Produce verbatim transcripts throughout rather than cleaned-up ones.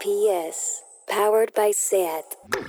P S, powered by S E T.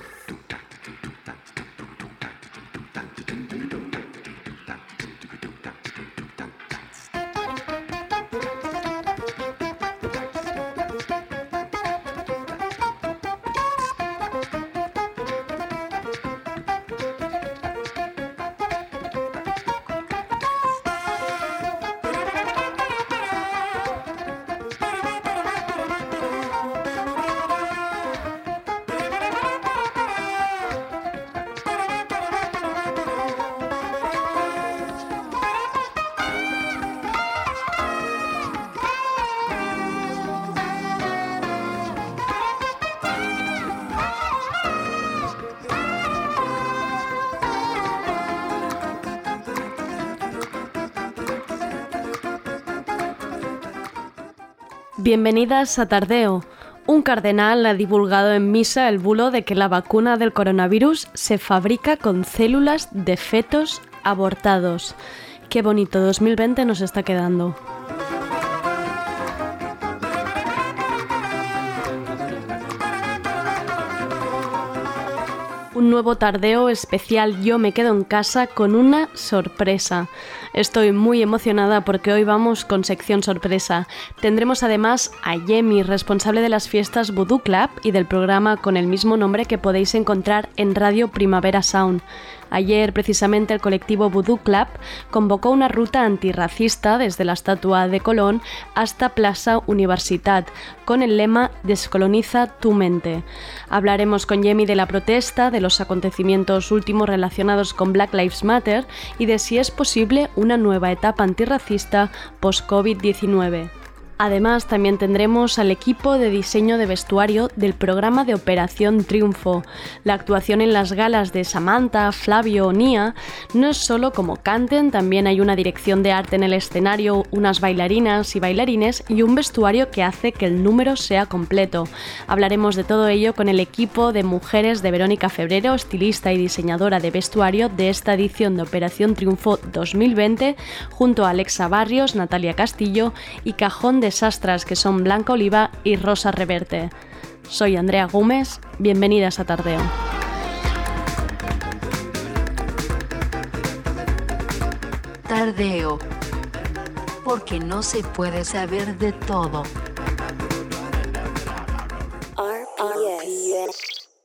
Bienvenidas a Tardeo. Un cardenal ha divulgado en misa el bulo de que la vacuna del coronavirus se fabrica con células de fetos abortados. Qué bonito dos mil veinte nos está quedando. Un nuevo tardeo especial Yo me quedo en casa con una sorpresa. Estoy muy emocionada porque hoy vamos con sección sorpresa. Tendremos además a Yemi, responsable de las fiestas Voodoo Club y del programa con el mismo nombre que podéis encontrar en Radio Primavera Sound. Ayer, precisamente, el colectivo Voodoo Club convocó una ruta antirracista desde la estatua de Colón hasta Plaza Universitat, con el lema Descoloniza tu mente. Hablaremos con Yemi de la protesta, de los acontecimientos últimos relacionados con Black Lives Matter y de si es posible una nueva etapa antirracista post-COVID diecinueve. Además, también tendremos al equipo de diseño de vestuario del programa de Operación Triunfo. La actuación en las galas de Samantha, Flavio o Nia no es solo como canten, también hay una dirección de arte en el escenario, unas bailarinas y bailarines y un vestuario que hace que el número sea completo. Hablaremos de todo ello con el equipo de mujeres de Verónica Febrero, estilista y diseñadora de vestuario de esta edición de Operación Triunfo dos mil veinte, junto a Alexa Barrios, Natalia Castillo y Cajón de Sastras, que son Blanca Oliva y Rosa Reverte. Soy Andrea Gómez, bienvenidas a Tardeo. Tardeo, porque no se puede saber de todo. R P S.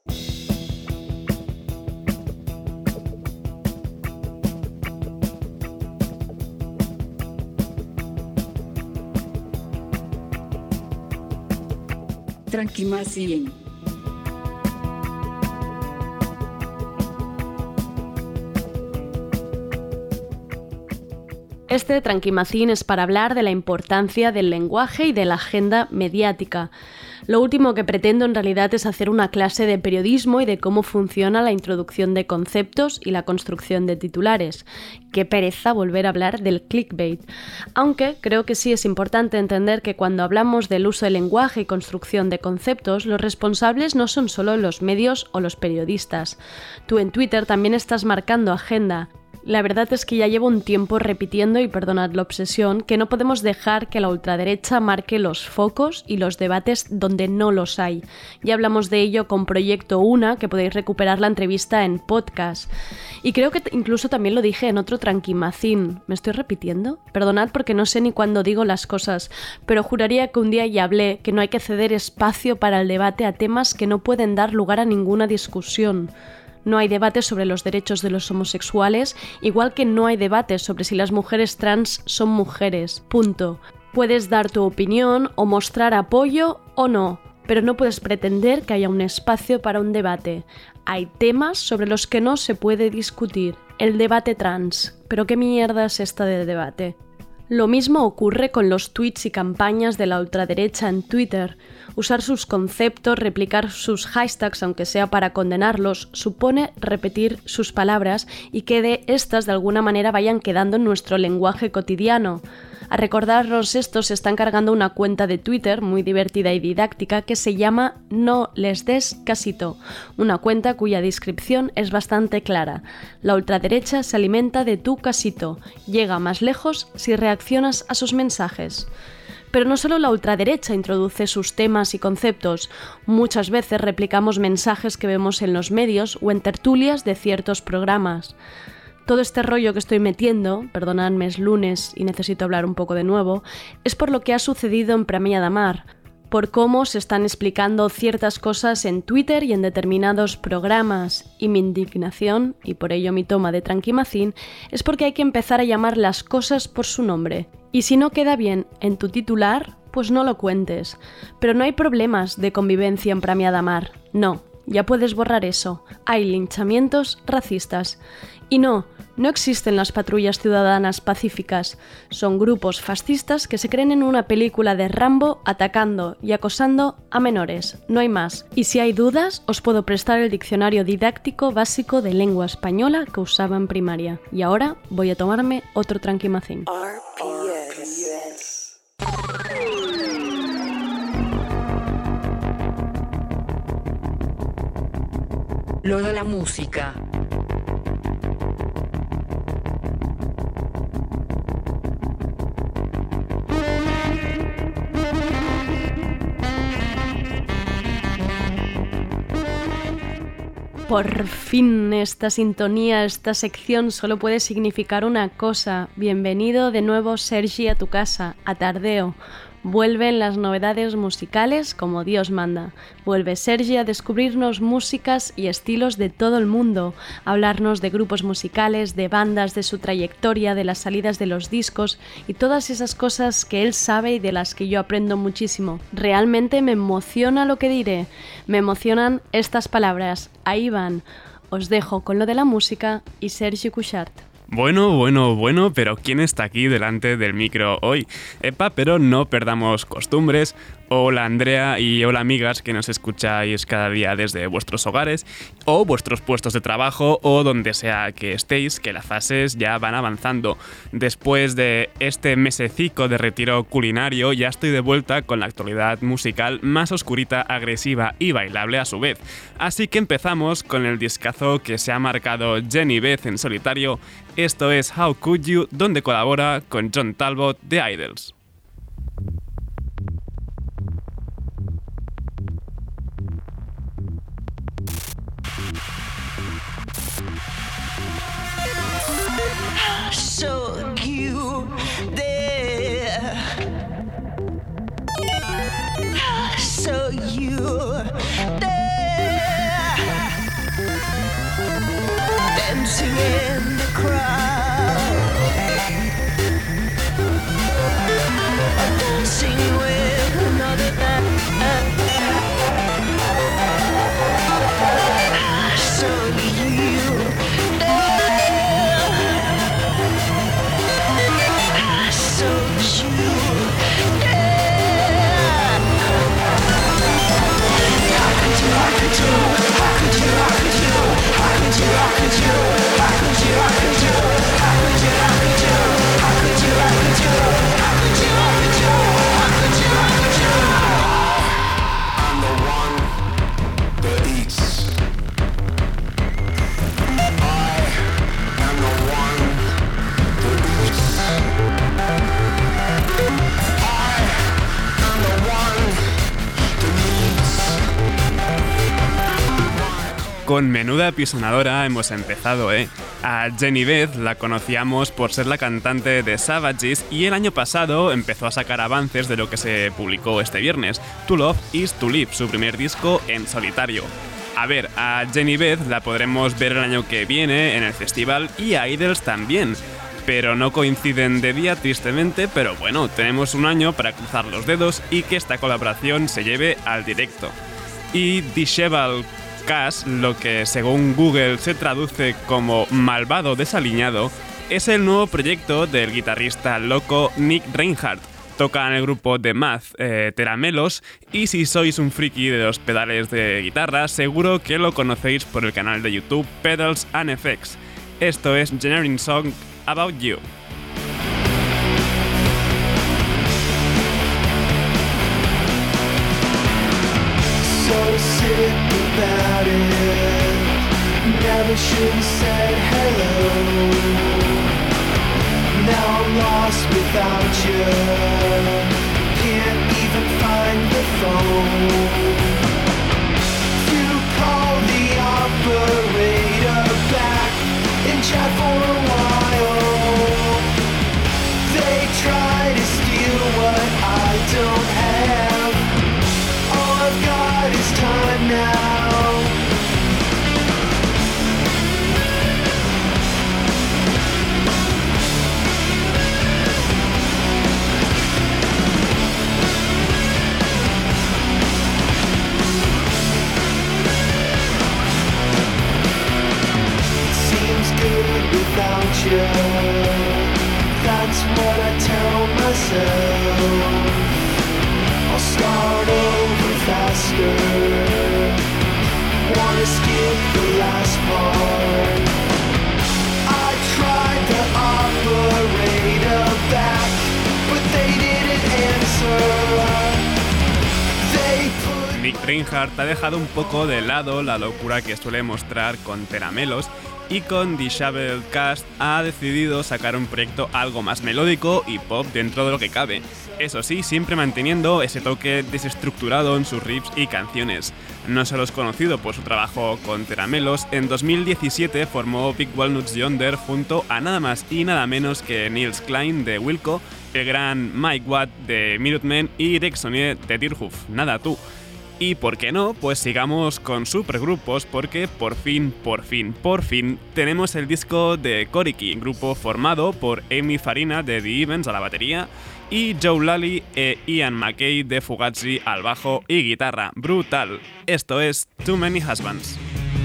Tranquimacín. Este Tranquimacín es para hablar de la importancia del lenguaje y de la agenda mediática. Lo último que pretendo en realidad es hacer una clase de periodismo y de cómo funciona la introducción de conceptos y la construcción de titulares. Qué pereza volver a hablar del clickbait. Aunque creo que sí es importante entender que cuando hablamos del uso del lenguaje y construcción de conceptos, los responsables no son solo los medios o los periodistas. Tú en Twitter también estás marcando agenda. La verdad es que ya llevo un tiempo repitiendo, y perdonad la obsesión, que no podemos dejar que la ultraderecha marque los focos y los debates donde no los hay. Ya hablamos de ello con Proyecto Una, que podéis recuperar la entrevista en podcast. Y creo que t- incluso también lo dije en otro Tranquimacín. ¿Me estoy repitiendo? Perdonad porque no sé ni cuándo digo las cosas, pero juraría que un día ya hablé que no hay que ceder espacio para el debate a temas que no pueden dar lugar a ninguna discusión. No hay debate sobre los derechos de los homosexuales, igual que no hay debate sobre si las mujeres trans son mujeres. Punto. Puedes dar tu opinión o mostrar apoyo o no, pero no puedes pretender que haya un espacio para un debate. Hay temas sobre los que no se puede discutir. El debate trans. ¿Pero qué mierda es esta de debate? Lo mismo ocurre con los tweets y campañas de la ultraderecha en Twitter. Usar sus conceptos, replicar sus hashtags, aunque sea para condenarlos, supone repetir sus palabras y que de estas de alguna manera vayan quedando en nuestro lenguaje cotidiano. A recordarnos esto se está encargando una cuenta de Twitter muy divertida y didáctica que se llama No les des casito, una cuenta cuya descripción es bastante clara. La ultraderecha se alimenta de tu casito, llega más lejos si reaccionas a sus mensajes. Pero no solo la ultraderecha introduce sus temas y conceptos, muchas veces replicamos mensajes que vemos en los medios o en tertulias de ciertos programas. Todo este rollo que estoy metiendo, perdonadme, es lunes y necesito hablar un poco de nuevo, es por lo que ha sucedido en Premià de Mar, por cómo se están explicando ciertas cosas en Twitter y en determinados programas, y mi indignación, y por ello mi toma de tranquimacín, es porque hay que empezar a llamar las cosas por su nombre. Y si no queda bien en tu titular, pues no lo cuentes. Pero no hay problemas de convivencia en Premià de Mar, no, ya puedes borrar eso. Hay linchamientos racistas. Y no, no existen las patrullas ciudadanas pacíficas. Son grupos fascistas que se creen en una película de Rambo atacando y acosando a menores. No hay más. Y si hay dudas, os puedo prestar el diccionario didáctico básico de lengua española que usaba en primaria. Y ahora voy a tomarme otro tranquimacín. R P S. Lo de la música. Por fin, esta sintonía, esta sección solo puede significar una cosa. Bienvenido de nuevo, Sergi, a tu casa, a Tardeo. Vuelven las novedades musicales como Dios manda. Vuelve Sergi a descubrirnos músicas y estilos de todo el mundo, a hablarnos de grupos musicales, de bandas, de su trayectoria, de las salidas de los discos y todas esas cosas que él sabe y de las que yo aprendo muchísimo. Realmente me emociona lo que diré. Me emocionan estas palabras. Ahí van. Os dejo con lo de la música y Sergi Cuixart. Bueno, bueno, bueno, pero ¿quién está aquí delante del micro hoy? Epa, pero no perdamos costumbres. Hola Andrea y hola amigas que nos escucháis cada día desde vuestros hogares o vuestros puestos de trabajo o donde sea que estéis, que las fases ya van avanzando. Después de este mesecico de retiro culinario ya estoy de vuelta con la actualidad musical más oscurita, agresiva y bailable a su vez. Así que empezamos con el discazo que se ha marcado Jenny Beth en solitario. Esto es How Could You, donde colabora con John Talbot de Idols. So you there, so you there, dancing in the crowd, dancing with another man. So you Con menuda pisonadora hemos empezado, ¿eh? A Jenny Beth la conocíamos por ser la cantante de Savages y el año pasado empezó a sacar avances de lo que se publicó este viernes, To Love Is To Live, su primer disco en solitario. A ver, a Jenny Beth la podremos ver el año que viene en el festival y a Idols también, pero no coinciden de día tristemente, pero bueno, tenemos un año para cruzar los dedos y que esta colaboración se lleve al directo. Y Disheveled Cash, lo que según Google se traduce como malvado desaliñado, es el nuevo proyecto del guitarrista loco Nick Reinhardt. Toca en el grupo de Math, eh, Teramelos, y si sois un friki de los pedales de guitarra, seguro que lo conocéis por el canal de YouTube Pedals and Effects. Esto es Generating Song About You. So sick about it. Never should have said hello. Now I'm lost without you. phone. You call the operator back and chat for a while. They try to steal what I don't have. All I've got is time now. Without you, that's what I tell myself. I'll start over faster. Wanna skip the last part. I tried the operator back, but they didn't answer. They put... Nick Reinhardt ha dejado un poco de lado la locura que suele mostrar con Teramelos, y con Disheveled Cast ha decidido sacar un proyecto algo más melódico y pop dentro de lo que cabe. Eso sí, siempre manteniendo ese toque desestructurado en sus riffs y canciones. No solo es conocido por su trabajo con Teramelos, en dos mil diecisiete formó Big Walnuts Yonder junto a nada más y nada menos que Niels Klein de Wilco, el gran Mike Watt de Minutemen y Rex Sonier de Deerhoof. Nada tú. Y por qué no, pues sigamos con supergrupos, porque por fin, por fin, por fin tenemos el disco de Koriki, grupo formado por Amy Farina de The Events a la batería y Joe Lally e Ian McKay de Fugazi al bajo y guitarra. Brutal. Esto es Too Many Husbands.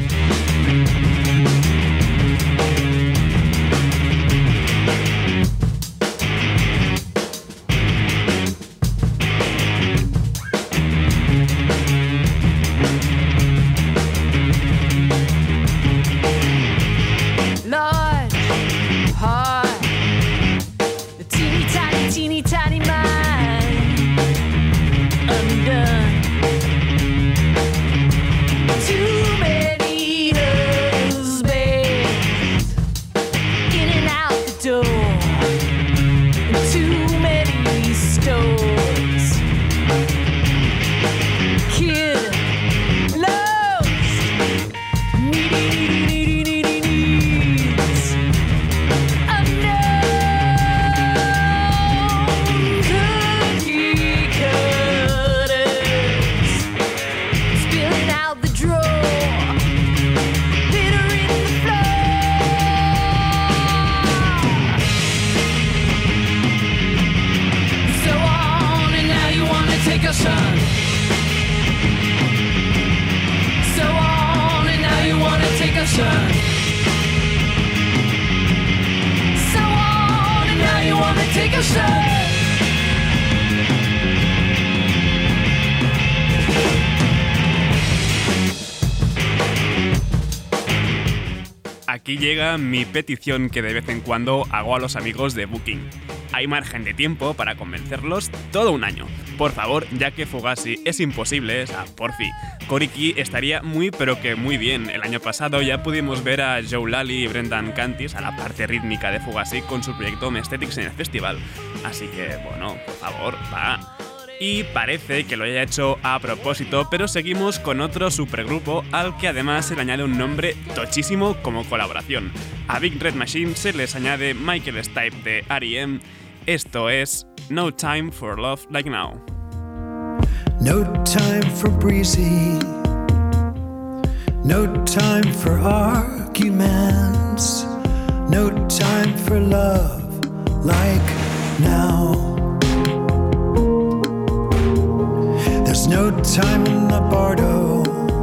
Aquí llega mi petición que de vez en cuando hago a los amigos de Booking. Hay margen de tiempo para convencerlos todo un año. Por favor, ya que Fugazi es imposible, o sea, porfi, Koriki estaría muy pero que muy bien. El año pasado ya pudimos ver a Joe Lally y Brendan Cantis a la parte rítmica de Fugazi con su proyecto Mesthetics en el festival. Así que, bueno, por favor, va. Y parece que lo haya hecho a propósito, pero seguimos con otro supergrupo al que además se le añade un nombre tochísimo como colaboración. A Big Red Machine se les añade Michael Stipe de R E M. Esto es No Time for Love Like Now. No time for breezy, no time for arguments, no time for love like now. There's no time in the bardo,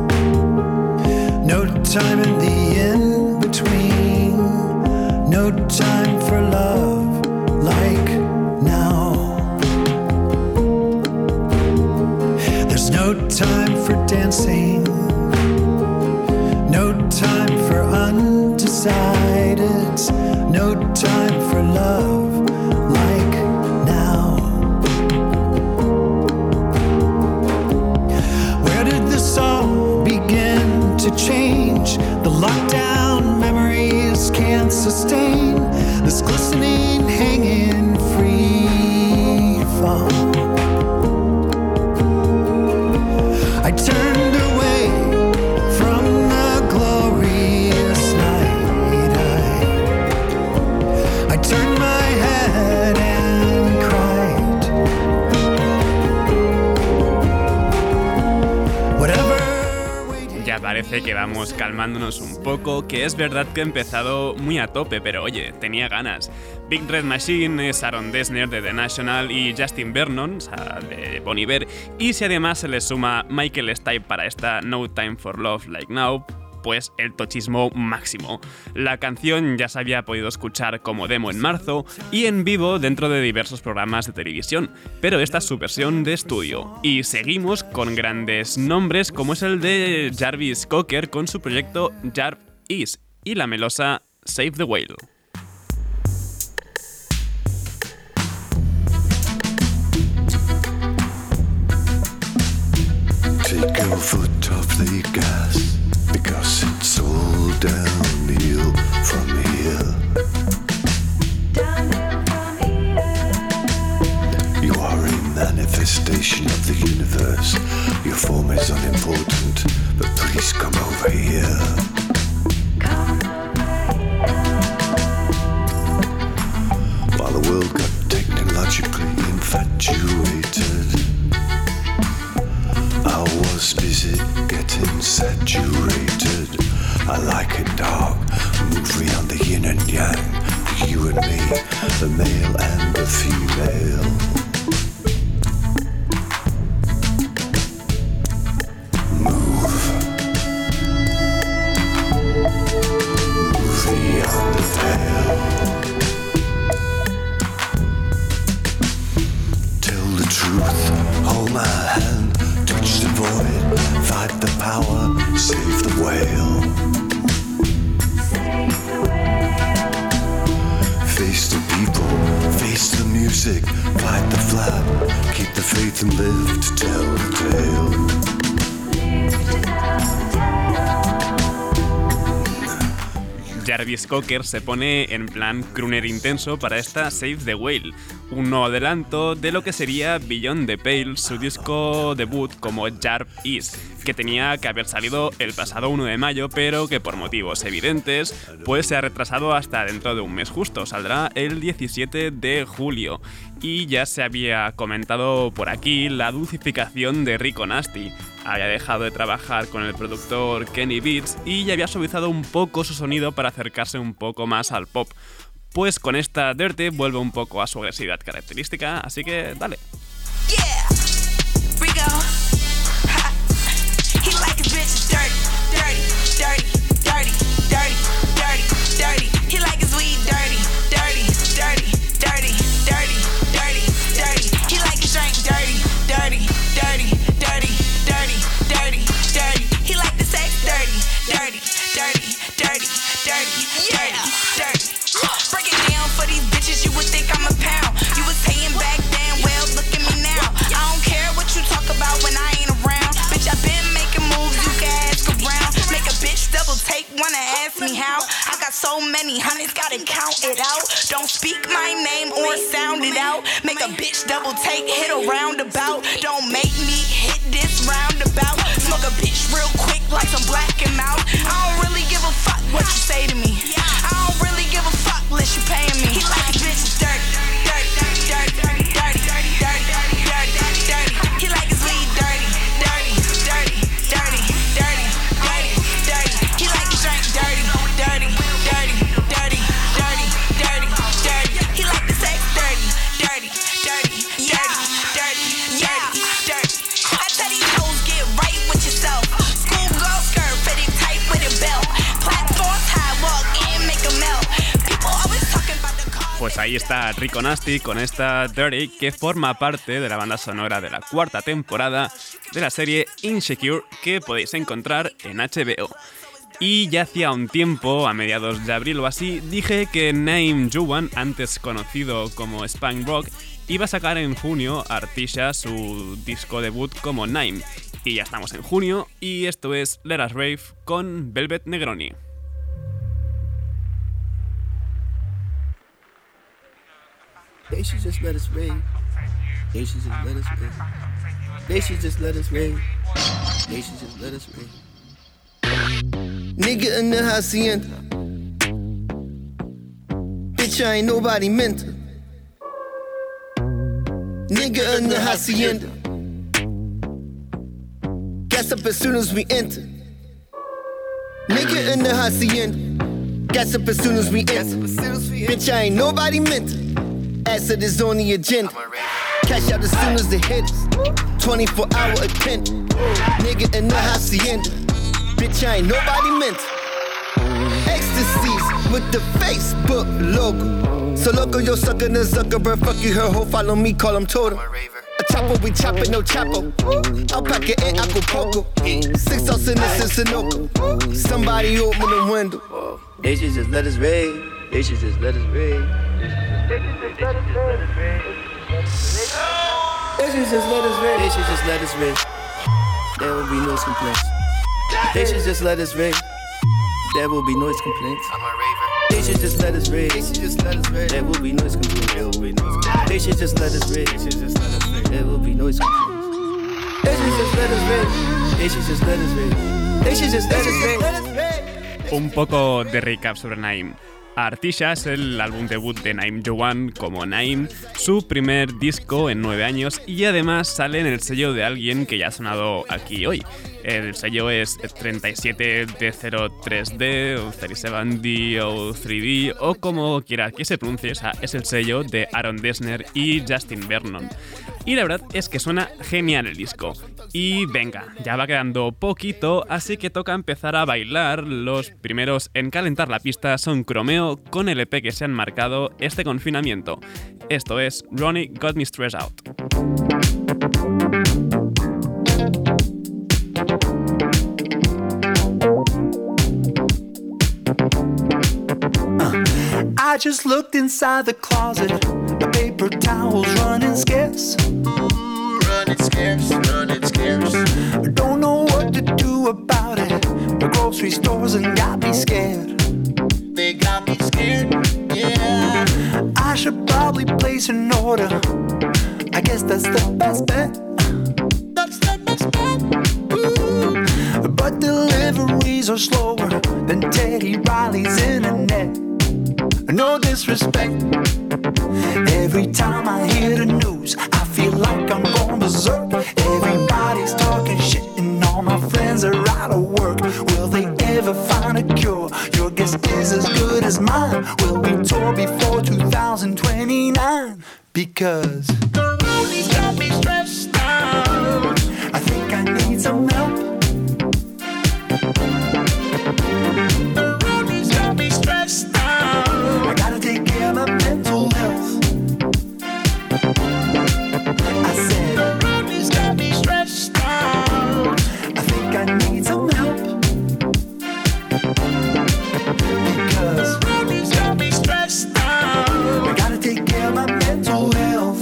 no time in the in-between, no time for love like now. There's no time for dancing, no time for undecided, no time for love like now. Where did this all begin to change? The lockdown memories can't sustain this glistening, hanging free fall. ya parece que vamos calmándonos un poco, que es verdad que he empezado muy a tope, pero oye, tenía ganas. Big Red Machine es Aaron Dessner de The National y Justin Vernon, o sea, de Bon Iver, y si además se le suma Michael Stipe para esta No Time for Love Like Now, pues el tochismo máximo. La canción ya se había podido escuchar como demo en marzo y en vivo dentro de diversos programas de televisión, pero esta es su versión de estudio. Y seguimos con grandes nombres como es el de Jarvis Cocker con su proyecto Jarv Is y la melosa Save the Whale. Take your foot off the gas, because it's all downhill from here. Downhill from here. You are a manifestation of the universe. Your form is unimportant, but please come over here. Come over here. While the world got technologically infatuated, I was busy getting saturated. I like it dark, move around the yin and yang. You and me, the male and the female. Move. Move beyond the veil. Tell the truth, hold my hand. Touch the void, fight the power, save the whale. Save the whale. Face the people, face the music, fight the flat, keep the faith and live to tell the tale. Live to tell the tale. Jarvis Cocker se pone en plan crooner intenso para esta Save the Whale, un nuevo adelanto de lo que sería Beyond the Pale, su disco debut como Jarv Is, que tenía que haber salido el pasado uno de mayo, pero que por motivos evidentes pues se ha retrasado hasta dentro de un mes justo, saldrá el diecisiete de julio. Y ya se había comentado por aquí la dulcificación de Rico Nasty. Había dejado de trabajar con el productor Kenny Beats y ya había suavizado un poco su sonido para acercarse un poco más al pop. Pues con esta Dirty vuelve un poco a su agresividad característica, así que dale. Yeah, Rico. Ha. He like his bitches dirty, dirty, dirty, dirty, dirty, dirty, dirty. He like his weed dirty, dirty, dirty, dirty, dirty, dirty, dirty. He like his drink dirty, dirty, dirty, dirty, dirty, dirty, dirty. He like the sex dirty, dirty, dirty, dirty, dirty, dirty, dirty. Break it down for these bitches, you would think I'm a pound. You was paying back then, well, look at me now. I don't care what you talk about when I ain't around. Bitch, I been making moves, you can ask around. Make a bitch double take, wanna ask me how. I got so many hundreds, gotta count it out. Don't speak my name or sound it out. Make a bitch double take, hit a roundabout. Don't make me hit this roundabout. Smoke a bitch real quick like some black and mouth. I don't really give a fuck what you say to me. I don't really give a fuck unless you paying me. He like his bitches dirty, dirty, dirty, dirty, dirty, dirty, dirty, dirty. He like his weed dirty, dirty, dirty, dirty, dirty, dirty, dirty. He like his drink dirty, dirty, dirty, dirty, dirty, dirty, dirty. He like the sex dirty, dirty, dirty, dirty, dirty, dirty, dirty. I tell these hoes get right with yourself. Schoolgirl skirt fitted tight with a belt. Platforms high, walk in, make a melt. People always talking about the car. Pues ahí está Rico Nasty con esta Dirty, que forma parte de la banda sonora de la cuarta temporada de la serie Insecure, que podéis encontrar en H B O. Y ya hacía un tiempo, a mediados de abril o así, dije que Naim Juwan, antes conocido como Spank Rock, iba a sacar en junio Artisha su disco debut como Naim. Y ya estamos en junio, y esto es Let Us Rave con Velvet Negroni. They should just let us rave. They should just let us rave. They should just let us rave. They should just let us rave. Nigga in the hacienda. Bitch, I ain't nobody mentor. Nigga in the hacienda. Gas up as soon as we enter. Nigga in the hacienda. Gas up as soon as we enter. Bitch, I ain't nobody meant to. Acid is on the agenda. Cash out as soon as it hits. twenty-four hour attendant. Nigga in the hacienda. Bitch, I ain't nobody meant to. Ecstasies with the Facebook logo. So loco, yo sucker, the Zuckerberg. Fuck you, her hoe, follow me, call him Totem. A chopper, we chopping, no chapo. Alpaca and Acapulco. Six ounce in this is Sunoco. Somebody open the window. They should just let us raid. They should just let us raid. They should just let us raid. They should just let us raid. They should just let us raid. There will be noise complaints. They should just let us raid. There will be noise complaints. I'm a raver. They should just let us raid. They should just let us raid. There will be noise complaints. There will be noise complaints. They should just let us raid. They should just let us raid. There will be noise complaints. They should just let us raid. They should just let us raid. They should just let us raid. Un poco de recap sobre Naim. Artisha es el álbum debut de Naim Joan como Naim, su primer disco en nueve años y además sale en el sello de alguien que ya ha sonado aquí hoy. El sello es treinta y siete D cero tres D o treinta y siete D o tres D o como quiera que se pronuncie, o sea, es el sello de Aaron Dessner y Justin Vernon. Y la verdad es que suena genial el disco. Y venga, ya va quedando poquito, así que toca empezar a bailar. Los primeros en calentar la pista son Chromeo con el E P que se han marcado este confinamiento. Esto es Ronnie Got Me Stressed Out. I just looked inside the closet. The paper towels running scarce. Running scarce, running scarce. Don't know what to do about it. The grocery stores and got me scared. They got me scared, yeah. I should probably place an order. I guess that's the best bet. That's the best bet. Ooh. But deliveries are slower than Teddy Riley's internet. No disrespect. Every time I hear the news, I feel like I'm going berserk. Everybody's talking shit and all my friends are out of work. Will they ever find a cure? Your guess is as good as mine. Will we tour before two thousand twenty-nine? Because the roadie's got me stressed out. I think I need some help. The roadie's got me stressed out. I gotta take care of my mental health. I said, the roadie's got me stressed out. I think I need some help. Because the roadie's got me stressed out. I gotta take care of my mental health.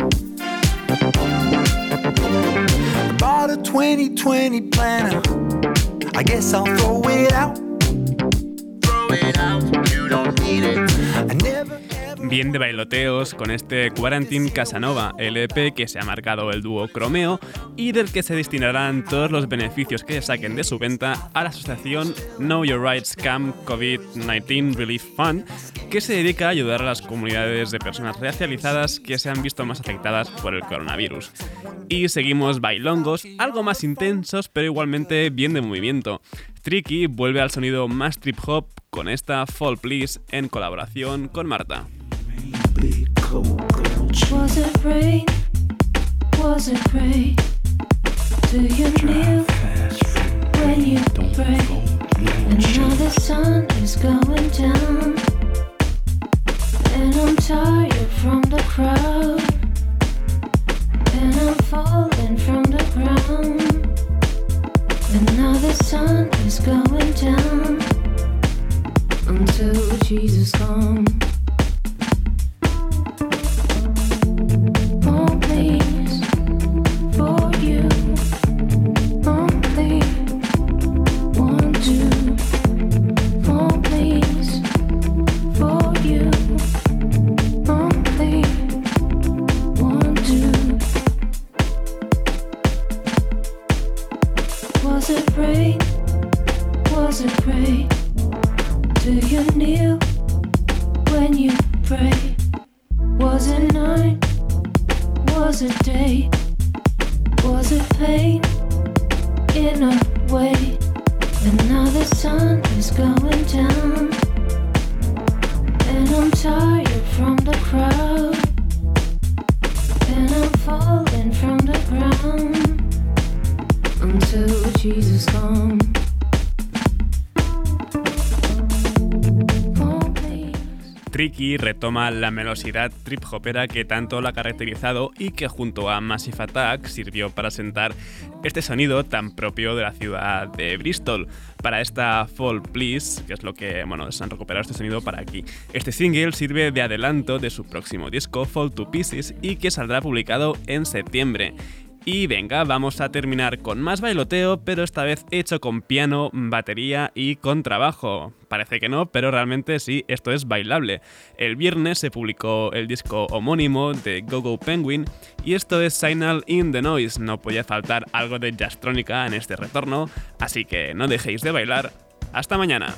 I bought a twenty twenty planner. I guess I'll throw it out. Throw it out, you don't need it. I never. Bien de bailoteos con este Quarantine Casanova, L P que se ha marcado el dúo Chromeo y del que se destinarán todos los beneficios que se saquen de su venta a la asociación Know Your Rights Camp COVID diecinueve Relief Fund, que se dedica a ayudar a las comunidades de personas racializadas que se han visto más afectadas por el coronavirus. Y seguimos bailongos, algo más intensos pero igualmente bien de movimiento. Tricky vuelve al sonido más trip hop con esta Fall Please en colaboración con Marta. Was it rain? Was it pray? Do you kneel when you pray? And now the sun is going down, and I'm tired from the crowd, and I'm falling from the ground, and now the sun is going down until Jesus comes. And now the sun is going down, and I'm tired from the crowd, and I'm falling from the ground until Jesus comes. Tricky retoma la melosidad trip-hopera que tanto la ha caracterizado y que junto a Massive Attack sirvió para sentar este sonido tan propio de la ciudad de Bristol. Para esta Fall Please, que es lo que, bueno, se han recuperado este sonido para aquí. Este single sirve de adelanto de su próximo disco, Fall to Pieces, y que saldrá publicado en septiembre. Y venga, vamos a terminar con más bailoteo, pero esta vez hecho con piano, batería y contrabajo. Parece que no, pero realmente sí, esto es bailable. El viernes se publicó el disco homónimo de Go Go Penguin y esto es Signal in the Noise. No podía faltar algo de jazztrónica en este retorno, así que no dejéis de bailar. ¡Hasta mañana!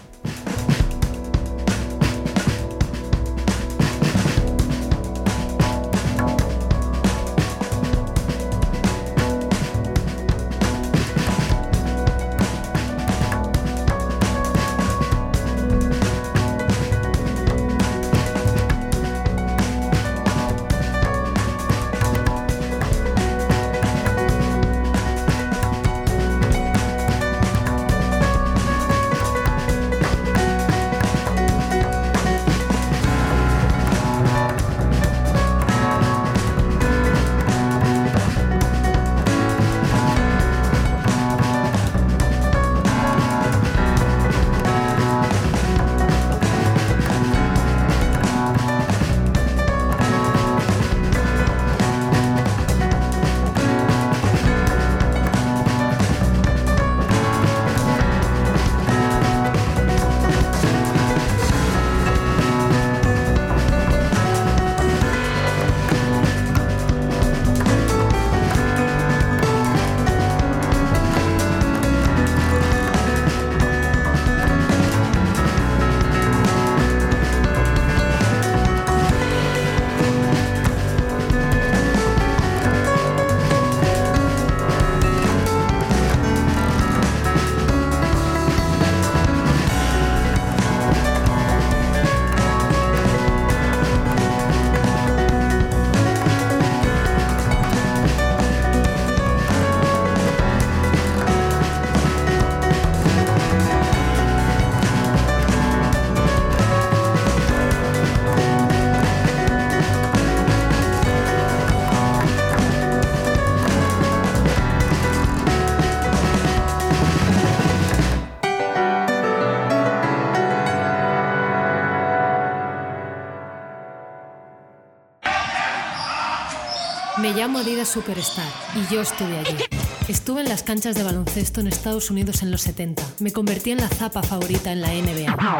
Me llamo Adidas Superstar y yo estuve allí. Estuve en las canchas de baloncesto en Estados Unidos en los setenta. Me convertí en la zapa favorita en la N B A.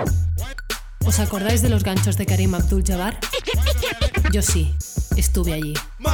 ¿Os acordáis de los ganchos de Karim Abdul-Jabbar? Yo sí, estuve allí.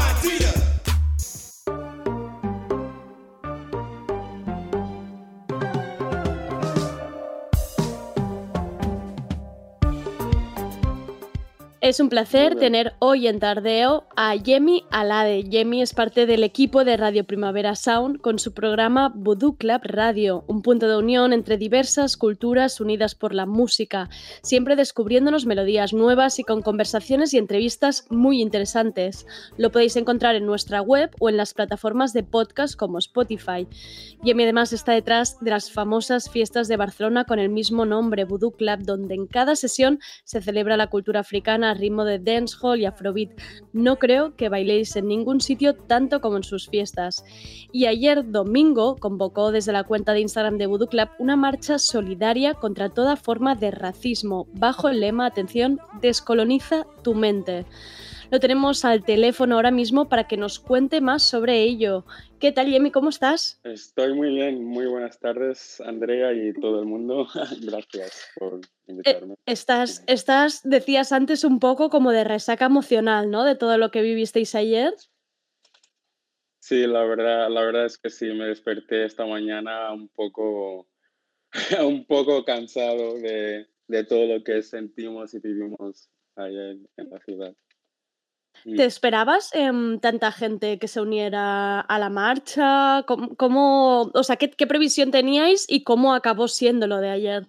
Es un placer tener hoy en Tardeo a Yemi Alade. Yemi es parte del equipo de Radio Primavera Sound con su programa Voodoo Club Radio, un punto de unión entre diversas culturas unidas por la música, siempre descubriéndonos melodías nuevas y con conversaciones y entrevistas muy interesantes. Lo podéis encontrar en nuestra web o en las plataformas de podcast como Spotify. Yemi además está detrás de las famosas fiestas de Barcelona con el mismo nombre, Voodoo Club, donde en cada sesión se celebra la cultura africana a ritmo de dancehall y afrobeat. No creo que bailéis en ningún sitio tanto como en sus fiestas. Y ayer domingo convocó desde la cuenta de Instagram de Voodoo Club una marcha solidaria contra toda forma de racismo, bajo el lema, atención, descoloniza tu mente. Lo tenemos al teléfono ahora mismo para que nos cuente más sobre ello. ¿Qué tal, Yemi? ¿Cómo estás? Estoy muy bien. Muy buenas tardes, Andrea y todo el mundo. Gracias por invitarme. Eh, estás, estás, decías antes, un poco como de resaca emocional, ¿no? De todo lo que vivisteis ayer. Sí, la verdad, la verdad es que sí. Me desperté esta mañana un poco, un poco cansado de, de todo lo que sentimos y vivimos ayer en la ciudad. ¿Te esperabas em, tanta gente que se uniera a la marcha? ¿Cómo, cómo- o sea, ¿qué, qué previsión teníais y cómo acabó siendo lo de ayer?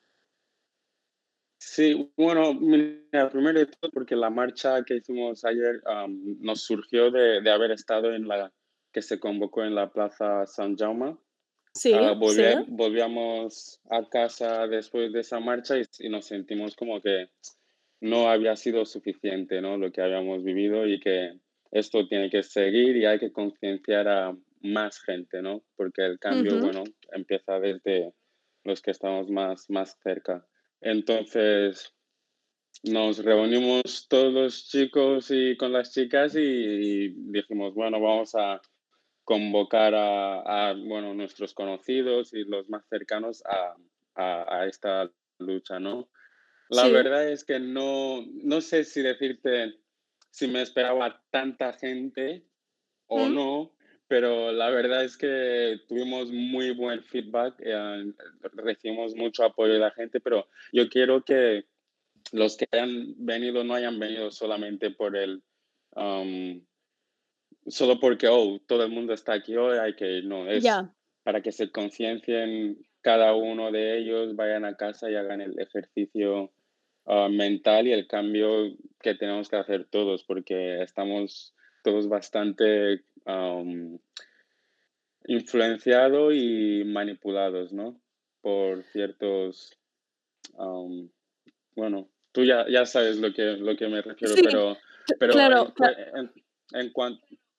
Sí, bueno, mira, primero de todo, porque la marcha que hicimos ayer am, nos surgió de, de haber estado en la que se convocó en la Plaza San Jaume. Ah, Sí, sí. volví- volvíamos a casa después de esa marcha y, y nos sentimos como que no había sido suficiente, ¿no? Lo que habíamos vivido y que esto tiene que seguir y hay que concienciar a más gente, ¿no? Porque el cambio, Ujú. bueno, empieza desde los que estamos más, más cerca. Entonces, nos reunimos todos los chicos y con las chicas y, y dijimos, bueno, vamos a convocar a, a, bueno, nuestros conocidos y los más cercanos a, a, a esta lucha, ¿no? La Sí. verdad es que no, no sé si decirte si me esperaba tanta gente o Mm. no, pero la verdad es que tuvimos muy buen feedback, eh, recibimos mucho apoyo de la gente, pero yo quiero que los que hayan venido no hayan venido solamente por el, um, solo porque, oh, todo el mundo está aquí hoy, hay que ir. No, es Ya. para que se conciencien cada uno de ellos, vayan a casa y hagan el ejercicio ah, mental y el cambio que tenemos que hacer todos, porque estamos todos bastante um, influenciados y manipulados, ¿no? Por ciertos, um, bueno, tú ya, ya sabes lo que, lo que me refiero, Sí, pero, cl- pero en, claro, cue- cla- en, en cuan-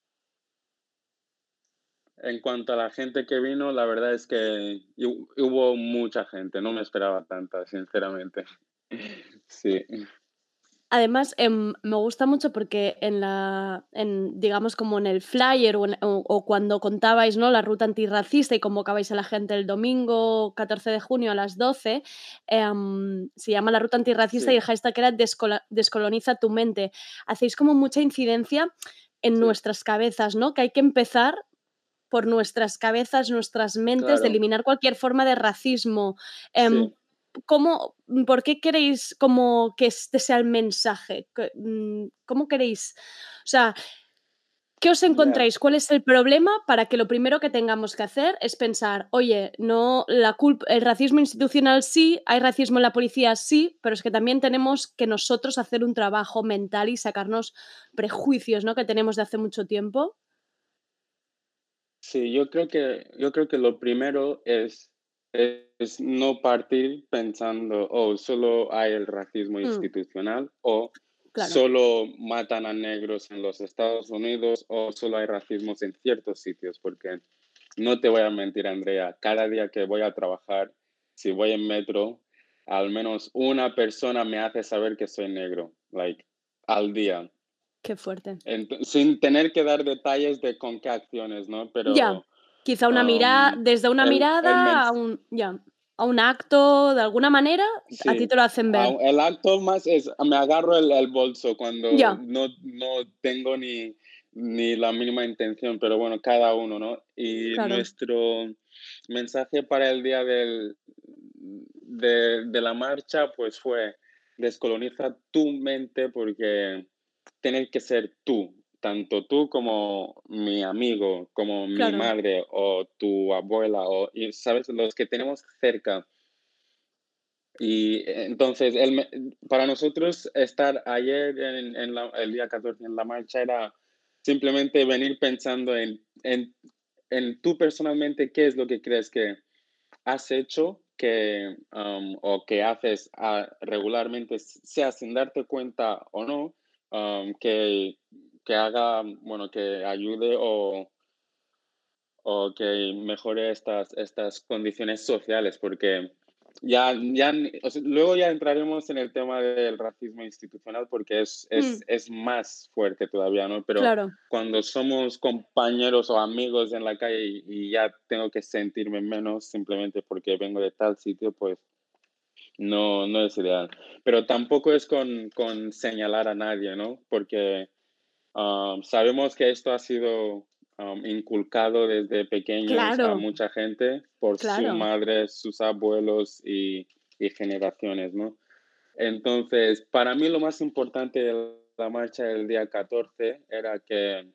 en cuanto a la gente que vino, la verdad es que hu- hubo mucha gente, no me esperaba tanta, sinceramente. Sí, Además, em, me gusta mucho porque en la, en, digamos, como en el flyer o, en- o- o cuando contabais, ¿no? La ruta antirracista y convocabais a la gente el domingo catorce de junio a las doce, em, se llama la ruta antirracista y sí, el hashtag era descola- descoloniza tu mente. Hacéis como mucha incidencia en sí, nuestras cabezas, ¿no? Que hay que empezar por nuestras cabezas, nuestras mentes, de claro, eliminar cualquier forma de racismo. Em, sí, ¿cómo, ¿Por qué queréis como que este sea el mensaje? Que, mm, ¿Cómo queréis? O sea, ¿qué os ya. encontráis? ¿Cuál es el problema para que lo primero que tengamos que hacer es pensar, oye, no, la culpa, el racismo institucional sí, hay racismo en la policía sí, pero es que también tenemos que nosotros hacer un trabajo mental y sacarnos prejuicios, ¿no? Que tenemos de hace mucho tiempo. Sí, yo creo que, yo creo que lo primero es, es no partir pensando, oh, solo hay el racismo Mm, institucional o claro, solo matan a negros en los Estados Unidos o solo hay racismos en ciertos sitios, porque no te voy a mentir, Andrea, cada día que voy a trabajar, si voy en metro, al menos una persona me hace saber que soy negro, like, al día. qué fuerte. Ent- sin tener que dar detalles de con qué acciones, ¿no? Ya, Pero quizá una mirada um, desde una el, el, mirada a mens- un ya, a un acto, de alguna manera, a ti sí, te lo hacen ver. Au- el acto más es, me agarro el, el bolso cuando Ya, no, no tengo ni, ni la mínima intención, pero bueno, cada uno, ¿no? Y claro. nuestro mensaje para el día del, de, de la marcha, pues fue, descoloniza tu mente porque tienes que ser tú, tanto tú como mi amigo, como mi Claro. madre o tu abuela, o, y, ¿sabes? Los que tenemos cerca. Y eh, entonces, el me- para nosotros estar ayer en, en la- el día catorce en la marcha era simplemente venir pensando en, en, en tú personalmente, qué es lo que crees que has hecho que, um, o que haces ah, regularmente, sea sin darte cuenta o no, um, que, que haga, bueno, que ayude o, o que mejore estas, estas condiciones sociales, porque ya, ya, ni- o sea, luego ya entraremos en el tema del racismo institucional porque es, es, Mm, es más fuerte todavía, ¿no? Pero claro. cuando somos compañeros o amigos en la calle y, y ya tengo que sentirme menos simplemente porque vengo de tal sitio, pues no, no es ideal. Pero tampoco es con, con señalar a nadie, ¿no? Porque Um, sabemos que esto ha sido um, inculcado desde pequeños a Claro, mucha gente por su claro. madre, sus abuelos y, y generaciones, ¿no? Entonces, para mí lo más importante de la marcha del día catorce era que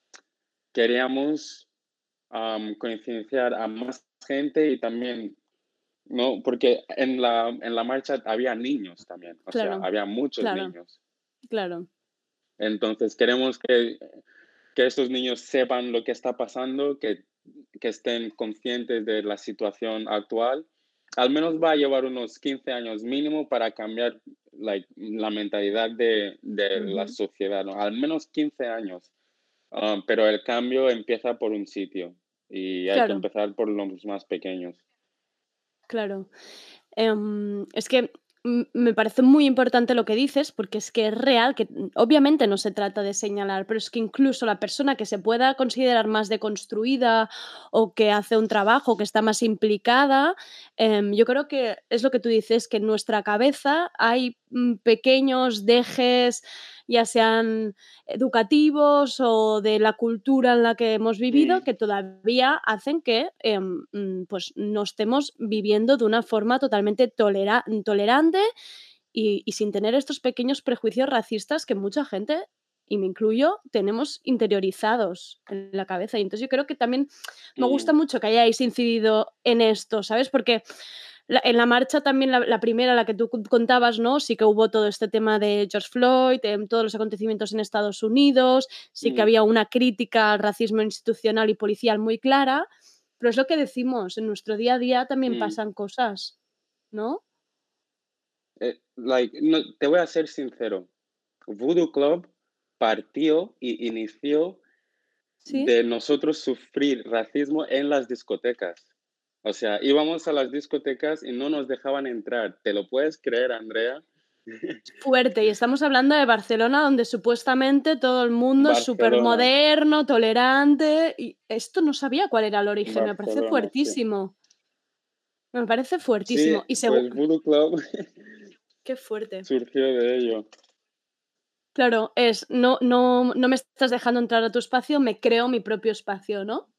queríamos am, concienciar a más gente y también, ¿no? Porque en la, en la marcha había niños también, o sea, Claro, había muchos claro, niños. claro. Entonces queremos que, que estos niños sepan lo que está pasando, que, que estén conscientes de la situación actual. Al menos va a llevar unos quince años mínimo para cambiar like, la mentalidad de, de la Ujú. sociedad, ¿no? Al menos quince años. Um, pero el cambio empieza por un sitio y hay que Claro, empezar por los más pequeños. claro. Em, es que mm, me parece muy importante lo que dices, porque es que es real, que mm, obviamente no se trata de señalar, pero es que incluso la persona que se pueda considerar más deconstruida o que hace un trabajo, que está más implicada, em, yo creo que es lo que tú dices, que en nuestra cabeza hay mm, pequeños dejes, ya sean educativos o de la cultura en la que hemos vivido, Mm, que todavía hacen que em, mm, pues no estemos viviendo de una forma totalmente tolera- tolerante y, y sin tener estos pequeños prejuicios racistas que mucha gente, y me incluyo, tenemos interiorizados en la cabeza. Y entonces yo creo que también me gusta mm, mucho que hayáis incidido en esto, ¿sabes? Porque la- en la marcha también, la, la primera, la que tú con- contabas, ¿no? Sí que hubo todo este tema de George Floyd, em, todos los acontecimientos en Estados Unidos, sí que mm, había una crítica al racismo institucional y policial muy clara, pero es lo que decimos, en nuestro día a día también mm. pasan cosas, ¿no? Eh, like, no, te voy a ser sincero. Voodoo Club partió y inició Sí. de nosotros sufrir racismo en las discotecas. O sea, íbamos a las discotecas y no nos dejaban entrar. ¿Te lo puedes creer, Andrea? Fuerte, y estamos hablando de Barcelona, donde supuestamente todo el mundo es súper Barcelona, moderno, tolerante, y esto no sabía cuál era el origen, me parece Barcelona, sí. fuertísimo, me parece Sí, fuertísimo. Y segu pues Voodoo Club qué fuerte. surgió de ello. Claro, es no no no me estás dejando entrar a tu espacio, me creo mi propio espacio, ¿no?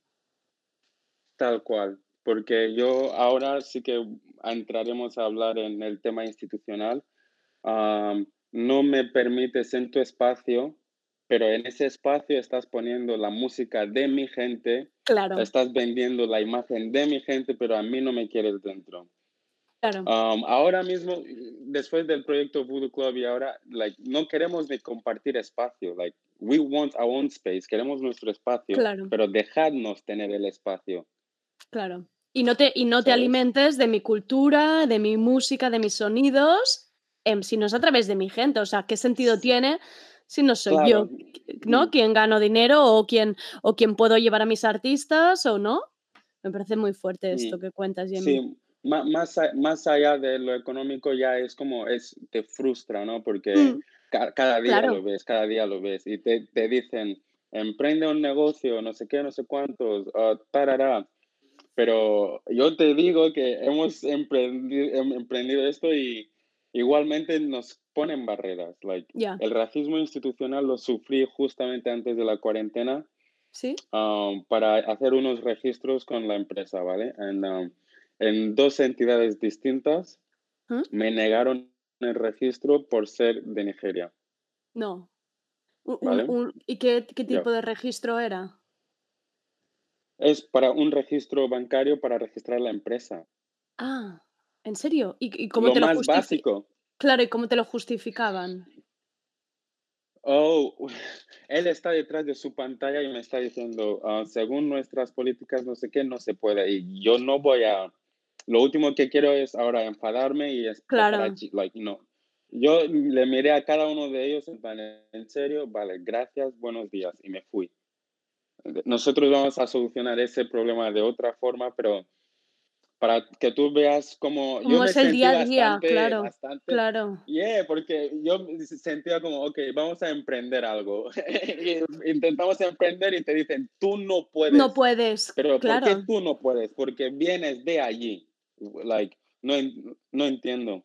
Tal cual, porque yo ahora sí que entraremos a hablar en el tema institucional. Am, no me permites en tu espacio, pero en ese espacio estás poniendo la música de mi gente, Claro, estás vendiendo la imagen de mi gente, pero a mí no me quieres dentro. claro, Am, ahora mismo, después del proyecto Voodoo Club y ahora, like, no queremos ni compartir espacio, like, we want our own space, queremos nuestro espacio, claro, pero dejadnos tener el espacio, claro. Y no te y no te ¿sabes? alimentes de mi cultura, de mi música, de mis sonidos, em, si no es a través de mi gente. O sea, ¿qué sentido tiene si no soy Claro, yo, ¿no? mm, Quien gano dinero o quien o quien puedo llevar a mis artistas o no? Me parece muy fuerte esto mm. que cuentas, Jamie. Sí, ma- más, a- más allá de lo económico ya es como, es, te frustra, ¿no? Porque Mm, ca- cada día lo claro, ves, cada día lo ves y te, te dicen, emprende un negocio, no sé qué, no sé cuántos, ah, tarará. Pero yo te digo que hemos emprendido, em- emprendido esto y igualmente nos ponen barreras. Like, ya. el racismo institucional lo sufrí justamente antes de la cuarentena, ¿Sí? um, para hacer unos registros con la empresa, ¿vale? En, um, en dos entidades distintas ¿Mm? me negaron el registro por ser de Nigeria, No. Un un ¿vale? un ¿y qué qué Ya. tipo de registro era? Es para un registro bancario para registrar la empresa. Ah, ¿en serio? ¿Y y cómo Lo te lo más justifi básico. claro, ¿y cómo te lo justificaban? Oh, él está detrás de su pantalla y me está diciendo, ah, según nuestras políticas, no sé qué, no se puede. Y yo no voy a, lo último que quiero es ahora enfadarme y empezar a, Claro, chi- like, no. Yo le miré a cada uno de ellos en plan, en serio, vale, gracias, buenos días, y me fui. Nosotros vamos a solucionar ese problema de otra forma, pero para que tú veas como yo cómo me es el sentí día a día, bastante, claro, bastante, claro. yeah, porque yo me sentía como, ok, vamos a emprender algo. Y intentamos emprender y te dicen, tú no No puedes. puedes, Pero ¿por qué claro. tú no puedes? Porque vienes de allí. Like, no, en- no entiendo.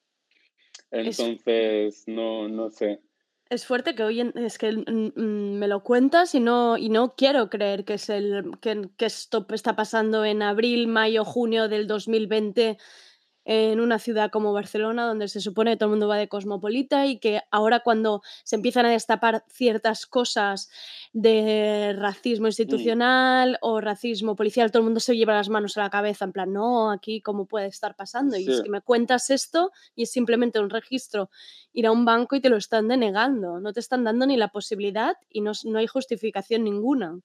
Es Entonces, no, no sé. es fuerte que hoy en es que, mm, mm, me lo cuentas y no y no quiero creer que es el que que esto está pasando en abril, mayo, junio del dos mil veinte en una ciudad como Barcelona, donde se supone que todo el mundo va de cosmopolita y que ahora cuando se empiezan a destapar ciertas cosas de racismo institucional mm. o racismo policial, todo el mundo se lleva las manos a la cabeza, en plan, no, aquí cómo puede estar pasando. Sí. Y es que me cuentas esto y es simplemente un registro, ir a un banco y te lo están denegando, no te están dando ni la posibilidad y no, no hay justificación ninguna.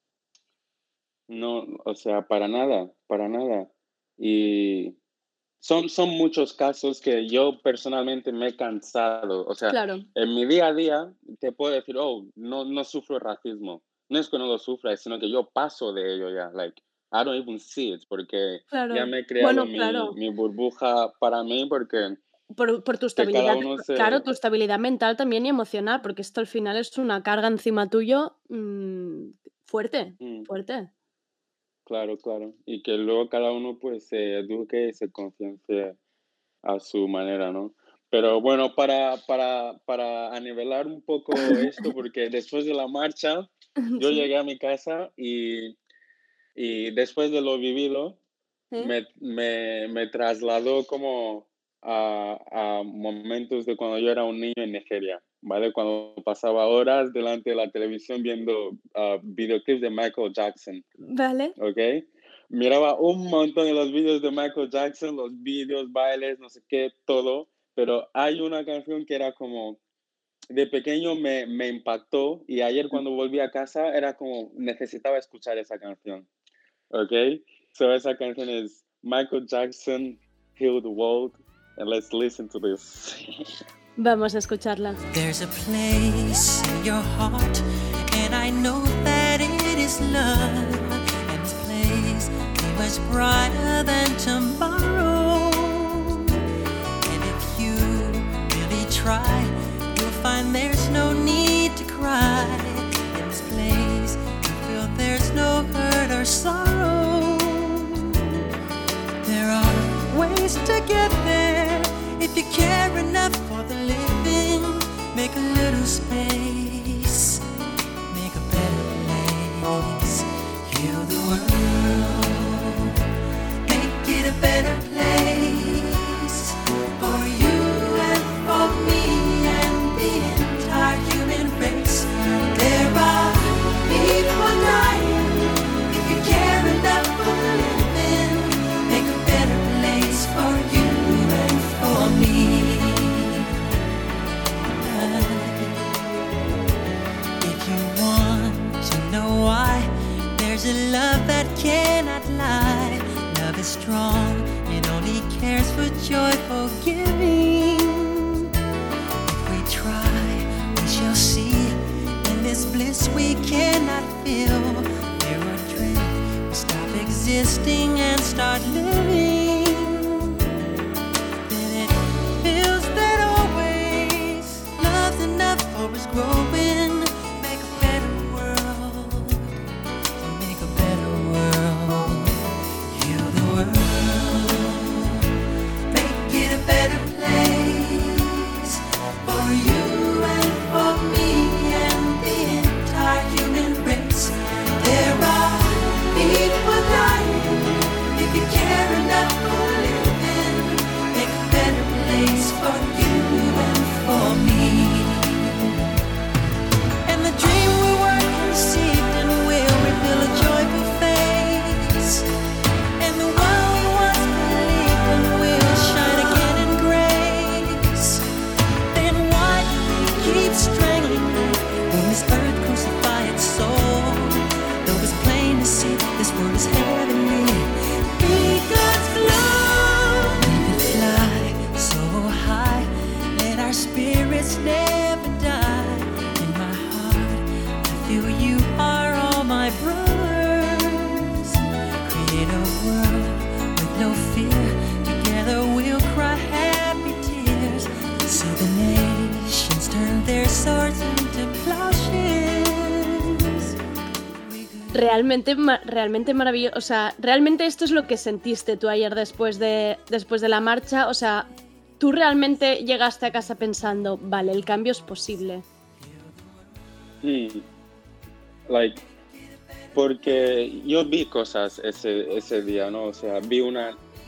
No, o sea, para nada, para nada. Y son, son muchos casos que yo personalmente me he cansado. O sea, claro. En mi día a día te puedo decir, oh, no, no sufro racismo. No es que no lo sufra, sino que yo paso de ello ya. Like, I don't even see it, porque claro. ya me he creado bueno, mi, claro. mi burbuja para mí, porque... Por, por tu estabilidad, se... claro, tu estabilidad mental también y emocional, porque esto al final es una carga encima tuyo mmm, fuerte, mm. fuerte. Claro, claro. Y que luego cada uno pues se eduque y se conciencie a su manera, ¿no? Pero bueno, para, para, para anivelar un poco esto, porque después de la marcha, yo ¿Sí? llegué a mi casa y, y después de lo vivido, ¿Eh? me, me, me trasladó como a, a momentos de cuando yo era un niño en Nigeria, ¿vale? Cuando pasaba horas delante de la televisión viendo uh, videoclips de Michael Jackson. Vale. ¿Ok? Miraba un montón de los videos de Michael Jackson, los videos, bailes, no sé qué, todo. Pero hay una canción que era como, de pequeño me, me impactó y ayer cuando volví a casa era como, necesitaba escuchar esa canción. ¿Ok? So esa canción es Michael Jackson, Heal the World. And let's listen to this. Vamos a escucharla. There's a place in your heart, and I know that it is love. And this place is much brighter than tomorrow. And if you really try, you'll find there's no need to cry. In this place, you feel there's no hurt or sorrow. There are ways to get there. If you care enough for the living, make a little space, make a better place, heal the world, make it a better place, for you and for me and the entire human race. There are people dying, if you care enough for the living, make a better place for you and for me. If you want to know why, there's a love that cannot lie. Love is strong, it only cares for joyful giving. If we try, we shall see. In this bliss we cannot feel. There are dreams, we stop existing and start living. Always growing, make a better world, make a better world, heal the world, make it a better place, for you and for me and the entire human race. There are people dying, if you care enough for living, make a better place for you and for me. Never die. In my heart, I feel you are all my brothers. Create a world with no fear. Together we'll cry happy tears. See the nations turn their swords into plowshares. Realmente, realmente maravilloso. O sea, realmente esto es lo que sentiste tú ayer después de, después de la marcha. O sea, ¿tú realmente llegaste a casa pensando, vale, el cambio es posible? Sí, like, porque yo vi cosas ese, ese día, ¿no? O sea, vi una...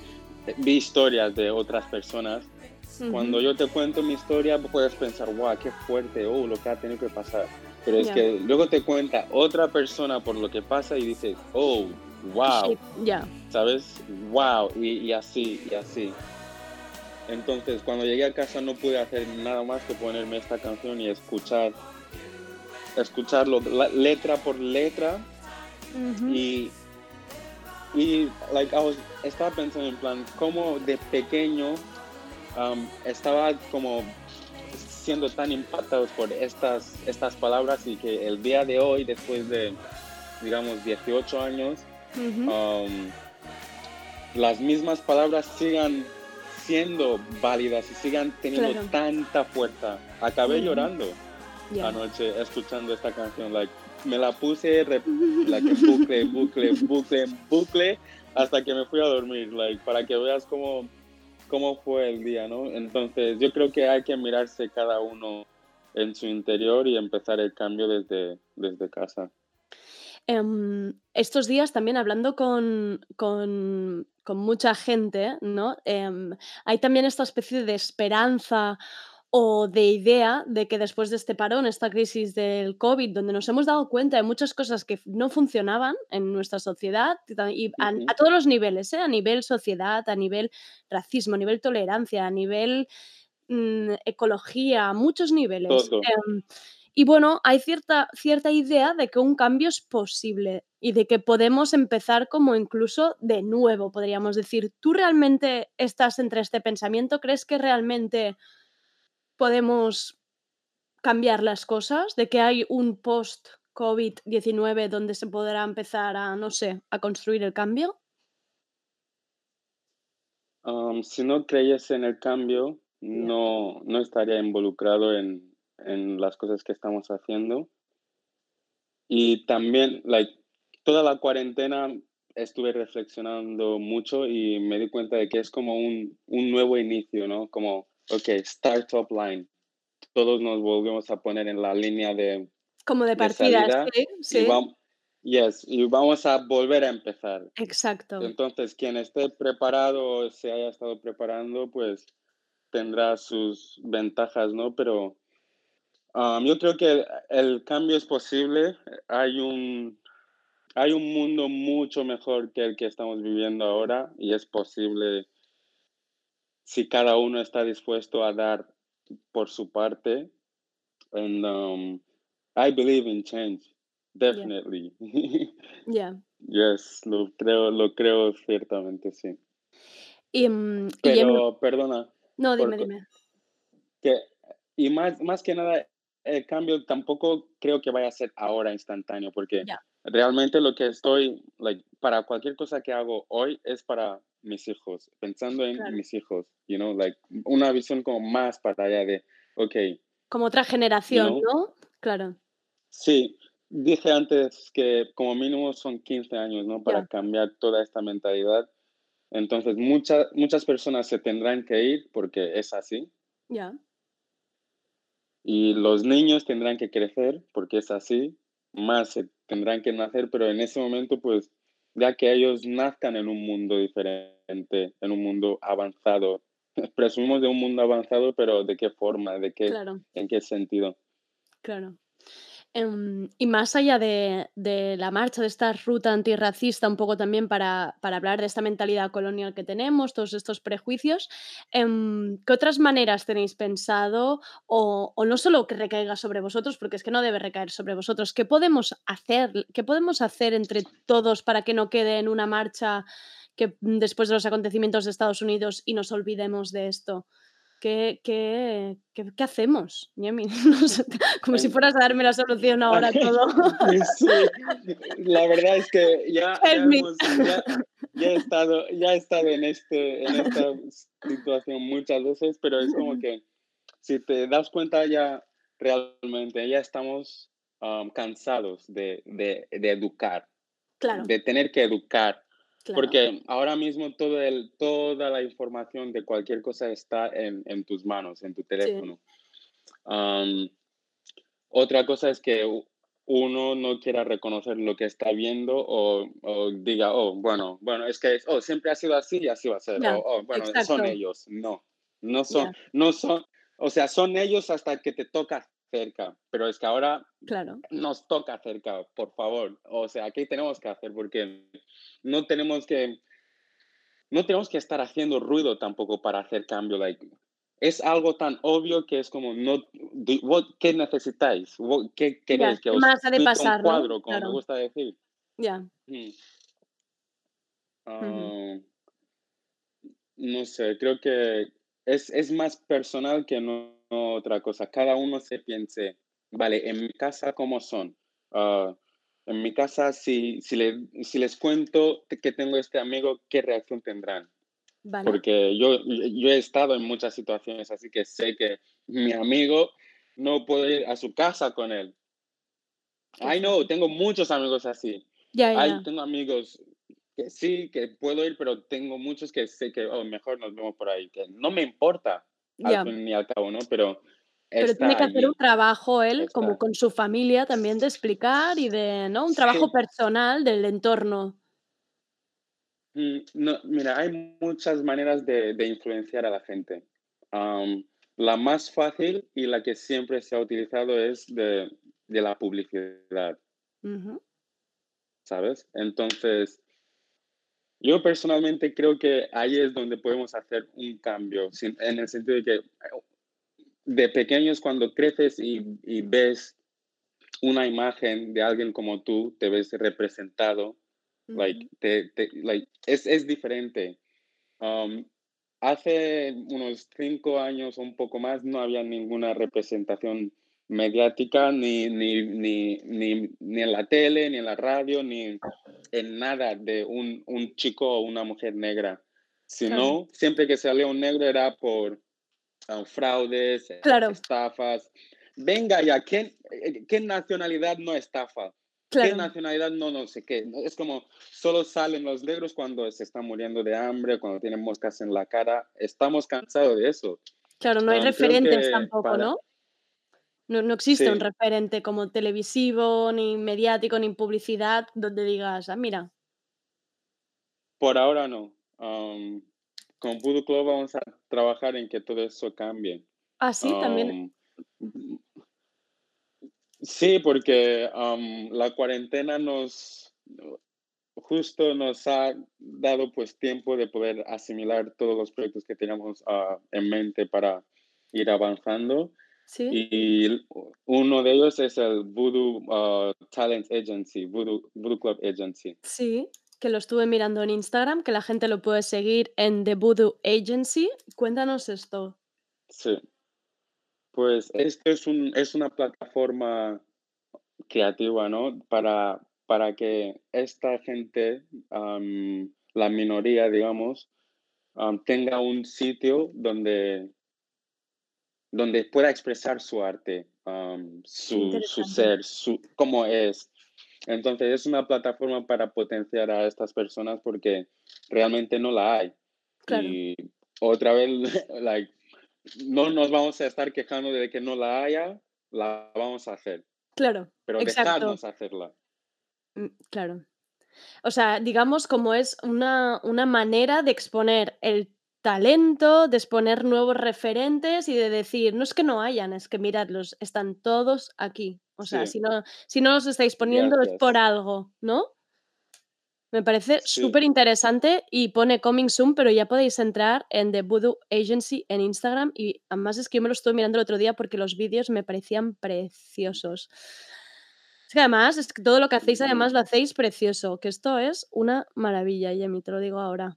vi historias de otras personas. Ujú. Cuando yo te cuento mi historia, puedes pensar, wow, qué fuerte, oh, lo que ha tenido que pasar. Pero es Ya. que luego te cuenta otra persona por lo que pasa y dices, oh, wow, Sí, ya. ¿sabes? Wow, y, y así, y así. Entonces, cuando llegué a casa no pude hacer nada más que ponerme esta canción y escuchar, escucharlo la- letra por letra. Ujú. Y, y like, I was- estaba pensando en plan, cómo de pequeño um, estaba como siendo tan impactados por estas, estas palabras y que el día de hoy, después de, digamos, dieciocho años, Ujú. um, las mismas palabras sigan siendo válidas y sigan teniendo Claro. tanta fuerza. Acabé Ujú. llorando Ya. anoche escuchando esta canción. Like, me la puse rep- like, en bucle, bucle, bucle, bucle, hasta que me fui a dormir, like, para que veas cómo, cómo fue el día, ¿no? Entonces, yo creo que hay que mirarse cada uno en su interior y empezar el cambio desde, desde casa. Em, estos días también hablando con, con, con mucha gente, ¿no? Em, hay también esta especie de esperanza o de idea de que después de este parón, esta crisis del COVID, donde nos hemos dado cuenta de muchas cosas que f- no funcionaban en nuestra sociedad y ta- y a, a Ujú. todos los niveles, ¿eh? A nivel sociedad, a nivel racismo, a nivel tolerancia, a nivel mm, ecología, a muchos niveles. Todo. Em, y bueno, hay cierta, cierta idea de que un cambio es posible y de que podemos empezar como incluso de nuevo, podríamos decir. ¿Tú realmente estás entre este pensamiento? ¿Crees que realmente podemos cambiar las cosas? ¿De que hay un post-COVID diecinueve donde se podrá empezar a, no sé, a construir el cambio? Um, si no creyese en el cambio, Ya. no, no estaría involucrado en, en las cosas que estamos haciendo. Y también, like, toda la cuarentena estuve reflexionando mucho y me di cuenta de que es como un, un nuevo inicio, ¿no? Como, ok, start up line. Todos nos volvemos a poner en la línea de, Como de de partida, salida sí, y, sí, vamos, yes, y vamos a volver a empezar. exacto. Entonces, quien esté preparado o se haya estado preparando, pues tendrá sus ventajas, ¿no? Pero um, yo creo que el, el cambio es posible. Hay un, hay un mundo mucho mejor que el que estamos viviendo ahora y es posible si cada uno está dispuesto a dar por su parte. And um, I believe in change, Ya, definitely. ya. Yes, lo creo, lo creo ciertamente, sí. Y, mm, y Jamie, Pero, perdona, no, por, dime, dime. que, y más, más que nada, el cambio tampoco creo que vaya a ser ahora instantáneo, porque Ya, realmente lo que estoy, like, para cualquier cosa que hago hoy es para mis hijos, pensando en claro. mis hijos, you know, like, una visión como más para allá de, ok, Como otra you generación, know, ¿no? Claro, sí, dije antes que como mínimo son quince años, ¿no? Para ya, cambiar toda esta mentalidad. Entonces, muchas muchas personas se tendrán que ir porque es así. ya. Y los niños tendrán que crecer porque es así, más se tendrán que nacer, pero en ese momento, pues, ya que ellos nazcan en un mundo diferente, en un mundo avanzado. Presumimos de un mundo avanzado, pero ¿de qué forma? ¿De qué, Claro, en qué sentido? claro. Em, y más allá de, de la marcha, de esta ruta antirracista, un poco también para, para hablar de esta mentalidad colonial que tenemos, todos estos prejuicios, em, ¿qué otras maneras tenéis pensado? O, o no solo que recaiga sobre vosotros, porque es que no debe recaer sobre vosotros, ¿qué podemos hacer? ¿Qué podemos hacer entre todos para que no quede en una marcha que mm, después de los acontecimientos de Estados Unidos y nos olvidemos de esto? ¿Qué qué qué qué hacemos, Ñemi? No sé, como si En- fueras a darme la solución ahora a todo. Sí, la verdad es que ya, Help ya me. hemos, ya, ya he estado, ya he estado en este, en esta situación muchas veces, pero es como que si te das cuenta ya realmente ya estamos um, cansados de, de, de educar, Claro, de tener que educar, claro. porque ahora mismo todo el, toda la información de cualquier cosa está en, en tus manos, en tu Sí, teléfono. Um, Otra cosa es que u- uno no quiera reconocer lo que está viendo o, o diga, oh, bueno, bueno, es que oh, siempre ha sido así y así va a ser. Ya, O, oh, bueno, son exacto. ellos. No, no son, Ya, no son, o sea, son ellos hasta que te toca cerca, pero es que ahora claro. nos toca cerca, por favor. O sea, ¿qué tenemos que hacer? Porque no tenemos que, no tenemos que estar haciendo ruido tampoco para hacer cambio. Like, es algo tan obvio que es como, no, di- what- ¿qué necesitáis? What- ¿Qué Ya, queréis? Que ¿qué os más ha de pinte un pasar, no? cuadro, como me Claro, gusta decir. ya. Mm, Ujú. ah, no sé, creo que es, es más personal que no, no otra cosa. Cada uno se piense, vale, en mi casa, ¿cómo son? Ah, en mi casa, si, si, le- si les cuento que tengo este amigo, ¿qué reacción tendrán? Vale. Porque yo, yo he estado en muchas situaciones, así que sé que mi amigo no puedo ir a su casa con él. Qué I know, fuerte. tengo muchos amigos así. Ya, ya, Hay, ya. tengo amigos que sí, que puedo ir, pero tengo muchos que sé que, oh, mejor nos vemos por ahí, que no me importa al Ya. fin y al cabo, ¿no? Pero Pero tiene está que hacer un allí, trabajo él, como está. con su familia también, de explicar y de, ¿no? Un trabajo Sí, personal del entorno. mm, no, mira, hay muchas maneras de, de influenciar a la gente. Am, la más fácil y la que siempre se ha utilizado es de, de la publicidad, Ujú. ¿sabes? Entonces, yo personalmente creo que ahí es donde podemos hacer un cambio, sin- en el sentido de que de pequeños cuando creces y, y ves una imagen de alguien como tú, te ves representado, like, Ujú. te, te- like, es, es diferente. Um, hace unos cinco años o un poco más no había ninguna representación mediática, ni, ni, ni, ni, ni en la tele, ni en la radio, ni en nada de un, un chico o una mujer negra. Claro, Sino, siempre que salía un negro era por ah, fraudes, eh, claro, estafas. Venga ya, ¿qué, eh, ¿qué nacionalidad no estafa? ¿Qué claro, nacionalidad no no sé qué? Es como solo salen los negros cuando se están muriendo de hambre, cuando tienen moscas en la cara. Estamos cansados de eso. claro, no hay Am, creo referentes que tampoco, para... ¿no? No no existe un Sí, referente como televisivo, ni mediático, ni publicidad, donde digas: "Ah, mira". por ahora no. Am, con Voodoo Club vamos a trabajar en que todo eso cambie. Ah, sí, también. Am, sí, porque am, la cuarentena nos justo nos ha dado pues tiempo de poder asimilar todos los proyectos que teníamos ah, en mente para ir avanzando. Sí, Y uno de ellos es el Voodoo ah, Talent Agency, Voodoo, Voodoo Club Agency. sí, que lo estuve mirando en Instagram, que la gente lo puede seguir en The Voodoo Agency. Cuéntanos esto. Sí, pues esto es, un, es una plataforma creativa, ¿no? Para, para que esta gente, am, la minoría, digamos, am, tenga un sitio donde donde pueda expresar su arte, um, Qué su, su interesante. ser, su, cómo es. Entonces es una plataforma para potenciar a estas personas porque realmente no la hay. Claro, Y otra vez, like, no nos vamos a estar quejando de que no la haya, la vamos a hacer, claro, pero exacto. dejadnos hacerla. Mm, claro. O sea, digamos, como es una una manera de exponer el talento, de exponer nuevos referentes y de decir: "No es que no hayan, es que miradlos, están todos aquí". O sea, Sí, si no si no los estáis poniendo es por gracias. algo, ¿no? Me parece Sí, súper interesante y pone coming soon, pero ya podéis entrar en The Voodoo Agency en Instagram y además es que yo me lo estuve mirando el otro día porque los vídeos me parecían preciosos. Es que además, es que todo lo que hacéis mm, además lo hacéis precioso, que esto es una maravilla, Yemi, te lo digo ahora.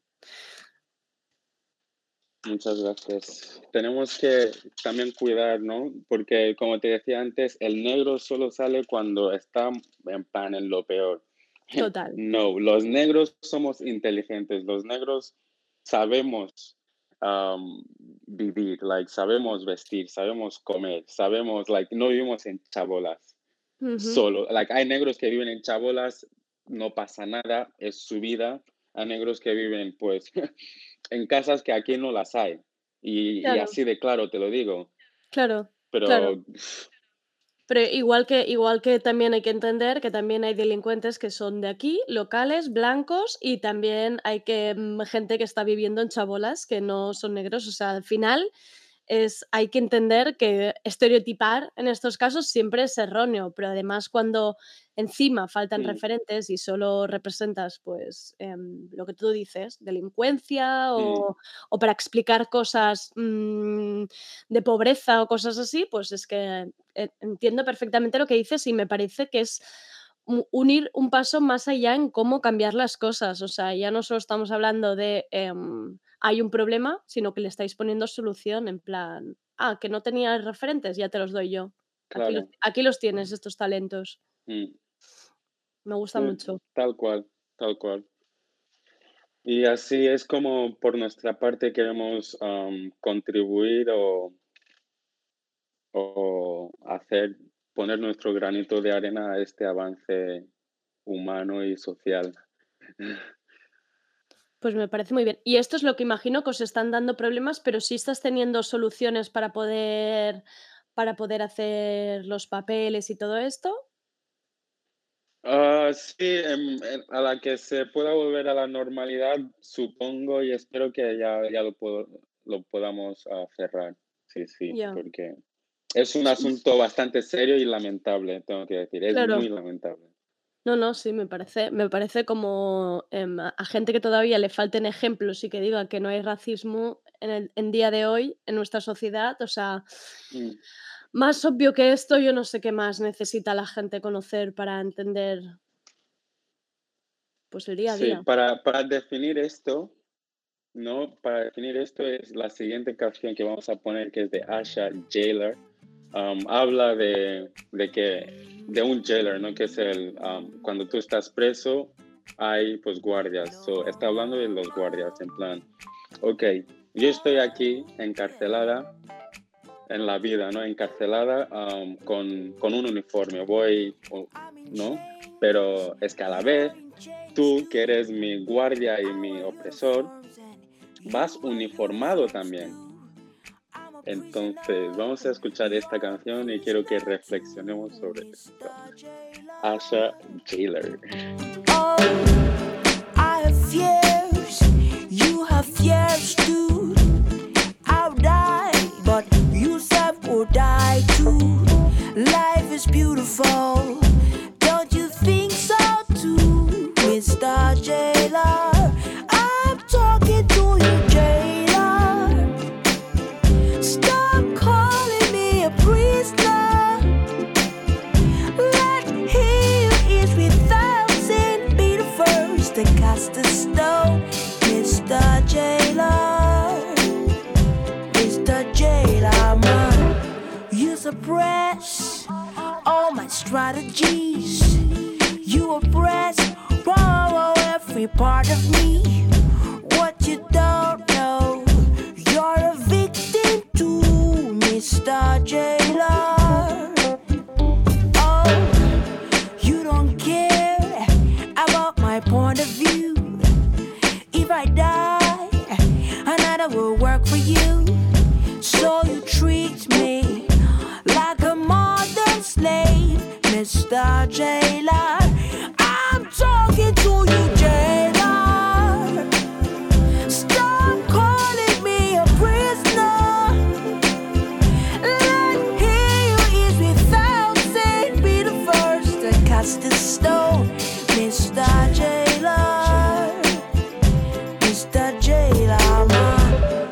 muchas gracias. Tenemos que también cuidar, ¿no? Porque como te decía antes, el negro solo sale cuando está en pan en lo peor. Total, No, los negros somos inteligentes, los negros sabemos um, vivir, like, sabemos vestir, sabemos comer, sabemos, like, no vivimos en chabolas ujú, solo. Like, hay negros que viven en chabolas, no pasa nada, es su vida. Hay negros que viven, pues, en casas que aquí no las hay. Y, y claro, así de claro te lo digo. claro, claro. Pero Pero igual que, igual que también hay que entender que también hay delincuentes que son de aquí, locales, blancos, y también hay que, mm, gente que está viviendo en chabolas que no son negros. O sea, al final es, hay que entender que estereotipar en estos casos siempre es erróneo, pero además cuando encima faltan Sí, referentes y solo representas, pues, em, lo que tú dices, delincuencia sí, o, o para explicar cosas mm, de pobreza o cosas así, pues es que eh, entiendo perfectamente lo que dices y me parece que es u- un ir un paso más allá en cómo cambiar las cosas. O sea, ya no solo estamos hablando de em, hay un problema, sino que le estáis poniendo solución en plan, ah, que no tenías referentes, ya te los doy yo. Aquí los, claro. aquí los tienes, estos talentos. Mm, Me gusta sí, mucho. tal cual, tal cual. Y así es como por nuestra parte queremos am, contribuir o, o hacer, poner nuestro granito de arena a este avance humano y social. Pues me parece muy bien. Y esto es lo que imagino que os están dando problemas, pero sí estás teniendo soluciones para poder, para poder hacer los papeles y todo esto. Ah, sí, em, em, a la que se pueda volver a la normalidad, supongo y espero que ya, ya lo, puedo, lo podamos ah, cerrar. Sí, sí, Ya. porque es un asunto bastante serio y lamentable, tengo que decir, es Claro. muy lamentable. No, no, sí, me parece, me parece como em, a a gente que todavía le falten ejemplos y que diga que no hay racismo en el en día de hoy en nuestra sociedad. O sea, Mm, más obvio que esto, yo no sé qué más necesita la gente conocer para entender, pues, el día a sí, día. para, para definir esto, ¿no? Para definir esto es la siguiente canción que vamos a poner, que es de Asha Jailer. Um, habla de, de que de un jailer, ¿no? Que es el um, cuando tú estás preso hay pues guardias. So, está hablando de los guardias en plan, ok, yo estoy aquí encarcelada en la vida, ¿no? Encarcelada um, con, con un uniforme, voy, o- ¿no? Pero es que a la vez tú que eres mi guardia y mi opresor vas uniformado también. Entonces, vamos a escuchar esta canción y quiero que reflexionemos sobre esto. Asha Jailer. Oh, I have fears, you have fears too. I'll die, but you said will die too. Life is beautiful, don't you think so too, Mister Jailer? I'm talking to you, Jailer. Stop calling me a prisoner. Let he who is without sin be the first to cast a stone, Mister Jailer. Mister Jailer, man, you suppress all my strategies. You oppress oh, every part of me. What you don't know, you're a victim too, Mister Jailer. Oh, you don't care about my point of view. If I die, another will work for you. So you treat me like a modern slave, Mister Jailer. I'm talking to you, Jailer. Stop calling me a prisoner. Let he who is without sin be the first to cast a stone, Mister Jailer. Mister Jailer, man.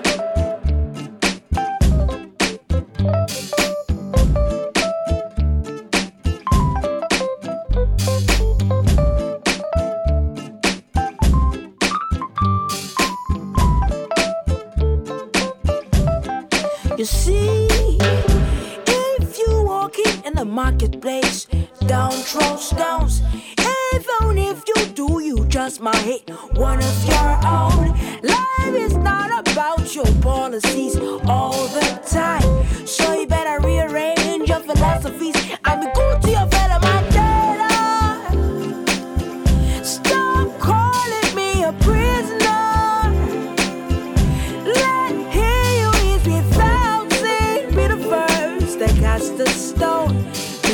You see, if you walking in the marketplace, down throw stones. Even if you do, you just might hit one of your own. Life is not about your policies all the time, so you better rearrange your philosophies and be good to your fellow man. Stop calling me a prisoner. Let he who is without sin be the first that cast the stone,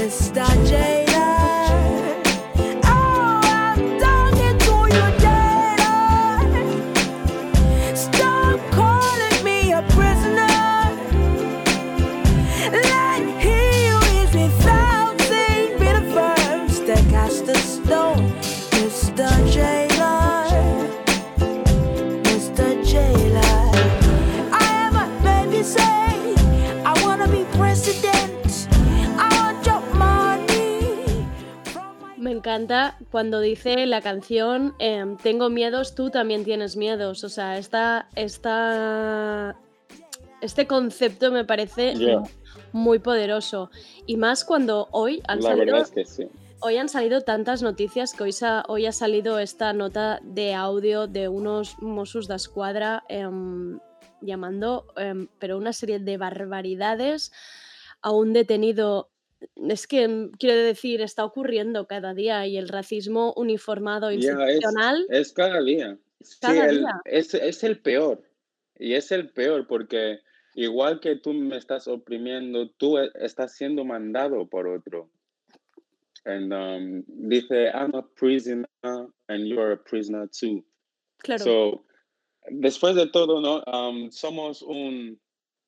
encanta cuando dice la canción em, tengo miedos, tú también tienes miedos. O sea, esta, esta, este concepto me parece Yeah. muy poderoso. Y más cuando hoy han La salido... verdad es que sí. Hoy han salido tantas noticias que hoy, sa- hoy ha salido esta nota de audio de unos Mossos d'Esquadra em, llamando, em, pero una serie de barbaridades a un detenido. Es que, em, quiero decir, está ocurriendo cada día y el racismo uniformado Ya, es, institucional es cada día. Sí, cada el, día. es, es el peor. Y es el peor porque igual que tú me estás oprimiendo, tú e- estás siendo mandado por otro. And um, dice, I'm a prisoner and you're a prisoner too. Claro, So, después de todo, ¿no? Um, somos un,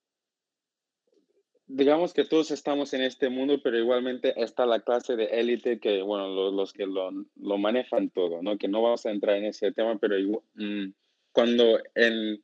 digamos que todos estamos en este mundo, pero igualmente está la clase de élite que, bueno, lo- los que lo, lo manejan todo, ¿no? Que no vamos a entrar en ese tema, pero igu- mm, cuando en,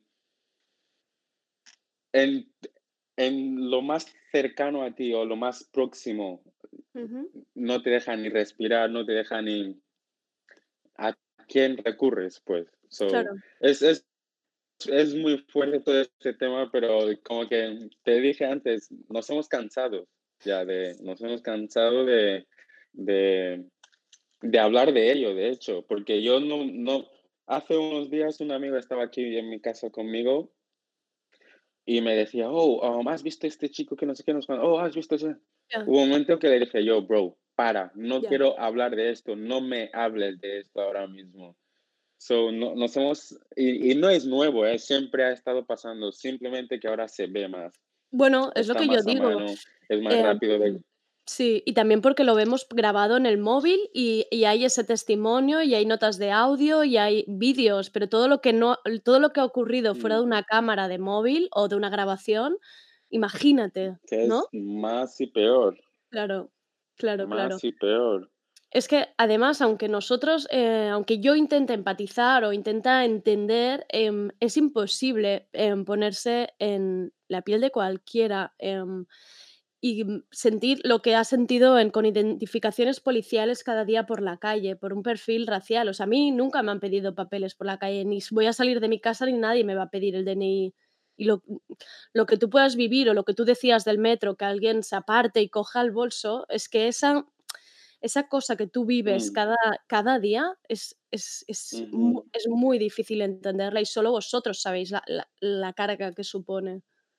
en, en lo más cercano a ti o lo más próximo ujú, no te deja ni respirar, no te deja ni a quién recurres, pues. So, claro. es, es, es muy fuerte todo este tema, pero como que te dije antes, nos hemos cansado ya de, nos hemos cansado de, de, de hablar de ello, de hecho, porque yo no, no, hace unos días un amigo estaba aquí en mi casa conmigo y me decía, oh, um, ¿has visto este chico que no sé qué nos... Oh, ¿has visto ese? Ya, Hubo un momento que le dije yo, bro, para, no ya. quiero hablar de esto, no me hables de esto ahora mismo. So, no, nos hemos, y, y no es nuevo, ¿eh? Siempre ha estado pasando, simplemente que ahora se ve más, Bueno, es lo está que yo más a digo. mano, es más em, rápido de... Sí, y también porque lo vemos grabado en el móvil y, y hay ese testimonio y hay notas de audio y hay vídeos, pero todo lo que no, todo lo que ha ocurrido fuera de Mm, una cámara de móvil o de una grabación, imagínate, que ¿no? es más y peor, Claro, claro, claro. más y peor. Es que además, aunque nosotros, eh, aunque yo intente empatizar o intenta entender, em, es imposible em, ponerse en la piel de cualquiera. Em, y, mm, sentir lo que ha sentido en con identificaciones policiales cada día por la calle, por un perfil racial. O sea, a mí nunca me han pedido papeles por la calle, ni s voy a salir de mi casa, ni nadie me va a pedir el D N I. Y lo lo que tú puedas vivir, o lo que tú decías del metro, que alguien se aparte y coja el bolso, es que esa esa cosa que tú vives Mm, cada cada día es es es mu ujú. es muy difícil entenderla, y solo vosotros sabéis la la la carga que supone.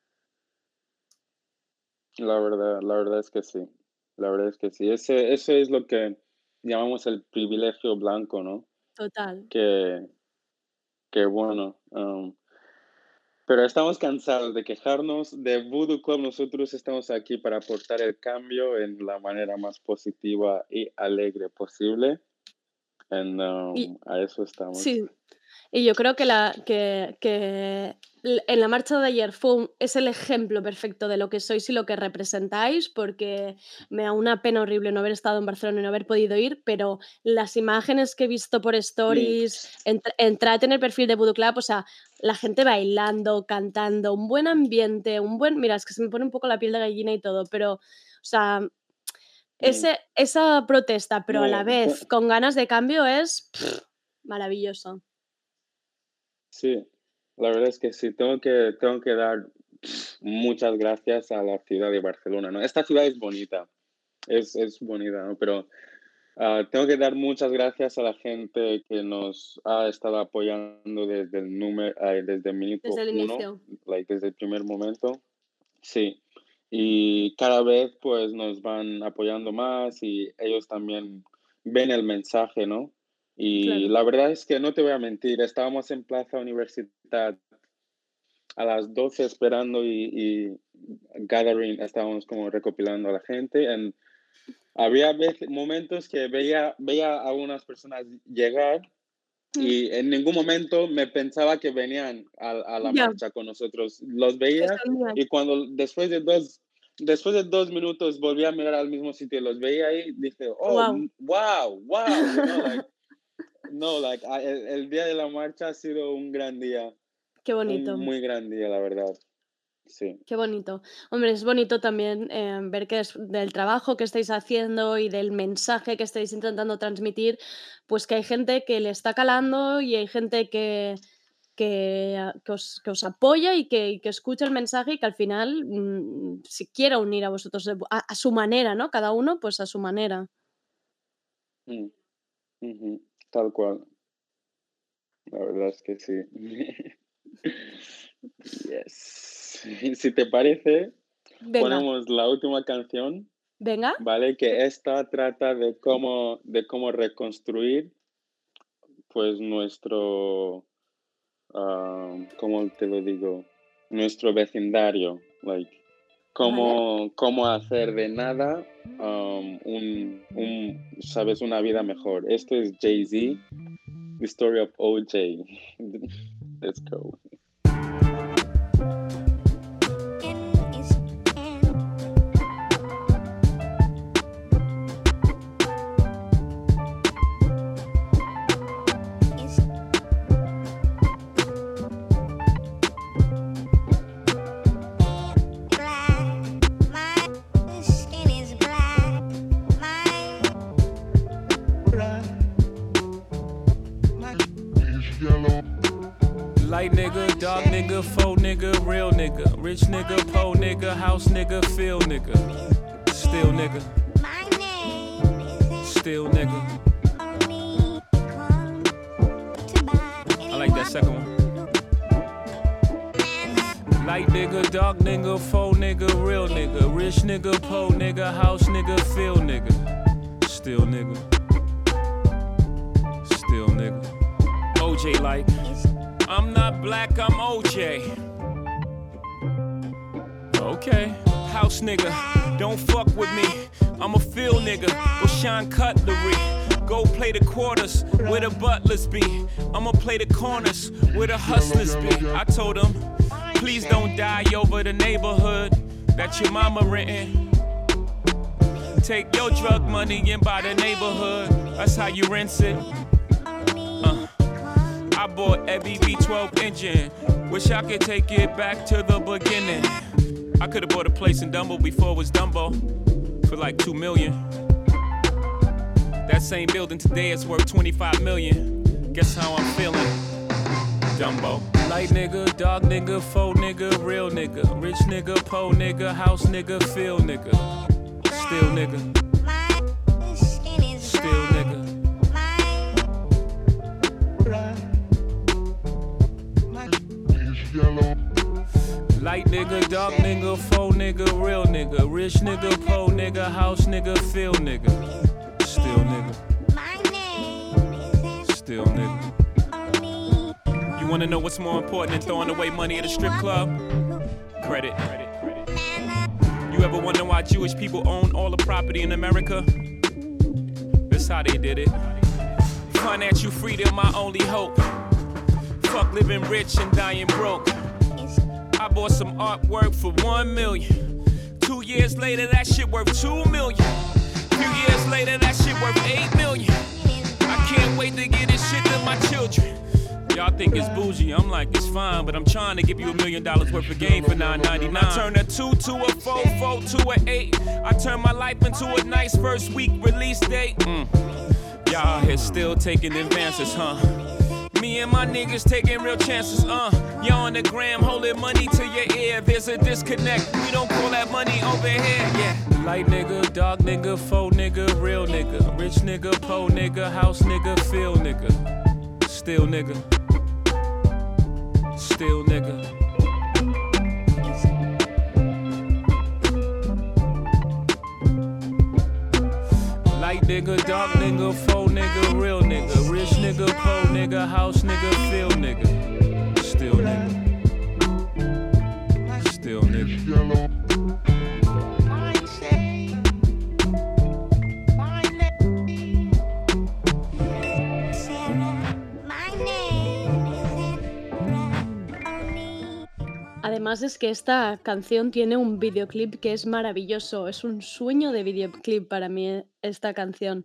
La verdad, la verdad es que sí, la verdad es que sí. Ese, eso es lo que llamamos el privilegio blanco, ¿no? Total. Que, que bueno, um, pero estamos cansados de quejarnos de Voodoo Club. Nosotros estamos aquí para aportar el cambio en la manera más positiva y alegre posible. And, Y um, a eso estamos. sí. Y yo creo que la que que l en la marcha de ayer fue un es el ejemplo perfecto de lo que sois y lo que representáis, porque me da una pena horrible no haber estado en Barcelona y no haber podido ir, pero las imágenes que he visto por Mm, stories, entr entrad en el perfil de Voodoo Club, o sea, la gente bailando, cantando, un buen ambiente, un buen mira, es que se me pone un poco la piel de gallina y todo, pero, o sea, mm. ese esa protesta, pero a la No, vez te- con ganas de cambio es maravilloso. sí, la verdad es que sí. Tengo que, tengo que dar muchas gracias a la ciudad de Barcelona, ¿no? Esta ciudad es bonita, es, es bonita, ¿no? Pero ah, tengo que dar muchas gracias a la gente que nos ha estado apoyando desde el número, desde el Desde minuto el uno, inicio. like, desde el primer momento. Sí. Y cada vez pues nos van apoyando más y ellos también ven el mensaje, ¿no? Y Claro. la verdad es que no te voy a mentir, estábamos en Plaza Universidad a las doce esperando y, y gathering, estábamos como recopilando a la gente. Y había veces, momentos que veía, veía a unas personas llegar Mm. y en ningún momento me pensaba que venían a, a la Ya, marcha con nosotros. Los que veía salían. y cuando después de dos, después de dos minutos volví a mirar al mismo sitio y los veía ahí, dije, oh, Guau, m- wow, wow, you know, like, no, like, a- el, el día de la marcha ha sido un gran día, qué un bonito. muy gran día, la verdad. Sí. Qué bonito. Hombre, es bonito también eh, ver que es del trabajo que estáis haciendo y del mensaje que estáis intentando transmitir, pues que hay gente que le está calando y hay gente que, que, ah, que os, que os apoya y que, y que escucha el mensaje y que al final mm, si quiera unir a vosotros de vu- a, a su manera, ¿no? Cada uno pues a su manera. Mm, ujú, tal cual. La verdad es que sí. Yes. Si te parece, Venga, ponemos la última canción, venga. ¿vale? Que esta trata de cómo, de cómo reconstruir, pues, nuestro, ah, ¿cómo te lo digo? Nuestro vecindario, like, Vale. cómo, cómo hacer de nada, um, un, un, sabes, una vida mejor. Esto es Jay-Z, The Story of O J. Let's go. Light nigga, dark nigga, faux nigga, real nigga, rich nigga, po nigga, house nigga, feel nigga, still nigga, still nigga. I like that second one. Light nigga, dark nigga, faux nigga, real nigga, rich nigga, po nigga, house nigga, feel nigga, still nigga, still nigga. O J like, I'm not black, I'm O J. Okay, house nigga, don't fuck with me. I'm a field nigga, go shine cutlery. Go play the quarters where the butlers be. I'ma play the corners where the hustlers be. I told them, please don't die over the neighborhood that your mama renting. Take your drug money and buy the neighborhood. That's how you rinse it. Uh. I bought every V twelve engine. Wish I could take it back to the beginning. I could've bought a place in Dumbo before it was Dumbo for like two million. That same building today is worth twenty-five million. Guess how I'm feeling? Dumbo. Light nigga, dark nigga, faux nigga, real nigga, rich nigga, po nigga, house nigga, feel nigga, still nigga, still nigga. Light nigga, dark nigga, faux nigga, real nigga, rich nigga, po nigga, house nigga, feel nigga, still nigga, still nigga. You wanna know what's more important than throwing away money at a strip club? Credit. You ever wonder why Jewish people own all the property in America? That's how they did it. Financial freedom, my only hope. Fuck living rich and dying broke. I bought some artwork for one million. Two years later, that shit worth two million. Few years later, that shit worth eight million. I can't wait to get this shit to my children. Y'all think it's bougie, I'm like, it's fine, but I'm trying to give you a million dollars worth of game for nine ninety-nine. I turn a two to a four, four to a eight. I turn my life into a nice first week release date. Mm. Y'all here still taking advances, huh? Me and my niggas taking real chances, uh. Y'all on the gram holding money to your ear. There's a disconnect, we don't call that money over here, yeah. Light nigga, dark nigga, faux nigga, real nigga, rich nigga, po nigga, house nigga, feel nigga, still nigga, still nigga. Light nigga, dark nigga, faux nigga, real nigga, rich nigga, po nigga, house nigga, feel nigga, still nigga, still nigga. Además es que esta canción tiene un videoclip que es maravilloso, es un sueño de videoclip para mí eh, esta canción.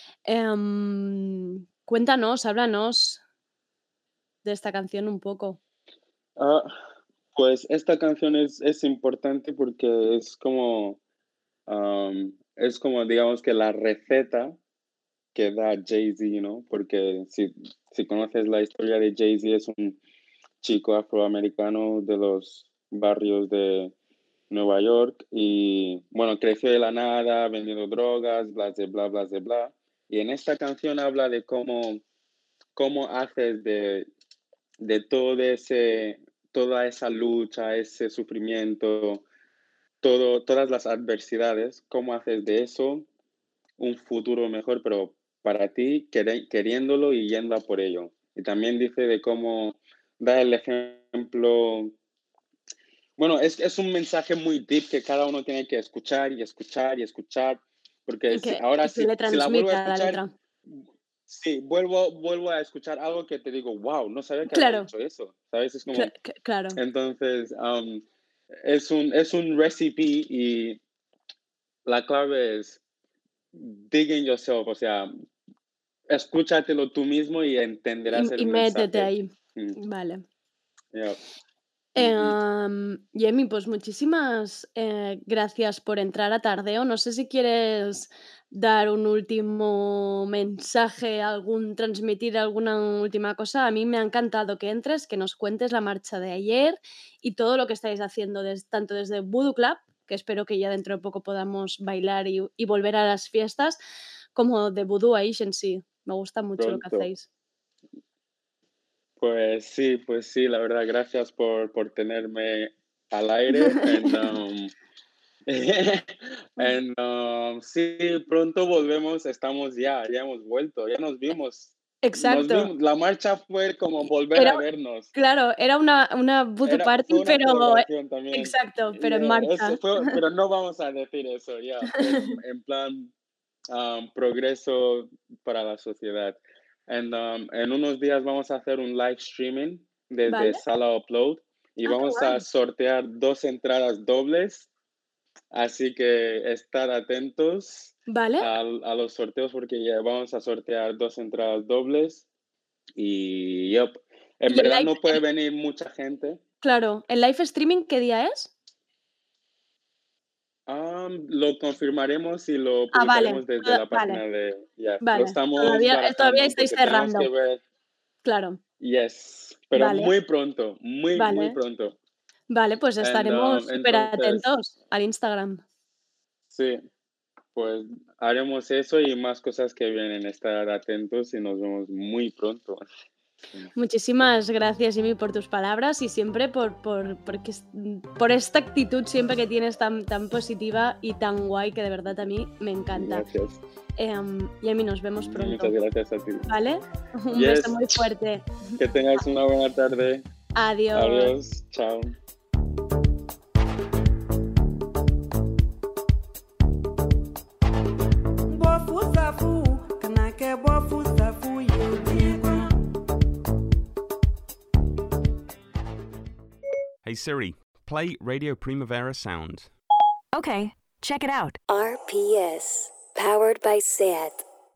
Em, cuéntanos, háblanos de esta canción un poco. Ah, Pues esta canción es, es importante porque es como, um, es como, digamos que la receta que da Jay-Z, ¿no? Porque si, si conoces la historia de Jay-Z, es un chico afroamericano de los barrios de Nueva York y, bueno, creció de la nada, vendiendo drogas, bla, bla, bla, bla, bla, bla. Y en esta canción habla de cómo, cómo haces de, de todo ese, toda esa lucha, ese sufrimiento, todo, todas las adversidades, cómo haces de eso un futuro mejor, pero para ti, quer- queriéndolo y yendo a por ello. Y también dice de cómo da el ejemplo. Bueno, es, es un mensaje muy deep que cada uno tiene que escuchar y escuchar y escuchar, porque Y si, que, ahora y que si, le si la vuelvo a transmita la escuchar, letra. sí, vuelvo, vuelvo a escuchar algo que te digo, wow, no sabía que había Claro, dicho eso, ¿sabes? Es cla- como, c- claro. entonces, um, es un, es un recipe y la clave es dig in yourself, o sea, escúchatelo tú mismo y entenderás Y, el y métete mensaje. ahí. Mm, Vale. yeah. Eh, Ujú. um, Yemi, pues muchísimas eh, gracias por entrar a Tardeo. No sé si quieres dar un último mensaje, algún transmitir alguna última cosa. A mí me ha encantado que entres, que nos cuentes la marcha de ayer y todo lo que estáis haciendo, des- tanto desde Voodoo Club, que espero que ya dentro de poco podamos bailar y, y volver a las fiestas, como de Voodoo Agency. Me gusta mucho lo que Pronto. hacéis. Pues sí, pues sí, la verdad, gracias por, por tenerme al aire. And, um, and, um, sí, pronto volvemos, estamos ya, ya hemos vuelto, ya nos vimos. Nos Exacto. vimos, la marcha fue como volver Era, a vernos. claro, era una, una voodoo Era, fue party, una pero celebración también. exacto, pero en Yeah, eso marcha. fue, pero no vamos a decir eso, ya, en, en plan um, progreso para la sociedad. And, um, en unos días vamos a hacer un live streaming desde Vale. Sala Upload y Ah, qué vamos guay. a sortear dos entradas dobles, así que estar atentos Vale. a, a los sorteos porque ya vamos a sortear dos entradas dobles y yep, en Y el verdad live, no puede el- venir mucha gente. claro, ¿el live streaming qué día es? Um, lo confirmaremos y lo Ah, vale, publicaremos desde toda- la vale, página de... Ya, lo vale. estamos Todavía, eh, todavía barajando estáis porque tenemos que cerrando. ver... Claro, Yes, pero vale, muy pronto, muy, muy vale. pronto. Vale, pues And, estaremos um, súper entonces, atentos al Instagram. sí, pues haremos eso y más cosas que vienen. Estar atentos y nos vemos muy pronto. Muchísimas gracias, Jimmy, por tus palabras y siempre por, por, porque es- por esta actitud siempre que tienes tan, tan positiva y tan guay que de verdad a mí me encanta. Gracias. Eh, Yemi, nos vemos pronto. Muchas gracias a ti. ¿Vale? Un Yes. beso muy fuerte. Que tengas una buena tarde. Adiós. Adiós. Chao. Hey Siri, play Radio Primavera Sound. Okay, check it out. R P S, powered by SAT.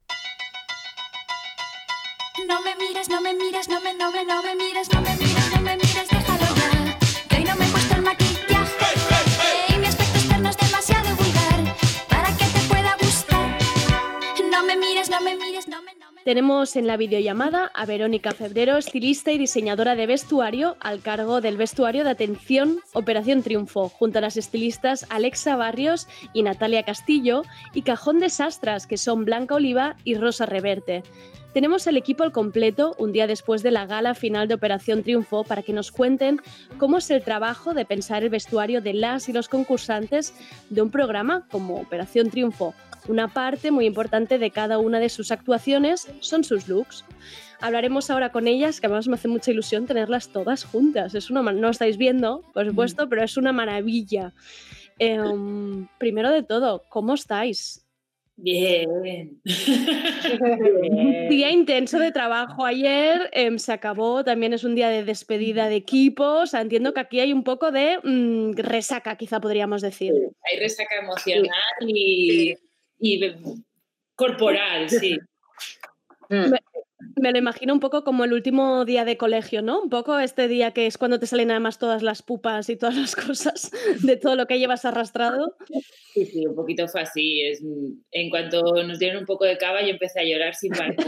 No me mires, no me mires, no me, no me, no me mires, no me mires, no me mires, déjalo ya. Que hoy no me he puesto el maquillaje y mi aspecto externo es demasiado vulgar para que te pueda gustar. No me mires, no me mires, no me, no me. Tenemos en la videollamada a Verónica Febrero, estilista y diseñadora de vestuario, al cargo del vestuario de atención Operación Triunfo, junto a las estilistas Alexa Barrios y Natalia Castillo, y Cajón de Sastras, que son Blanca Oliva y Rosa Reverte. Tenemos el equipo al completo un día después de la gala final de Operación Triunfo para que nos cuenten cómo es el trabajo de pensar el vestuario de las y los concursantes de un programa como Operación Triunfo. Una parte muy importante de cada una de sus actuaciones son sus looks. Hablaremos ahora con ellas, que además me hace mucha ilusión tenerlas todas juntas. Es una, no estáis viendo, por supuesto, pero es una maravilla. Eh, primero de todo, ¿cómo estáis? Bien. Un día intenso de trabajo ayer, eh, se acabó, también es un día de despedida de equipos. O sea, entiendo que aquí hay un poco de mmm, resaca, quizá podríamos decir. Hay resaca emocional y, y corporal, sí. Me, Me lo imagino un poco como el último día de colegio, ¿no? Un poco este día que es cuando te salen además todas las pupas y todas las cosas de todo lo que llevas arrastrado. Sí, sí, un poquito fue así. Es, en cuanto nos dieron un poco de cava, yo empecé a llorar sin parar.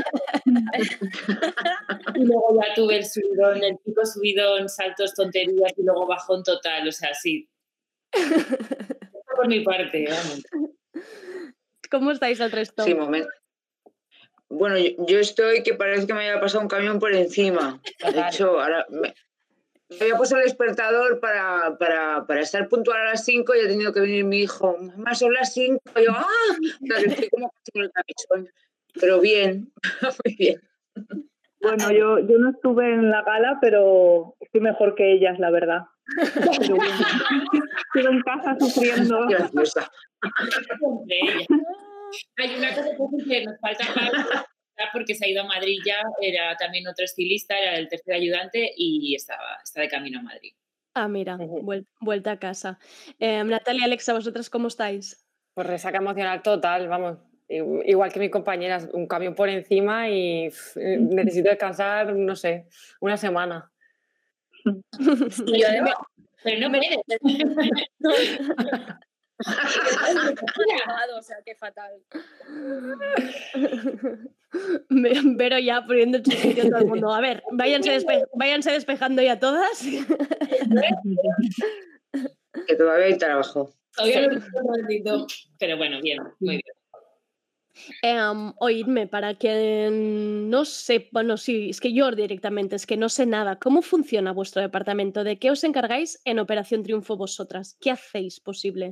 Y luego ya tuve el subidón, el pico subidón, saltos, tonterías y luego bajón total. O sea, sí. Por mi parte, vamos. ¿Cómo estáis al resto? Sí, momento. Bueno, yo, yo estoy que parece que me haya pasado un camión por encima. De hecho, ahora me, me había puesto el despertador para, para, para estar puntual a las cinco y ha tenido que venir mi hijo. Mamá, son las cinco. Y yo, ¡ah! O sea, que estoy como con el camisón. Pero bien, muy bien. Bueno, yo, yo no estuve en la gala, pero estoy mejor que ellas, la verdad. Pero bueno, estuve en casa sufriendo. Graciosa. Hay una cosa que nos falta para porque se ha ido a Madrid ya, era también otro estilista, era el tercer ayudante y estaba, está de camino a Madrid. Ah, mira, vuel- vuelta a casa. Eh, Natalia, Alexa, ¿vosotras cómo estáis? Pues resaca emocional total, vamos. Igual que mis compañeras, un camión por encima y pff, necesito descansar, no sé, una semana. Y yo además, pero no puedes. O sea, qué fatal. Me- Vero ya poniendo en su sitio todo el mundo. A ver, váyanse, despe- váyanse despejando ya todas. Que todavía hay trabajo. Todavía lo tengo un ratito, pero bueno, bien, muy bien. Em, oídme, para quien no sepa, bueno, sí, es que yo directamente, es que no sé nada. ¿Cómo funciona vuestro departamento? ¿De qué os encargáis en Operación Triunfo vosotras? ¿Qué hacéis posible?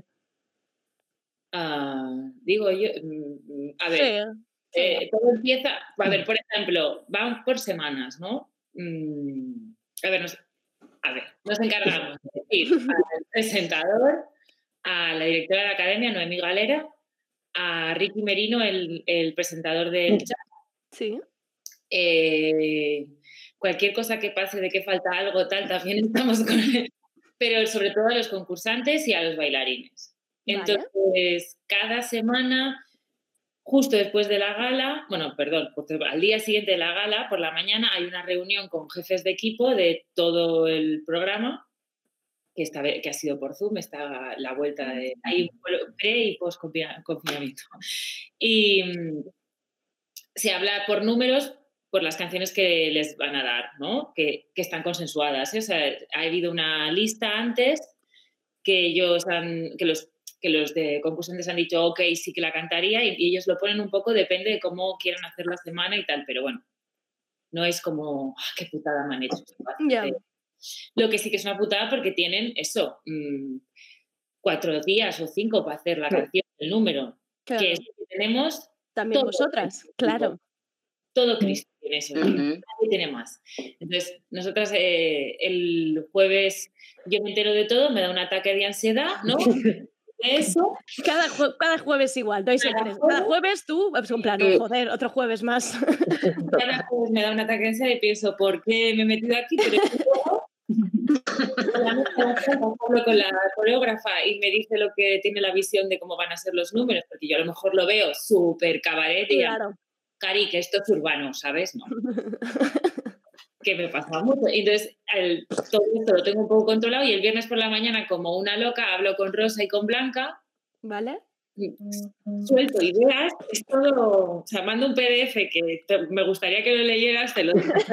Ah, digo yo, mm, a ver, Sí, eh, sí. todo empieza, a ver, por ejemplo, van por semanas, ¿no? Mm, a ver, nos, a ver, nos encargamos de ir al presentador, a la directora de la academia, Noemí Galera, a Ricky Merino, el, el presentador del chat. Sí. Eh, cualquier cosa que pase de que falta algo, tal, también estamos con él. Pero sobre todo a los concursantes y a los bailarines. Vale. Entonces, cada semana, justo después de la gala, bueno, perdón, porque al día siguiente de la gala, por la mañana, hay una reunión con jefes de equipo de todo el programa, que, esta vez, que ha sido por Zoom, está la vuelta de... Hay un pre y post confinamiento. Y mm, se habla por números, por las canciones que les van a dar, ¿no? Que, que están consensuadas, ¿eh? O sea, ha habido una lista antes que ellos han, que los, que los de concursantes han dicho, ok, sí que la cantaría, y, y ellos lo ponen un poco, depende de cómo quieran hacer la semana y tal, pero bueno, no es como, ah, qué putada me han hecho. Ya. Lo que sí que es una putada porque tienen eso, mmm, cuatro días o cinco para hacer la canción, el número, Claro. que es lo que tenemos También todo vosotras, Cristo, claro. todo Cristo tiene eso, Ujú. nadie tiene más. Entonces, nosotras eh, el jueves yo me entero de todo, me da un ataque de ansiedad, ¿no? De eso, Cada, jue- cada jueves igual, no hay Cada secreto. Cada jueves tú, pues, en plan, Sí. joder, otro jueves más. cada jueves me da un ataque de ansiedad y pienso, ¿por qué me he metido aquí? Pero es que luego, por la noche, hablo con la coreógrafa y me dice lo que tiene la visión de cómo van a ser los números, porque yo a lo mejor lo veo súper cabaret y Claro. Cari, que esto es urbano, ¿sabes? No. Que me pasa mucho. Y entonces, el- todo esto lo tengo un poco controlado y el viernes por la mañana, como una loca, hablo con Rosa y con Blanca, ¿Vale? suelto ideas, es todo, o sea, mando un P D F que te- me gustaría que lo leyeras, te lo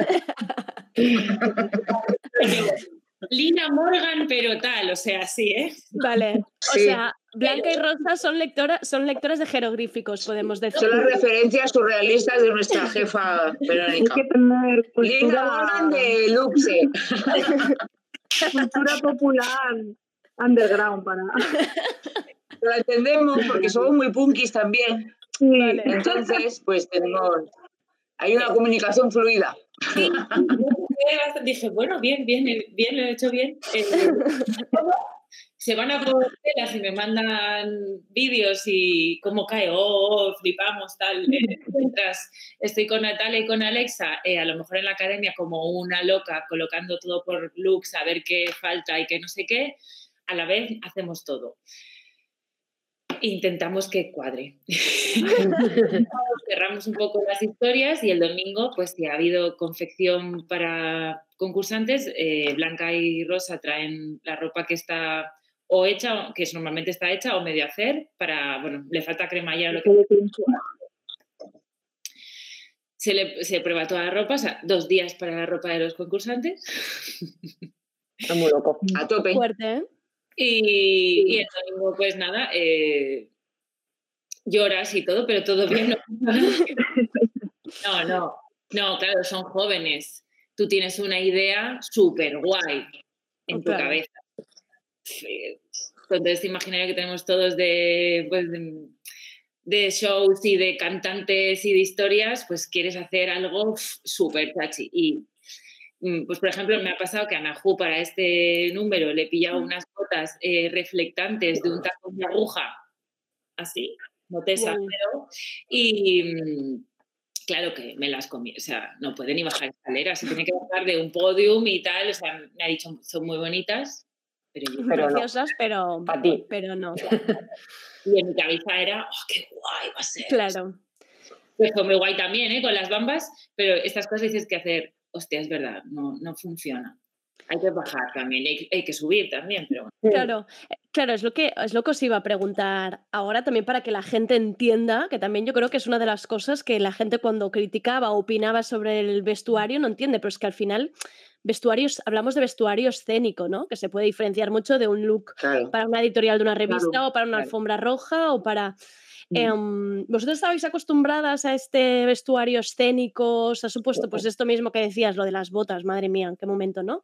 Lina Morgan, pero tal, o sea, sí, ¿eh? Vale. O Sí. sea, Blanca y Rosa son, lectora, son lectoras de jeroglíficos, podemos decir. Son las referencias surrealistas de nuestra jefa Hay Verónica. que tener Lina cultura, Morgan de Luxe. cultura popular underground para... Lo entendemos porque somos muy punkis también. Vale. Entonces, pues tenemos... Hay una comunicación fluida. Sí, dije, bueno, bien, bien, bien, lo he hecho bien. Eh, se van a por telas y me mandan vídeos y cómo cae, oh, oh, flipamos, tal. Eh, mientras estoy con Natalia y con Alexa, eh, a lo mejor en la academia como una loca, colocando todo por looks, a ver qué falta y qué no sé qué, a la vez hacemos todo. intentamos que cuadre. Cerramos un poco las historias y el domingo, pues si ha habido confección para concursantes, eh, Blanca y Rosa traen la ropa que está o hecha, que normalmente está hecha o medio hacer, para, bueno, le falta cremallera o lo que se, le, se prueba toda la ropa, o sea, dos días para la ropa de los concursantes. Está muy loco. A tope. Fuerte, ¿eh? Y, y el domingo, pues nada, eh, lloras y todo, pero todo bien. No, no, no, claro, son jóvenes. Tú tienes una idea súper guay en tu Claro. cabeza. Entonces, este imaginario que tenemos todos de, pues, de, de shows y de cantantes y de historias, pues quieres hacer algo súper chachi. Y, pues, por ejemplo, me ha pasado que a Najú para este número le he pillado unas botas eh, reflectantes de un tacón de aguja, así, no te exagero, y claro que me las comí, o sea, no puede ni bajar escaleras, se tiene que bajar de un podium y tal, o sea, me ha dicho, son muy bonitas, pero, yo, Pero no. Preciosas, pero, A ti. pero no. Y en mi cabeza era, oh, qué guay va a ser. Claro. Pues fue muy guay también, ¿eh? Con las bambas, pero estas cosas dices que hacer, hostia, es verdad, no, no funciona. Hay que bajar también, hay, hay que subir también, pero bueno. Claro, eh, claro, es lo que es lo que os iba a preguntar ahora también para que la gente entienda, que también yo creo que es una de las cosas que la gente cuando criticaba o opinaba sobre el vestuario no entiende, pero es que al final vestuarios, hablamos de vestuario escénico, ¿no? Que se puede diferenciar mucho de un look Claro. para una editorial de una revista Claro, o para una claro. alfombra roja o para... Mm. Em, ¿vosotros estabais acostumbradas a este vestuario escénico? ¿Os ha supuesto pues esto mismo que decías, lo de las botas? Madre mía, ¿en qué momento, no?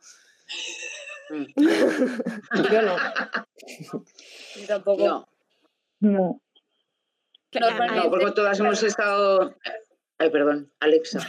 Yo no. Yo tampoco. No, No. Normalmente- no, porque todas hemos estado... Ay, perdón, Alexa.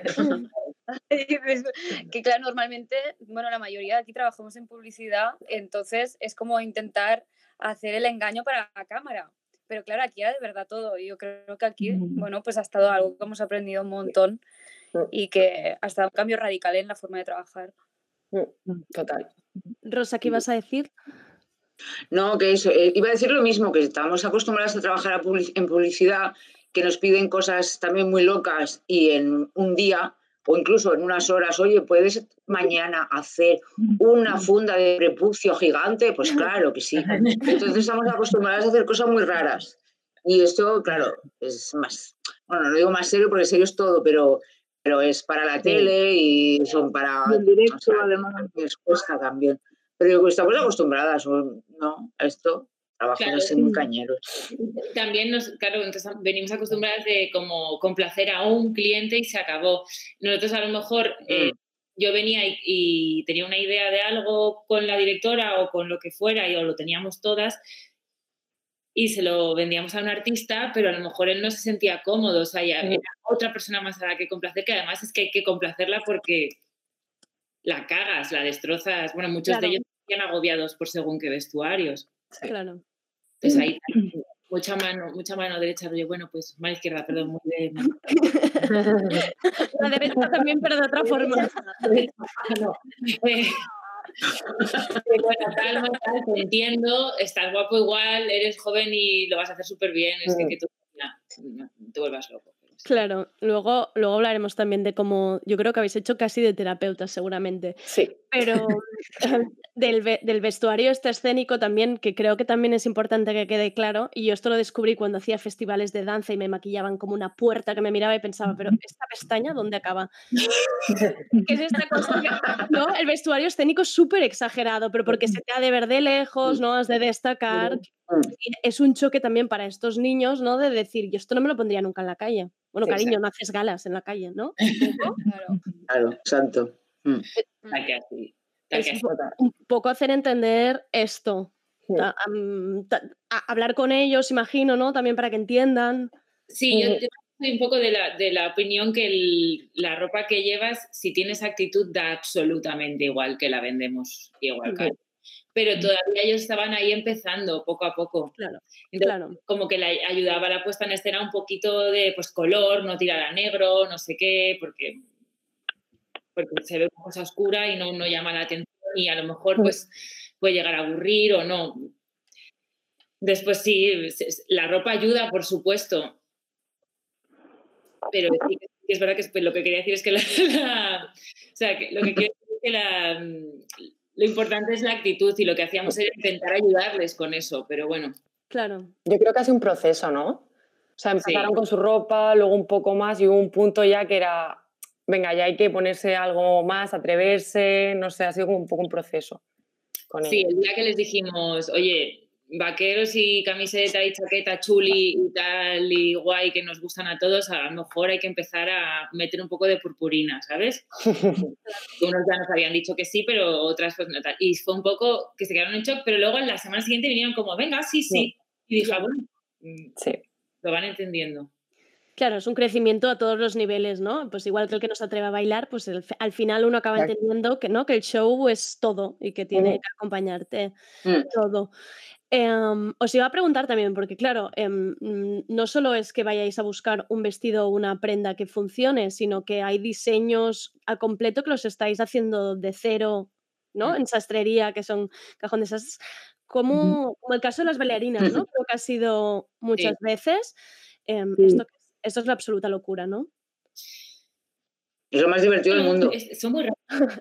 que claro, normalmente, bueno, la mayoría de aquí trabajamos en publicidad, entonces es como intentar hacer el engaño para la cámara. Pero claro, aquí era de verdad todo. Y yo creo que aquí, bueno, pues ha estado algo que hemos aprendido un montón y que ha estado un cambio radical en la forma de trabajar. Total. Rosa, ¿qué ibas a decir? No, que eso, eh, iba a decir lo mismo, que estamos acostumbrados a trabajar a public- en publicidad, que nos piden cosas también muy locas y en un día o incluso en unas horas, oye, ¿puedes mañana hacer una funda de prepucio gigante? Pues claro que sí. Entonces estamos acostumbrados a hacer cosas muy raras. Y esto, claro, es más, bueno, no digo más serio porque serio es todo, pero, pero es para la tele y son para... Y en directo, o sea, además. les cuesta también. Pero estamos acostumbradas, ¿no? A esto, trabajos Claro. así muy cañeros. También nos, claro, entonces venimos acostumbradas de como complacer a un cliente y se acabó. Nosotros a lo mejor eh, yo venía y, y tenía una idea de algo con la directora o con lo que fuera y o lo teníamos todas y se lo vendíamos a un artista, pero a lo mejor él no se sentía cómodo, o sea, ya era otra persona más a la que complacer, que además es que hay que complacerla porque la cagas, la destrozas. Bueno, muchos Claro. de ellos están agobiados por según qué vestuarios. Claro. Entonces ahí mucha mano, mucha mano derecha, rollo, bueno, pues mano izquierda, perdón, muy bien. La derecha también, pero de otra forma. No. Eh, bueno, calma, tal, te entiendo, estás guapo igual, eres joven y lo vas a hacer súper bien, es que, que tú no, no te vuelvas loco. Claro, luego, luego hablaremos también de cómo, yo creo que habéis hecho casi de terapeuta seguramente, Sí. pero del, ve- del vestuario este escénico también, que creo que también es importante que quede claro, y yo esto lo descubrí cuando hacía festivales de danza y me maquillaban como una puerta que me miraba y pensaba, pero ¿esta pestaña dónde acaba? ¿Qué es esta cosa? que- ¿no? El vestuario escénico es súper exagerado, pero porque se te ha de ver de lejos, ¿no? Has de destacar. Y es un choque también para estos niños, ¿no? De decir, yo esto no me lo pondría nunca en la calle. Bueno, Sí, cariño, exacto. no haces galas en la calle, ¿no? Claro. Claro, santo. Mm. Está que así, está Es que un, así. po- un poco hacer entender esto. Ta- am, ta- a- hablar con ellos, imagino, ¿no? También para que entiendan. Sí, yo, yo soy un poco de la, de la opinión que el- la ropa que llevas, si tienes actitud, da absolutamente igual que la vendemos igual caro. Pero todavía ellos estaban ahí empezando poco a poco. Claro, Entonces, claro. como que le ayudaba la puesta en escena un poquito de pues color, no tirar a negro, no sé qué, porque, porque se ve una cosa oscura y no, no llama la atención y a lo mejor pues puede llegar a aburrir o no. Después sí, la ropa ayuda, por supuesto. Pero sí que es verdad que pues, lo que quería decir es que, la, la, o sea, que lo que quiero decir es que la, lo importante es la actitud y lo que hacíamos era intentar ayudarles con eso, pero bueno. Claro. Yo creo que ha sido un proceso, ¿no? O sea, empezaron sí. con su ropa, luego un poco más y hubo un punto ya que era, venga, ya hay que ponerse algo más, atreverse, no sé, ha sido como un poco un proceso. Con sí, ellos. El día que les dijimos, oye, vaqueros y camiseta y chaqueta chuli y tal y guay que nos gustan a todos, a lo mejor hay que empezar a meter un poco de purpurina, ¿sabes? Unos ya nos habían dicho que sí, pero otras pues no tal. Y fue un poco que se quedaron en shock, pero luego en la semana siguiente vinieron como, venga, sí, sí. Y dije, ah, bueno, sí. Lo van entendiendo. Claro, es un crecimiento a todos los niveles, ¿no? Pues igual que el que no se atreve a bailar, pues el, al final uno acaba Exacto. entendiendo que, ¿no? que el show es todo y que tiene uh-huh. que acompañarte uh-huh. todo. Eh, os iba a preguntar también, porque claro, eh, no solo es que vayáis a buscar un vestido o una prenda que funcione, sino que hay diseños al completo que los estáis haciendo de cero, ¿no? Uh-huh. En sastrería, que son cajón de esas, como, uh-huh. como el caso de las bailarinas, ¿no? Creo que ha sido muchas sí. veces. Eh, sí. esto, esto es la absoluta locura, ¿no? Es lo más divertido del mundo. Es, son muy raros.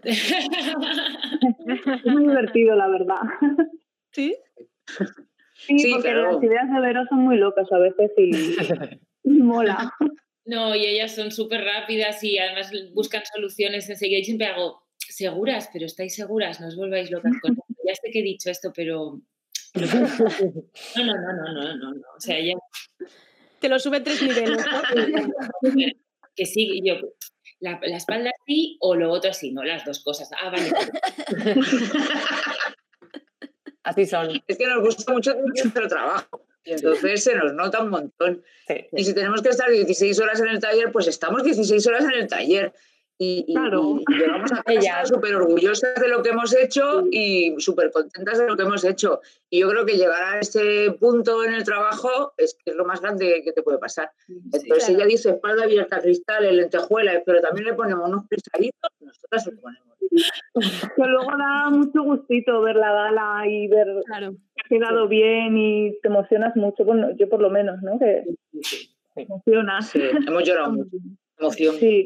Es muy divertido, la verdad. ¿Sí? Sí, sí porque claro. las ideas de Vero son muy locas a veces y, y mola. No, y ellas son súper rápidas y además buscan soluciones enseguida. Y siempre hago, seguras, pero estáis seguras, no os volváis locas con esto. Ya sé que he dicho esto, pero... No, no, no, no, no, no, no. O sea, ella... Te lo sube tres niveles, ¿no? Que sí, yo... La, la espalda así o lo otro así, no, las dos cosas. Ah, vale. Así son. Es que nos gusta mucho nuestro trabajo y entonces se nos nota un montón. Sí, sí. Y si tenemos que estar dieciséis horas en el taller, pues estamos dieciséis horas en el taller. Y, y, claro. y llegamos a casa súper orgullosas de lo que hemos hecho y súper contentas de lo que hemos hecho. Y yo creo que llegar a ese punto en el trabajo es, es lo más grande que te puede pasar. Sí, entonces claro. Ella dice espalda abierta, cristales, lentejuelas, pero también le ponemos unos cristalitos, nosotras se lo ponemos. Que luego da mucho gustito ver la gala y ver claro. que ha quedado sí. bien y te emocionas mucho, bueno, yo por lo menos, ¿no? Que sí. te emocionas. Sí, hemos llorado mucho. Emoción. Sí.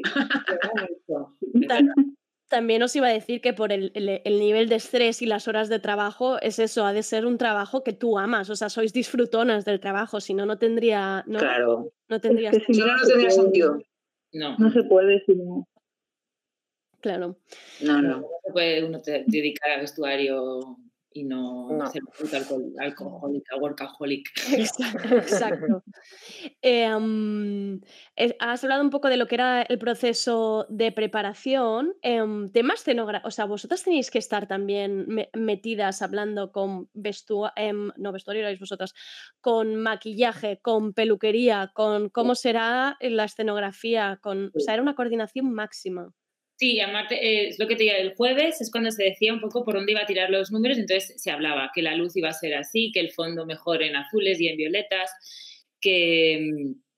También os iba a decir que por el, el, el nivel de estrés y las horas de trabajo es eso, ha de ser un trabajo que tú amas, o sea, sois disfrutonas del trabajo, si no, no tendría... ¿no? Claro. No tendría, es que si no, no tendría sentido. No. No se puede, si no. Claro. No, no. No se puede uno te, dedicar a vestuario y no, no. ser alcohólica, workaholic. Exacto. eh, um, has hablado un poco de lo que era el proceso de preparación. Eh, temas escenográficos, o sea, vosotras tenéis que estar también me metidas hablando con vestuario, eh, no vestuario erais vosotras, con maquillaje, con peluquería, con cómo será la escenografía, con, o sea, era una coordinación máxima. Sí, aparte, eh, es lo que te digo, el jueves es cuando se decía un poco por dónde iba a tirar los números, entonces se hablaba que la luz iba a ser así, que el fondo mejor en azules y en violetas, que,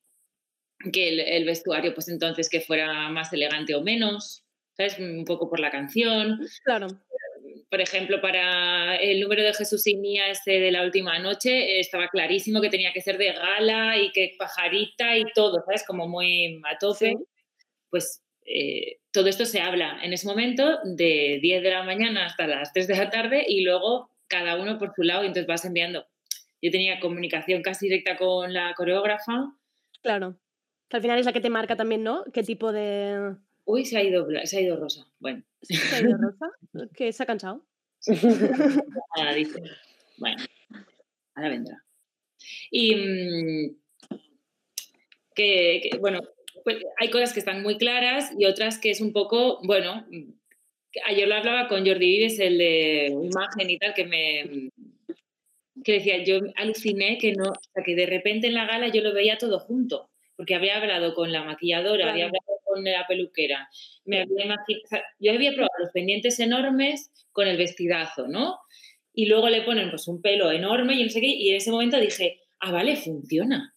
que el, el vestuario pues entonces que fuera más elegante o menos, ¿sabes? Un poco por la canción. Claro. Por ejemplo, para el número de Jesús y Mía este de la última noche, estaba clarísimo que tenía que ser de gala y que pajarita y todo, ¿sabes? Como muy a tope. Sí. Pues... Eh, todo esto se habla en ese momento de diez de la mañana hasta las tres de la tarde y luego cada uno por su lado y entonces vas enviando. Yo tenía comunicación casi directa con la coreógrafa. Claro. Que al final es la que te marca también, ¿no? ¿Qué tipo de...? Uy, se ha ido, se ha ido Rosa. Bueno. ¿Se ha ido Rosa? ¿Que se ha cansado? Ahora dice. Bueno, ahora vendrá. Y mmm, que, que, bueno... Pues hay cosas que están muy claras y otras que es un poco, bueno, ayer lo hablaba con Jordi Vives, el de imagen y tal, que me que decía, yo aluciné que no, o sea, que de repente en la gala yo lo veía todo junto, porque había hablado con la maquilladora, claro. había hablado con la peluquera, me había imaginado, o sea, yo había probado los pendientes enormes con el vestidazo, ¿no? Y luego le ponen pues un pelo enorme y no sé qué, y en ese momento dije, ah, vale, funciona.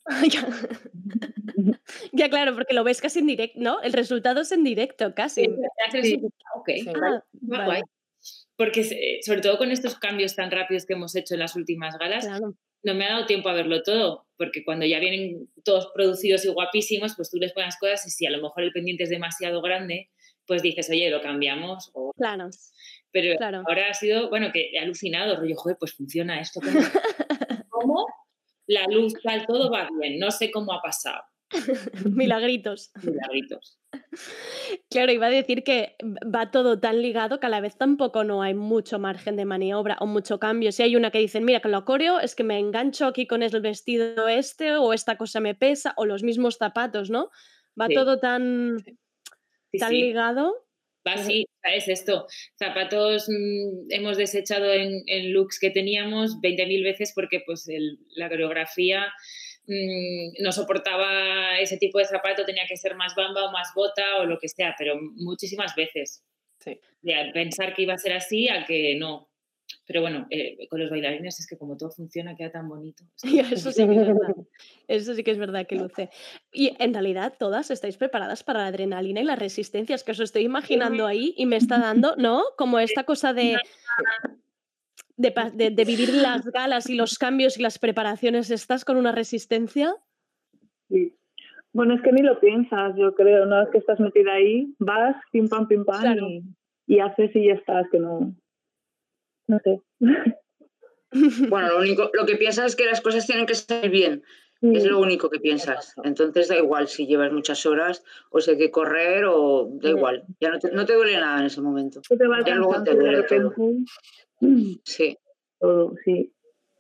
Ya, claro, porque lo ves casi en directo, ¿no? El resultado es en directo, casi. Sí, sí. Ok, sí. Ah, vale. Porque sobre todo con estos cambios tan rápidos que hemos hecho en las últimas galas, claro. no me ha dado tiempo a verlo todo, porque cuando ya vienen todos producidos y guapísimos, pues tú les pones cosas y si a lo mejor el pendiente es demasiado grande, pues dices, oye, lo cambiamos. O... Claro. Pero claro. ahora ha sido, bueno, que he alucinado, rollo, joder, pues funciona esto. ¿Cómo? ¿Cómo? La luz, tal, todo va bien, no sé cómo ha pasado. Milagritos. Milagritos. Claro, iba a decir que va todo tan ligado que a la vez tampoco no hay mucho margen de maniobra o mucho cambio. Si hay una que dicen, mira, que lo coreo es que me engancho aquí con el vestido este o esta cosa me pesa o los mismos zapatos, ¿no? Va Sí. todo tan, Sí, tan sí. ligado. Va así, es esto. Zapatos mmm, hemos desechado en, en looks que teníamos veinte mil veces porque pues el, la coreografía mmm, no soportaba ese tipo de zapato, tenía que ser más bamba o más bota o lo que sea, pero muchísimas veces. Sí. De pensar que iba a ser así a que no. Pero bueno, eh, con los bailarines es que como todo funciona queda tan bonito. Eso sí que es verdad. Eso sí que es verdad que luce. Y en realidad todas estáis preparadas para la adrenalina y las resistencias, que os estoy imaginando ahí y me está dando, ¿no? Como esta cosa de, de, de, de vivir las galas y los cambios y las preparaciones. ¿Estás con una resistencia? Sí. Bueno, es que ni lo piensas, yo creo. Una vez que estás metida ahí, vas, pim pam, pim pam, Claro. y, y haces y ya estás, que no... No sé. Bueno, lo único, lo que piensas es que las cosas tienen que salir bien. Sí. Es lo único que piensas. Entonces da igual si llevas muchas horas o si hay que correr o da igual. Ya no te, no te duele nada en ese momento. Te va ya luego te duele todo. Sí. Todo, sí.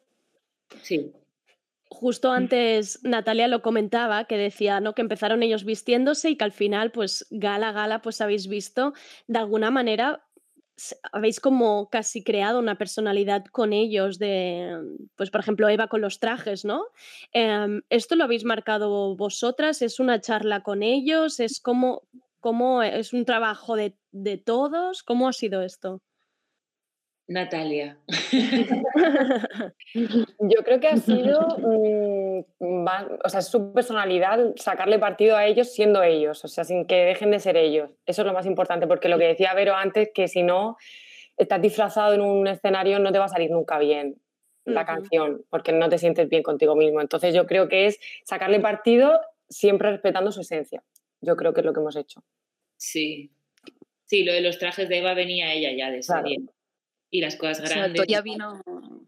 Sí. Justo antes Natalia lo comentaba, que decía, ¿no?, que empezaron ellos vistiéndose y que al final, pues gala a gala, pues habéis visto de alguna manera, habéis como casi creado una personalidad con ellos de, pues por ejemplo Eva con los trajes, ¿no? Eh, ¿esto lo habéis marcado vosotras? ¿Es una charla con ellos? ¿Es como, como es un trabajo de, de todos? ¿Cómo ha sido esto? Natalia. Yo creo que ha sido, mmm, va, o sea, su personalidad, sacarle partido a ellos siendo ellos, o sea, sin que dejen de ser ellos. Eso es lo más importante, porque lo que decía Vero antes, que si no estás disfrazado en un escenario no te va a salir nunca bien la uh-huh. canción, porque no te sientes bien contigo mismo. Entonces yo creo que es sacarle partido siempre respetando su esencia. Yo creo que es lo que hemos hecho. Sí, sí, lo de los trajes de Eva venía ella ya de serie. Claro. Y las cosas grandes. Ya vino,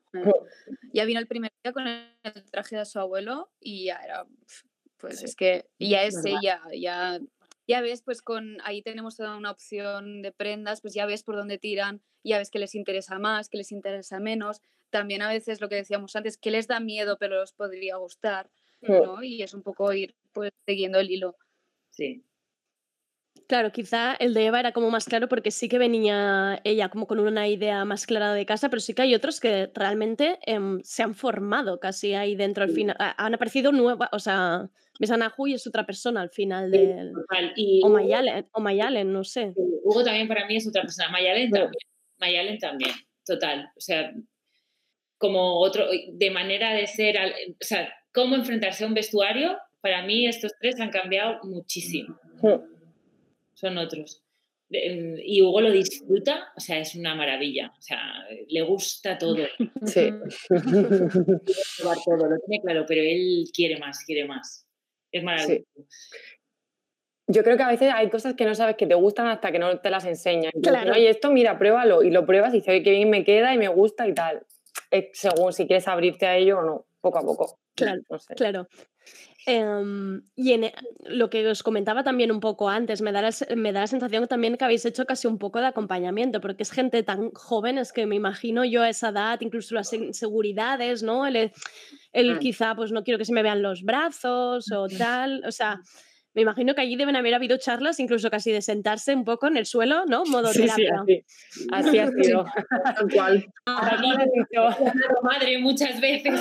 ya vino el primer día con el traje de su abuelo y ya era, pues sí. Es que ya es ella, ya, ya ves, pues con ahí tenemos toda una opción de prendas, pues ya ves por dónde tiran, ya ves que les interesa más, que les interesa menos. También a veces lo que decíamos antes, que les da miedo pero les podría gustar, ¿no? Y es un poco ir pues siguiendo el hilo. Sí. Claro, quizá el de Eva era como más claro porque sí que venía ella como con una idea más clara de casa, pero sí que hay otros que realmente eh, se han formado casi ahí dentro al final. Han aparecido nuevas, o sea, Besanahu y es otra persona al final del... Y o, Mayalen, o Mayalen, no sé. Hugo también para mí es otra persona, Mayalen también, Mayalen también, total. O sea, como otro, de manera de ser, o sea, cómo enfrentarse a un vestuario, para mí estos tres han cambiado muchísimo. Son otros. Y Hugo lo disfruta, o sea, es una maravilla. O sea, le gusta todo. Sí. todo, lo tiene claro, pero él quiere más, quiere más. Es maravilloso. Sí. Yo creo que a veces hay cosas que no sabes que te gustan hasta que no te las enseñan. Claro. Oye, esto mira, pruébalo. Y lo pruebas y dices, oye, qué bien me queda y me gusta y tal. Es según si quieres abrirte a ello o no, poco a poco. Claro, no sé. claro. Um, y en lo que os comentaba también un poco antes, me da, la, me da la sensación también que habéis hecho casi un poco de acompañamiento, porque es gente tan joven, es que me imagino yo a esa edad, incluso las inseguridades, ¿no? El, el quizá, pues no quiero que se me vean los brazos o tal, o sea, me imagino que allí deben haber habido charlas, incluso casi de sentarse un poco en el suelo, ¿no? Modo sí, terapia. Sí, así, así ha sido. Tal cual. Madre, muchas veces.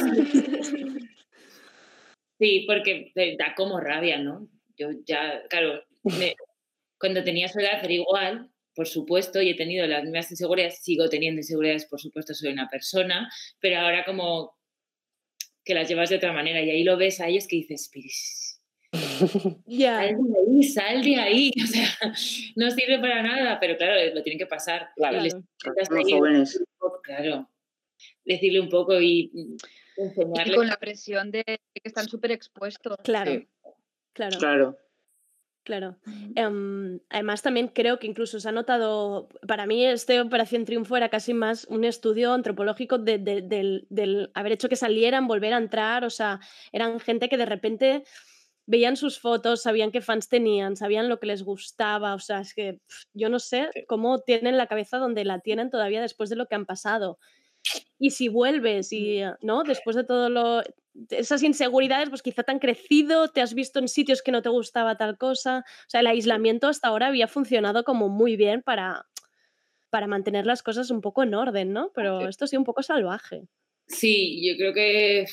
Sí, porque da como rabia, ¿no? Yo ya, claro, me, cuando tenía su edad era igual, por supuesto, y he tenido las mismas inseguridades, sigo teniendo inseguridades, por supuesto, soy una persona, pero ahora como que las llevas de otra manera y ahí lo ves a ellos que dices, yeah. sal de ahí, sal de ahí, o sea, no sirve para nada, pero claro, lo tienen que pasar. Claro, y les los jóvenes. Claro, decirle un poco y... Y con la presión de que están súper expuestos. Claro, Sí. claro. Claro. Claro. Em, además, también creo que incluso se ha notado, para mí, este Operación Triunfo era casi más un estudio antropológico de- de- del, del haber hecho que salieran, volver a entrar, o sea, eran gente que de repente veían sus fotos, sabían qué fans tenían, sabían lo que les gustaba, o sea, es que pf, yo no sé cómo tienen la cabeza donde la tienen todavía después de lo que han pasado. Y si vuelves y, ¿no? Después de todo lo... Esas inseguridades, pues quizá te han crecido, te has visto en sitios que no te gustaba tal cosa. O sea, el aislamiento hasta ahora había funcionado como muy bien para, para mantener las cosas un poco en orden, ¿no? Pero esto ha sido un poco salvaje. Sí, yo creo que...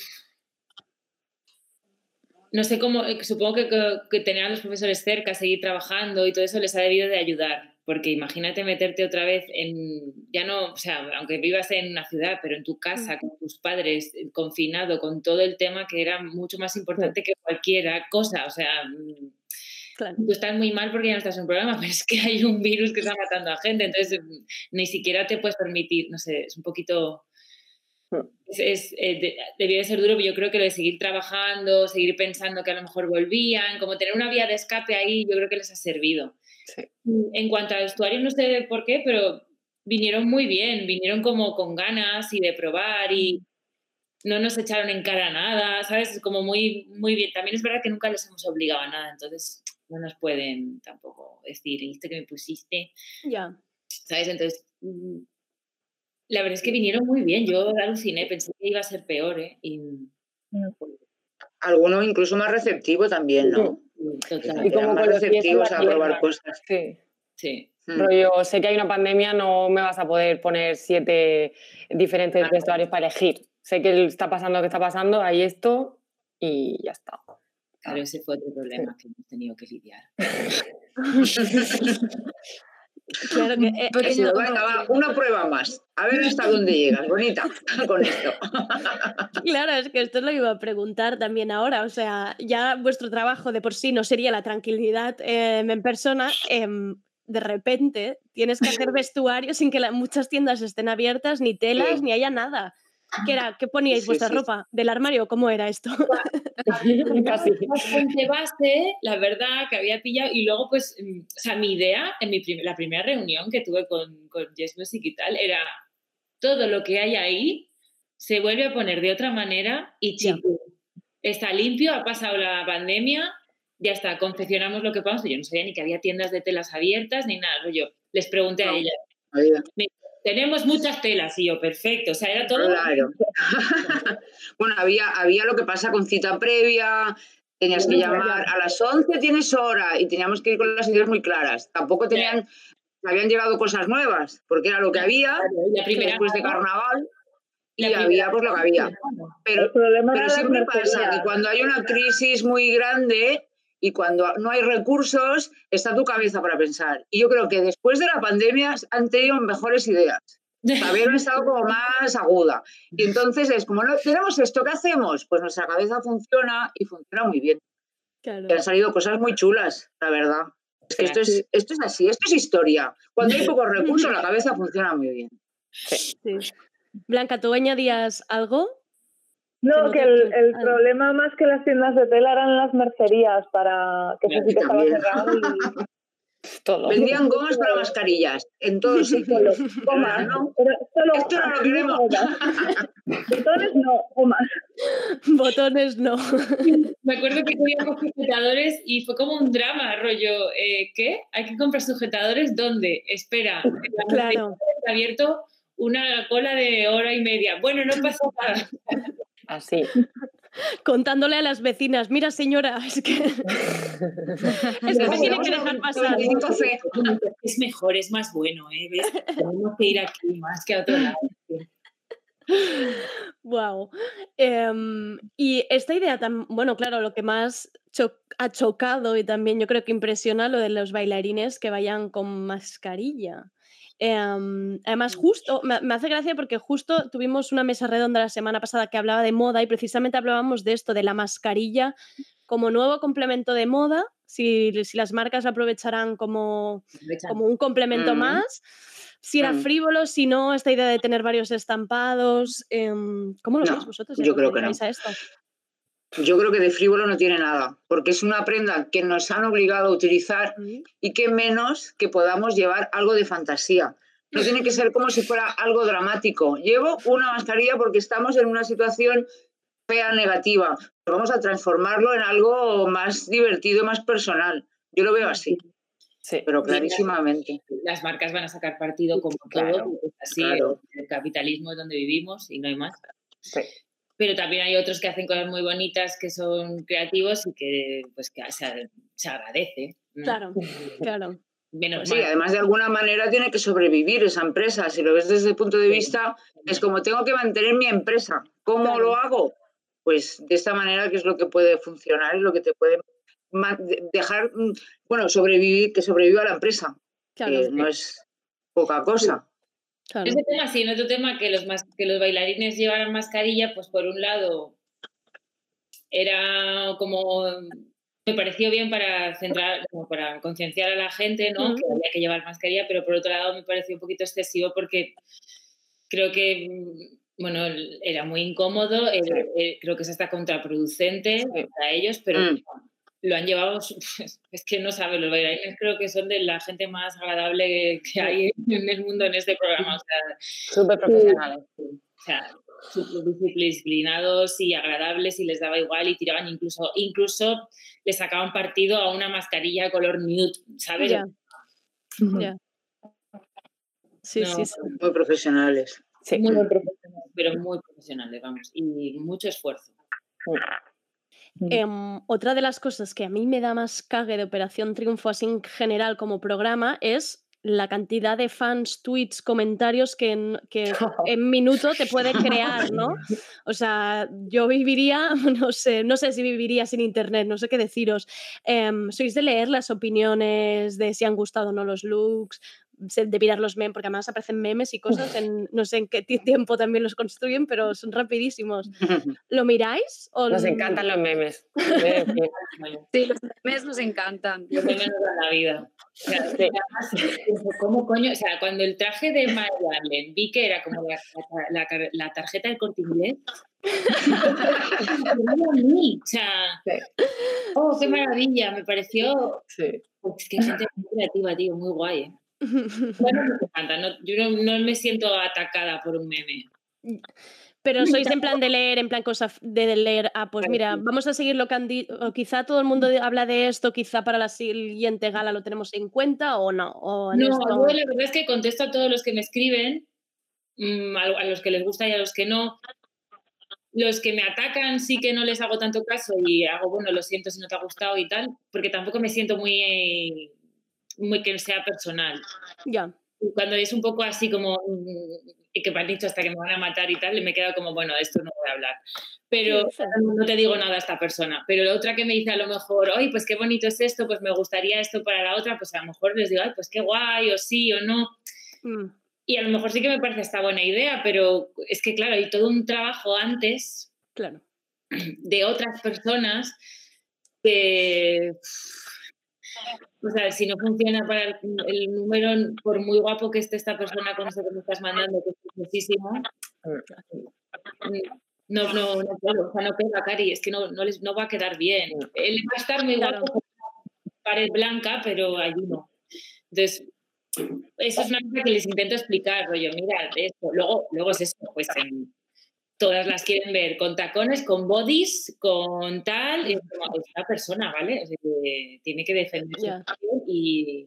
No sé cómo, eh, supongo que, que, que tener a los profesores cerca, seguir trabajando y todo eso les ha debido de ayudar, porque imagínate meterte otra vez en, ya no, o sea, aunque vivas en una ciudad, pero en tu casa, con tus padres, eh, confinado, con todo el tema que era mucho más importante que cualquier cosa, o sea, mm, Claro. tú estás muy mal porque ya no estás en un programa, pero es que hay un virus que está matando a gente, entonces mm, ni siquiera te puedes permitir, no sé, es un poquito... Es, es, eh, de, debía de ser duro, pero yo creo que lo de seguir trabajando, seguir pensando que a lo mejor volvían, como tener una vía de escape ahí, yo creo que les ha servido. Sí. En cuanto al vestuario, no sé por qué, pero vinieron muy bien, vinieron como con ganas y de probar y no nos echaron en cara nada, ¿sabes? Es como muy, muy bien. También es verdad que nunca les hemos obligado a nada, entonces no nos pueden tampoco decir, ¿viste que me pusiste? Ya. ¿Sabes? Entonces... La verdad es que vinieron muy bien, yo aluciné, pensé que iba a ser peor, ¿eh? Y... Alguno incluso más receptivo también, ¿no? Total. Y como más con los pies en receptivos la a probar tierra. cosas. Sí. Sí. Rollo, sé que hay una pandemia, no me vas a poder poner siete diferentes vestuarios para elegir. Sé que está pasando lo que está pasando, hay esto y ya está. Claro, ese fue otro problema que hemos tenido que lidiar. Claro que, eh, Ha sido, venga, va, una prueba más. A ver hasta dónde llegas, bonita, con esto. Claro, es que esto es lo que iba a preguntar también ahora. O sea, ya vuestro trabajo de por sí no sería la tranquilidad eh, en persona. Eh, de repente tienes que hacer vestuario sin que la, muchas tiendas estén abiertas, ni telas, Sí. ni haya nada. ¿Qué era? ¿Qué poníais Sí, vuestra sí. ropa? ¿Del armario? ¿Cómo era esto? Casi. Bastante base, la verdad, que había pillado. Y luego, pues, mm, o sea, mi idea, en mi prim- la primera reunión que tuve con, con Yes Music y tal, era todo lo que hay ahí se vuelve a poner de otra manera y chico, está limpio, ha pasado la pandemia, ya está, confeccionamos lo que podamos. Yo no sabía ni que había tiendas de telas abiertas ni nada. Yo les pregunté a No, ella, oiga. me dijo, tenemos muchas telas y yo, perfecto, o sea, era todo... Claro. Bueno, había, había lo que pasa con cita previa, tenías que llamar a las once, tienes hora, y teníamos que ir con las ideas muy claras. Tampoco tenían, habían llegado cosas nuevas, porque era lo que había la primera después de gala, carnaval, y la había primera pues lo que había. Pero, El problema pero era siempre las pasa mercerías. que cuando hay una crisis muy grande y cuando no hay recursos, está tu cabeza para pensar. Y yo creo que después de la pandemia han tenido mejores ideas. Habían estado como más aguda. Y entonces es como, no tenemos esto, ¿qué hacemos? Pues nuestra cabeza funciona y funciona muy bien. Claro. Y han salido cosas muy chulas, la verdad. Es que esto es, esto es así, esto es historia. Cuando hay pocos recursos, la cabeza funciona muy bien. Sí. Blanca, ¿tú añadías algo? No, Que que no te- el, el ah. problema más que las tiendas de tela eran las mercerías, para que eso sí que estaba También. cerrado y Todo. Vendían gomas para mascarillas en todos sitios. gomas. ¿no? Pero solo Esto no lo gomas, queremos. gomas. Botones no, gomas. Botones no. Me acuerdo que teníamos sujetadores y fue como un drama, rollo, eh, ¿qué? ¿Hay que comprar sujetadores? ¿Dónde? Espera, la Claro. está abierto una cola de hora y media. Bueno, no pasa nada. Así. Contándole a las vecinas, mira señora, es que, es que me tiene que dejar pasar. Es mejor, es más bueno, ¿eh? ¿Ves? Tenemos que ir aquí más que a otro lado. Wow. Y esta idea tan, bueno, claro, lo que más cho- ha chocado y también yo creo que impresiona lo de los bailarines que vayan con mascarilla. Em, además, justo, me, me hace gracia porque justo tuvimos una mesa redonda la semana pasada que hablaba de moda y precisamente hablábamos de esto, de la mascarilla como nuevo complemento de moda, si, si las marcas la aprovecharán como, como un complemento Mm. más, si era Mm. frívolo, si no, esta idea de tener varios estampados. Eh, ¿Cómo lo No, veis vosotros? Ya yo que creo os que no. dedicáis a esto. Yo creo que de frívolo no tiene nada, porque es una prenda que nos han obligado a utilizar y que menos que podamos llevar algo de fantasía. No tiene que ser como si fuera algo dramático. Llevo una mascarilla porque estamos en una situación fea, negativa. Vamos a transformarlo en algo más divertido, más personal. Yo lo veo así. Sí. Pero clarísimamente. Las marcas van a sacar partido como Claro, todo, es así, claro. el capitalismo es donde vivimos y no hay más. Sí. Pero también hay otros que hacen cosas muy bonitas, que son creativos y que, pues, que se, se agradece, ¿no? Claro, claro. Menos Sí, mal. además de alguna manera tiene que sobrevivir esa empresa. Si lo ves desde el punto de vista, es como tengo que mantener mi empresa. ¿Cómo Claro. lo hago? Pues de esta manera, que es lo que puede funcionar y lo que te puede ma- de- dejar, mm, bueno, sobrevivir, que sobreviva la empresa. Claro. Que no es poca cosa. Claro. Ese tema sí, en otro tema que los, mas- que los bailarines llevaran mascarilla, pues por un lado era como, me pareció bien para centrar, como para concienciar a la gente, ¿no? Ujú. Que había que llevar mascarilla, pero por otro lado me pareció un poquito excesivo porque creo que, mm, bueno, era muy incómodo, eh, eh, creo que es hasta contraproducente para ellos, pero Mm. lo han llevado, es que no sabes, los bailarines creo que son de la gente más agradable que hay en el mundo en este programa, o sea, Súper profesionales. o sea, súper disciplinados y agradables y les daba igual y tiraban incluso, incluso le sacaban partido a una mascarilla color nude, ¿sabes? Ya. Ya. Sí, No, sí, sí. Muy profesionales. Muy profesionales, pero muy profesionales, vamos, y mucho esfuerzo. Em, otra de las cosas que a mí me da más cague de Operación Triunfo así en general como programa es la cantidad de fans, tweets, comentarios que en, que en minuto te puede crear, ¿no? O sea, yo viviría, no sé, no sé si viviría sin internet, no sé qué deciros. Em, ¿Sois de leer las opiniones de si han gustado o no los looks? De mirar los memes, porque además aparecen memes y cosas en no sé en qué ti- tiempo también los construyen, pero son rapidísimos. ¿Lo miráis? O Nos l- encantan los memes. Sí, los memes nos encantan. Los memes nos dan la vida. O sea, es que además, ¿cómo coño? O sea, cuando el traje de Maya Allen vi que era como la, la, la- la tarjeta del Corte Inglés, me dio a mí. O sea, oh, qué maravilla, me pareció. Sí. Es que hay gente muy creativa, tío, muy guay, ¿eh? Bueno, me encanta, no, yo no, no me siento atacada por un meme. Pero sois en plan de leer, en plan cosa f- de leer, ah, pues mira, vamos a seguir lo que han dicho, o quizá todo el mundo de- habla de esto, quizá para la siguiente gala lo tenemos en cuenta o no. O en No, esto... yo la verdad es que contesto a todos los que me escriben, mm, a, a los que les gusta y a los que no. Los que me atacan sí que no les hago tanto caso y hago, bueno, lo siento si no te ha gustado y tal, porque tampoco me siento muy, eh, muy que sea personal. Ya. Y cuando es un poco así como mm, que me han dicho hasta que me van a matar y tal, me quedo como, bueno, esto no voy a hablar. Pero no te digo nada a esta persona. Pero la otra que me dice a lo mejor, oye, pues qué bonito es esto, pues me gustaría esto para la otra, pues a lo mejor les digo, ay, pues qué guay, o sí, o no. Mm, Y a lo mejor sí que me parece esta buena idea, pero es que, claro, hay todo un trabajo antes claro. de otras personas que, o sea, si no funciona para el, el número, por muy guapo que esté esta persona con eso que me estás mandando, que es muchísimo, no, no, no puedo, o sea, no pega, Cari, es que no, no, les, no va a quedar bien. Él va a estar muy Claro. guapo con una pared blanca, pero allí no. Entonces, eso es una cosa que les intento explicar, rollo, mira, esto. Luego, luego es eso, pues en, todas las quieren ver con tacones, con bodies, con tal, y es como, es una persona, ¿vale? O sea, que tiene que defender Ya. su opinión y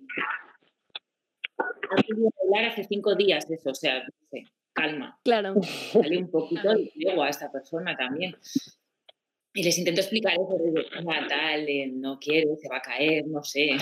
ha querido hablar hace cinco días de eso, o sea, no sé, calma. Claro. Dale un poquito de luego a esta persona también. Y les intento explicar eso, de, "Ah, tal, eh, no quiere, se va a caer, no sé".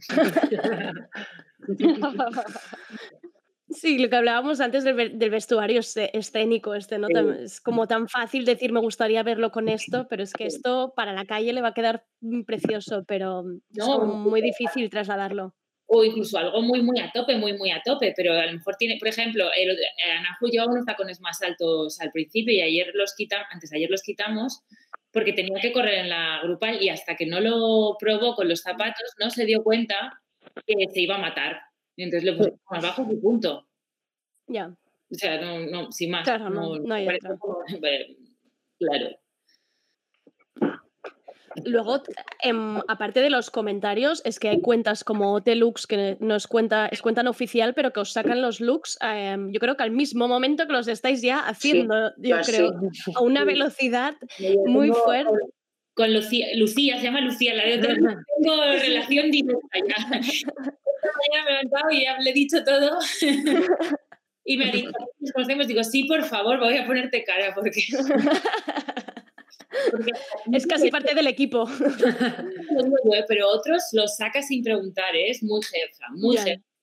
Sí, lo que hablábamos antes del, ve- del vestuario esce- escénico, este, ¿no? Tam- Es como tan fácil decir me gustaría verlo con esto, pero es que esto para la calle le va a quedar mm, precioso, pero mm, es No, como muy difícil trasladarlo. o incluso algo muy, muy a tope, muy, muy a tope, pero a lo mejor tiene, por ejemplo, el, Anahu llevaba unos tacones más altos al principio y ayer los quitamos, antes de ayer los quitamos porque tenía que correr en la grupal y hasta que no lo probó con los zapatos no se dio cuenta que se iba a matar. Y entonces le pusimos más bajos y punto. Ya. O sea, no, no, sin más. Claro, no, no hay parece otra. como- claro. Luego, em, aparte de los comentarios, es que hay cuentas como O T Looks, que no es cuenta, es cuenta no oficial, pero que os sacan los looks, em, yo creo que al mismo momento que los estáis ya haciendo, yo así. creo, a una velocidad muy Tengo- fuerte. Con Lucía, Lucía, se llama Lucía, la de otra no tengo relación directa ya. Esta mañana me he levantado y ya le he dicho todo. Y me ha dicho, ¿nos conocemos? Digo, sí, por favor, voy a ponerte cara porque... porque Es casi parte del equipo. Lo digo yo, ¿eh? Pero otros los sacas sin preguntar, ¿eh? Es muy jefa, muy Ya. jefa.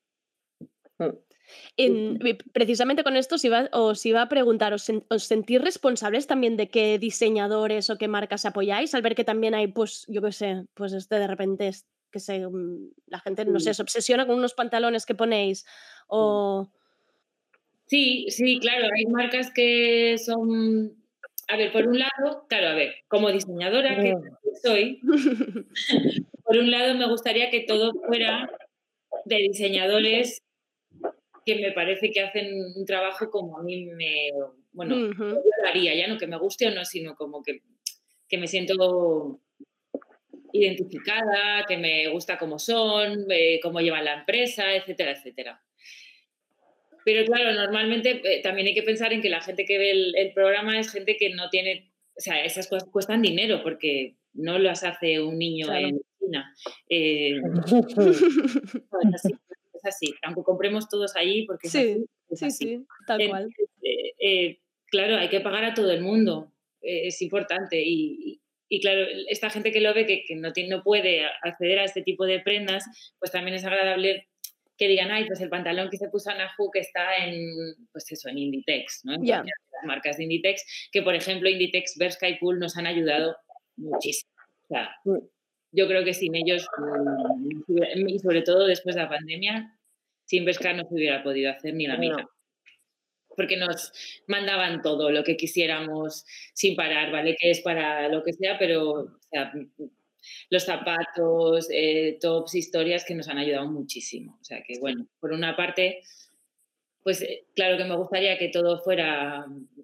En- precisamente con esto os iba, os iba a preguntar, ¿os, sen- os sentís responsables también de qué diseñadores o qué marcas apoyáis? Al ver que también hay, pues, yo qué sé, pues este de repente, es, que sé, mm, la gente, no sé, se obsesiona con unos pantalones que ponéis o... Sí, sí, claro, hay marcas que son... A ver, por un lado, claro, a ver, como diseñadora que soy, por un lado me gustaría que todo fuera de diseñadores que me parece que hacen un trabajo como a mí me... Bueno, Ujú. yo lo haría, ya no que me guste o no, sino como que, que me siento identificada, que me gusta cómo son, eh, cómo llevan la empresa, etcétera, etcétera. Pero claro, normalmente eh, también hay que pensar en que la gente que ve el, el programa es gente que no tiene, o sea, esas cosas cuestan dinero porque no las hace un niño Claro. en China. Eh, no, es así, es así. Aunque compremos todos allí porque es Sí, así, es sí, así. sí, tal cual. Entonces, eh, eh, claro, hay que pagar a todo el mundo, eh, es importante. Y, y- y claro, esta gente que lo ve, que, que no, tiene, no puede acceder a este tipo de prendas, pues también es agradable que digan, ay, pues el pantalón que se puso Ana Hu que está en, pues eso, en Inditex, ¿no? En Ya. cualquiera de las marcas de Inditex, que por ejemplo Inditex, Bershka y Pool nos han ayudado muchísimo. O sea, yo creo que sin ellos, mm, y sobre todo después de la pandemia, sin Bershka no se hubiera podido hacer ni la No. mitad. Porque nos mandaban todo lo que quisiéramos sin parar, ¿vale? Que es para lo que sea, pero o sea, los zapatos, eh, tops, historias que nos han ayudado muchísimo. O sea que, bueno, por una parte, pues eh, claro que me gustaría que todo fuera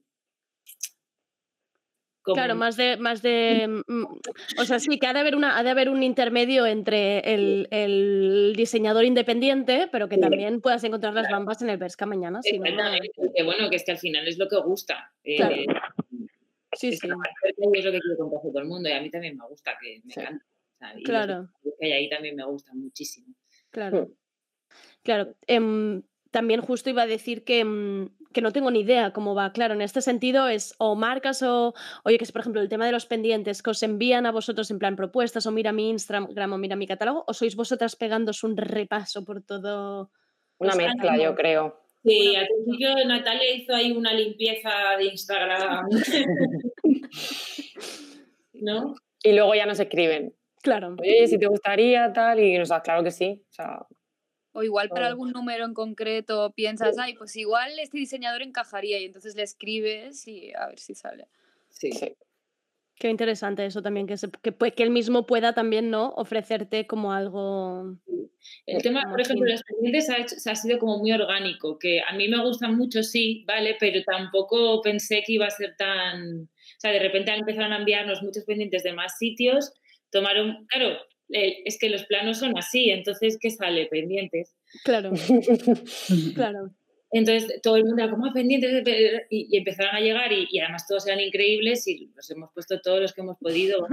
como... Claro, más de, más de, mm, o sea, sí que ha de haber una, ha de haber un intermedio entre el, el diseñador independiente, pero que Sí. también puedas encontrar las bambas en el Bershka mañana, si no. Exactamente, que bueno, que es que al final es lo que gusta. Eh, Claro. Sí, es, sí. es lo que quiere comprarse todo el mundo y a mí también me gusta, que me encanta. O sea, y los Claro. que hay ahí también me gustan muchísimo. Claro. Claro. em, también justo iba a decir que, em, que no tengo ni idea cómo va. Claro, en este sentido es o marcas o, oye, que es por ejemplo el tema de los pendientes que os envían a vosotros en plan propuestas o mira mi Instagram o mira mi catálogo, o sois vosotras pegándos un repaso por todo. Una los mezcla, años? yo creo. Sí, al principio Natalia hizo ahí una limpieza de Instagram. ¿No? Y luego ya nos escriben. Claro. Oye, si te gustaría, tal, y nos claro que sí. O sea, O igual para Oh. algún número en concreto piensas, ay, pues igual este diseñador encajaría y entonces le escribes y a ver si sale. Sí. Qué interesante eso también, que, se- que, pu- que él mismo pueda también, ¿no? Ofrecerte como algo. El tema, como por ejemplo, de fin. los pendientes ha, hecho- ha sido como muy orgánico, que a mí me gustan mucho, sí, ¿vale? Pero tampoco pensé que iba a ser tan... O sea, de repente empezaron a enviarnos muchos pendientes de más sitios, tomaron... Claro, eh, es que los planos son así, entonces, ¿qué sale? Pendientes. Claro. Claro. Entonces, todo el mundo era como, "Ah, pendientes, de-". y, y empezaron a llegar y, y además todos eran increíbles y los hemos puesto todos los que hemos podido.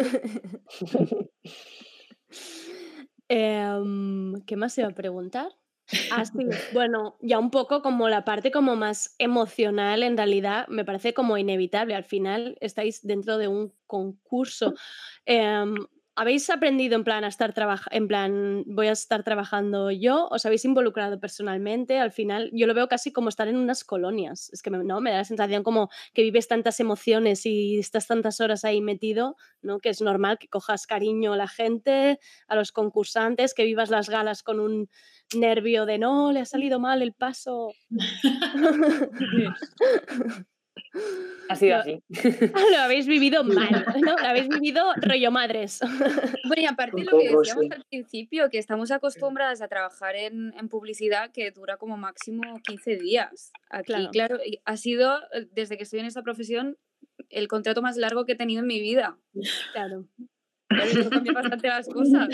Em, ¿qué más se iba a preguntar? Ah, sí, bueno, ya un poco como la parte como más emocional, en realidad me parece como inevitable. Al final estáis dentro de un concurso. Em, ¿habéis aprendido en plan a estar trabaja- en plan voy a estar trabajando yo? ¿Os habéis involucrado personalmente? Al final yo lo veo casi como estar en unas colonias. Es que me, no, me da la sensación como que vives tantas emociones y estás tantas horas ahí metido, ¿no? Que es normal que cojas cariño a la gente, a los concursantes, que vivas las galas con un nervio de no, le ha salido mal el paso. Ha sido Lo- así. Lo habéis vivido mal, ¿no? Lo habéis vivido rollo madres. Bueno, y aparte Un lo que poco, decíamos sí. al principio, que estamos acostumbradas a trabajar en, en publicidad que dura como máximo quince días. Aquí, Claro. claro, y ha sido, eh, desde que estoy en esta profesión, el contrato más largo que he tenido en mi vida. Claro. Claro, eso cambia bastante las cosas.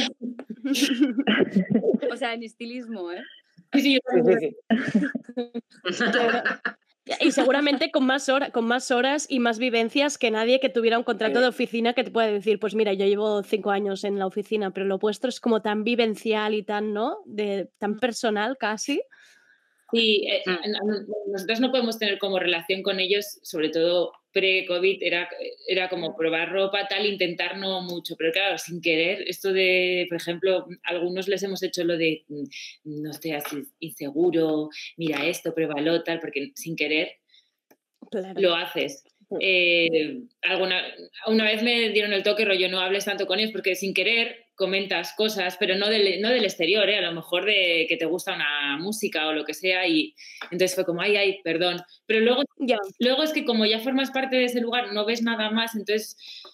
O sea, en estilismo, ¿eh? Sí, sí, yo Sí, también. sí, sí. Claro. Y seguramente con más, hora- con más horas y más vivencias que nadie que tuviera un contrato de oficina que te pueda decir, pues mira, yo llevo cinco años en la oficina, pero lo vuestro es como tan vivencial y tan, ¿no? De, tan personal casi. Sí, eh, Mm. n- n- nosotros no podemos tener como relación con ellos, sobre todo pre-COVID, era, era como probar ropa, tal, intentar no mucho, pero claro, sin querer, esto de, por ejemplo, a algunos les hemos hecho lo de mm, no seas inseguro, mira esto, pruébalo, tal, porque sin querer Claro. lo haces. Eh, alguna, una vez me dieron el toque, rollo, no hables tanto con ellos, porque sin querer comentas cosas, pero no del, no del exterior, ¿eh? A lo mejor de que te gusta una música o lo que sea, y entonces fue como, ay, ay, perdón. Pero luego, Ya. luego es que como ya formas parte de ese lugar, no ves nada más, entonces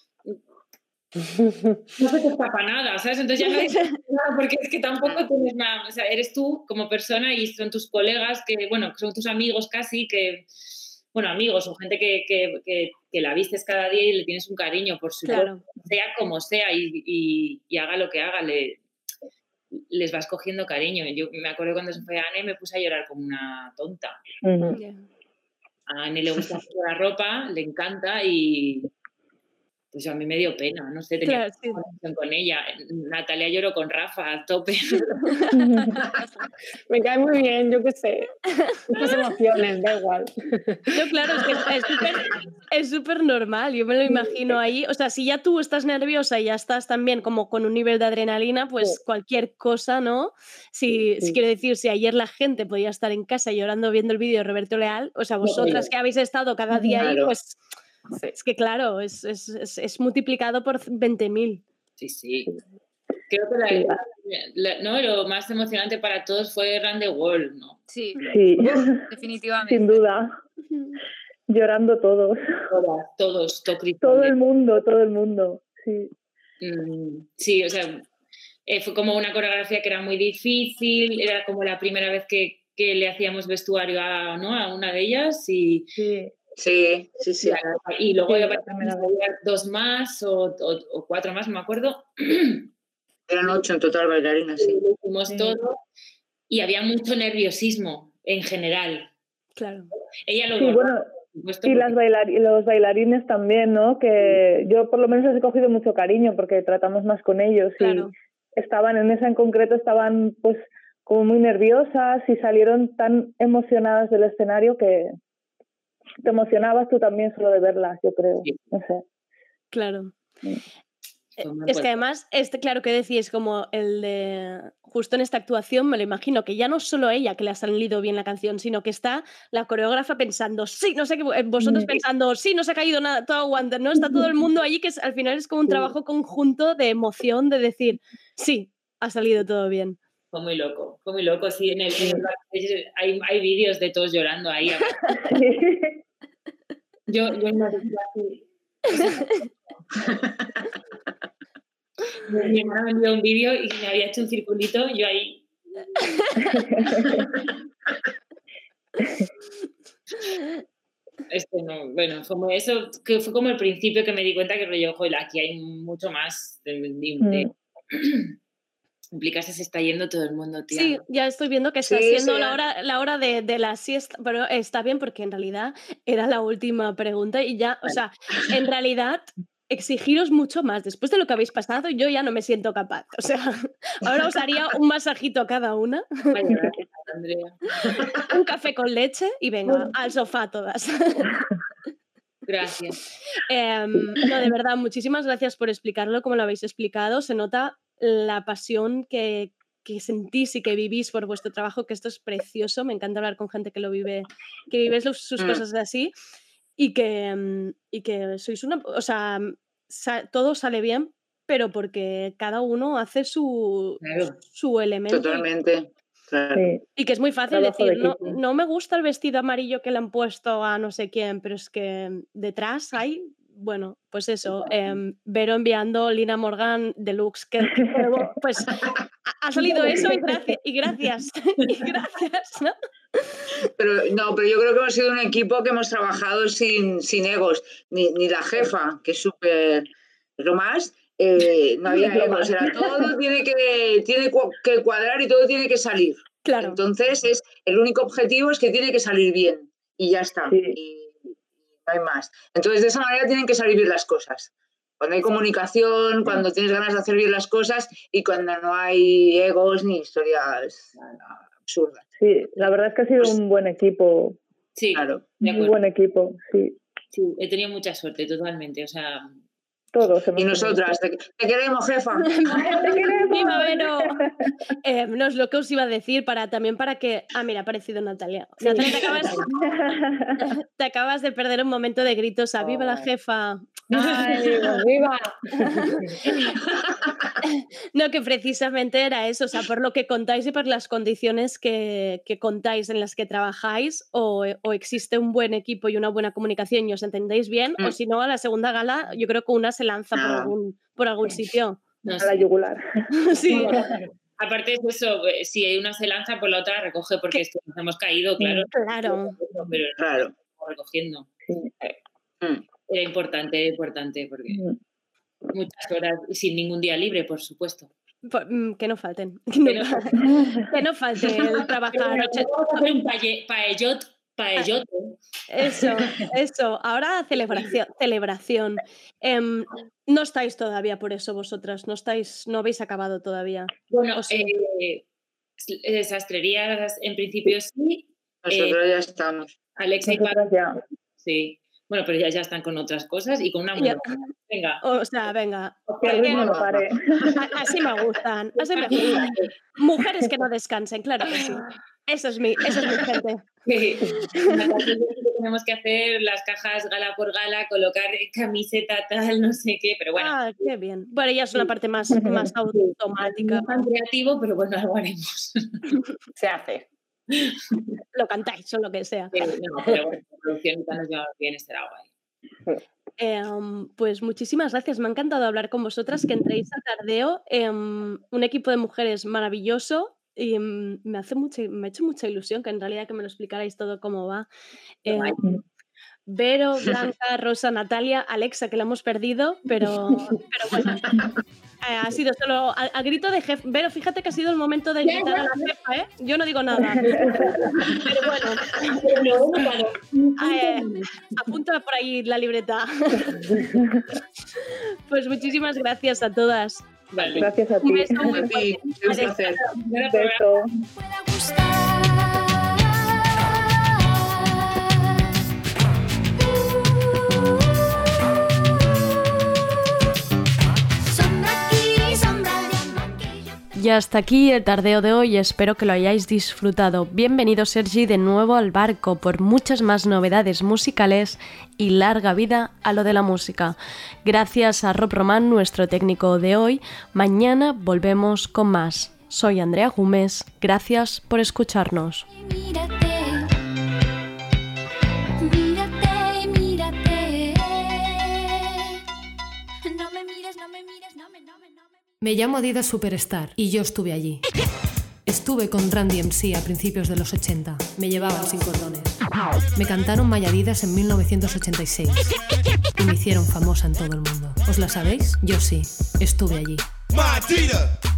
no se te escapa nada, ¿sabes? Entonces ya no dices nada porque es que tampoco tienes nada, o sea, eres tú como persona y son tus colegas que, bueno, son tus amigos casi, que, bueno, amigos o gente que, que, que, que la vistes cada día y le tienes un cariño, por supuesto, Claro. sea como sea y, y, y haga lo que haga, le, les vas cogiendo cariño. Yo me acuerdo cuando se fue Anne, me puse a llorar como una tonta. Ujú. Ya. A Anne le gusta mucho la ropa, le encanta y pues a mí me dio pena, no sé, tenía Claro, sí. conexión con ella. Natalia lloró con Rafa a tope. Me cae muy bien, yo qué sé. Muchas emociones, da igual. No, claro, es que es súper es súper normal, yo me lo imagino ahí. O sea, si ya tú estás nerviosa y ya estás también como con un nivel de adrenalina, pues cualquier cosa, ¿no? Si, si quiero decir, si ayer la gente podía estar en casa llorando viendo el vídeo de Roberto Leal, o sea, vosotras que habéis estado cada día ahí, Claro. pues es que claro, es, es, es, es multiplicado por veinte mil. Sí, sí. Creo que la, la- no, lo más emocionante para todos fue Run the Wall, ¿no? Sí, Sí, definitivamente. sin duda. Llorando todos. Todas, todos, Tokri. Todo el mundo, todo el mundo. Sí. Mm, sí, o sea, eh, fue como una coreografía que era muy difícil, era como la primera vez que, que le hacíamos vestuario a, ¿no? a una de ellas y, Sí. Sí, sí, sí. y luego Sí, ya la primera vez. había dos más o, o- o cuatro más, no me acuerdo. Eran ocho en total bailarinas, sí. Lo hicimos Sí. todo y había mucho nerviosismo en general. Claro. Ella lo Sí, guardó, bueno, por supuesto, y porque- las bailar y los bailarines también, ¿no? Que yo por lo menos les he cogido mucho cariño porque tratamos más con ellos Claro. y estaban en esa en concreto estaban pues como muy nerviosas y salieron tan emocionadas del escenario que te emocionabas tú también solo de verlas, yo creo. Sí. No sé. Claro. Sí. Eh, Fue muy Es que fuerte. además, este, claro que decís, como el de justo en esta actuación, me lo imagino, que ya no solo ella que le ha salido bien la canción, sino que está la coreógrafa pensando, sí, no sé qué, eh, vosotros Mm. pensando, sí, no se ha caído nada, todo aguanta, ¿no? Está todo el mundo allí, que es- al final es como un Sí. trabajo conjunto de emoción, de decir, sí, ha salido todo bien. Fue muy loco, fue muy loco. Sí, en el, en el backstage hay, hay vídeos de todos llorando ahí. Yo, yo no sé si mi hermana me envió un vídeo y me había hecho un circulito, yo ahí. Esto no, bueno, como eso, que fue como el principio que me di cuenta que rollo, joder, aquí hay mucho más de, de- de- implicarse, se está yendo todo el mundo, tía. Sí, ya estoy viendo que está Sí, siendo sí, la ya. hora, la hora de, de la siesta, pero está bien porque en realidad era la última pregunta y ya, o sea, en realidad exigiros mucho más. Después de lo que habéis pasado, yo ya no me siento capaz. O sea, ahora os haría un masajito a cada una, Vaya, gracias, Andrea. un café con leche y venga, al sofá todas. Gracias. Em, no, de verdad, muchísimas gracias por explicarlo como lo habéis explicado. Se nota la pasión que, que sentís y que vivís por vuestro trabajo, que esto es precioso. Me encanta hablar con gente que lo vive, que vive sus, sus Mm. cosas de así y que, mm, y que sois una... O sea, sa- todo sale bien, pero porque cada uno hace su, Claro. su elemento. y- Totalmente. Claro. Y que es muy fácil Trabajo decir, de no, equipo. no me gusta el vestido amarillo que le han puesto a no sé quién, pero es que detrás hay, bueno, pues eso, eh, Vero enviando Lina Morgan Deluxe, que, que luego, pues ha, ha salido eso y gracias, y gracias, y gracias, ¿no? Pero no, pero yo creo que hemos sido un equipo que hemos trabajado sin, sin egos, ni, ni la jefa, que es súper lo más, eh, no había egos, era todo tiene que, tiene que cuadrar y todo tiene que salir. Claro. Entonces es el único objetivo es que tiene que salir bien y ya está. Sí. Y no hay más. Entonces de esa manera tienen que salir bien las cosas. Cuando hay comunicación, cuando tienes ganas de hacer bien las cosas y cuando no hay egos ni historias absurdas. Sí, la verdad es que ha sido un buen equipo. Sí, claro. Muy buen equipo, sí. Sí, he tenido mucha suerte, totalmente. O sea, todos. Y nosotras, te, te queremos, jefa. ¡Te queremos! ¡Viva Vero! Eh, no es lo que os iba a decir, para, también para que... Ah, mira, ha aparecido Natalia. Sí. Natalia, te acabas, te acabas de perder un momento de gritos a ¡viva la jefa! ¡Ay, viva! No, que precisamente era eso, o sea, por lo que contáis y por las condiciones que, que contáis en las que trabajáis, o, o existe un buen equipo y una buena comunicación y os entendéis bien, mm. o si no, a la segunda gala yo creo que una se lanza ah. por, algún, por algún sitio. No, a la yugular. Sí. Aparte de eso, si hay una se lanza, pues la otra recoge, porque esto nos hemos caído, claro. Claro. Pero claro. recogiendo. Sí. Era importante, era importante, porque mm. muchas horas sin ningún día libre, por supuesto. Por, que no falten. Que no, que no falte el trabajar. Vamos a hacer un paye, paellot, paellot. Eso, eso. Ahora celebración. celebración. Eh, no estáis todavía por eso vosotras, no estáis, no habéis acabado todavía. Bueno, sí? eh, sastrerías en principio sí. Nosotros eh, ya estamos. Alexa y Pablo. Sí. Bueno, pero ya, ya están con otras cosas y con una mujer. Venga. O sea, venga. Okay, no pare. Así me gustan. Así me gustan. Mujeres que no descansen, claro que sí. Eso es mi, eso es mi gente. Sí. Tenemos que hacer las cajas gala por gala, colocar camiseta tal, no sé qué, pero bueno. Ah, qué bien. Bueno, ya es una parte más, más automática. No tan creativo, pero bueno, algo haremos. Se hace. Lo cantáis o lo que sea. Sí, no, pero bueno, la producción nos lleva bien, será guay. Eh, pues muchísimas gracias, me ha encantado hablar con vosotras, que entréis a Tardeo, eh, un equipo de mujeres maravilloso y um, me hace mucha, me ha hecho mucha ilusión que en realidad que me lo explicarais todo cómo va. Eh, Vero, Blanca, Rosa, Natalia, Alexa, que la hemos perdido, pero, pero bueno, eh, ha sido solo al, al grito de jefe. Vero, fíjate que ha sido el momento de gritar a la jefa, ¿eh? Yo no digo nada. Pero bueno, eh, apunta por ahí la libreta. Pues muchísimas gracias a todas. Vale. Gracias a ti. Un beso muy fuerte. Un placer. Un beso. Y hasta aquí el tardeo de hoy, espero que lo hayáis disfrutado. Bienvenido Sergi de nuevo al barco por muchas más novedades musicales y larga vida a lo de la música. Gracias a Rob Román, nuestro técnico de hoy. Mañana volvemos con más. Soy Andrea Gómez, gracias por escucharnos. Me llamo Adidas Superstar y yo estuve allí. Estuve con Run D M C a principios de los ochenta. Me llevaban sin cordones. Me cantaron My Adidas en mil novecientos ochenta y seis. Y me hicieron famosa en todo el mundo. ¿Os la sabéis? Yo sí. Estuve allí. My Adidas.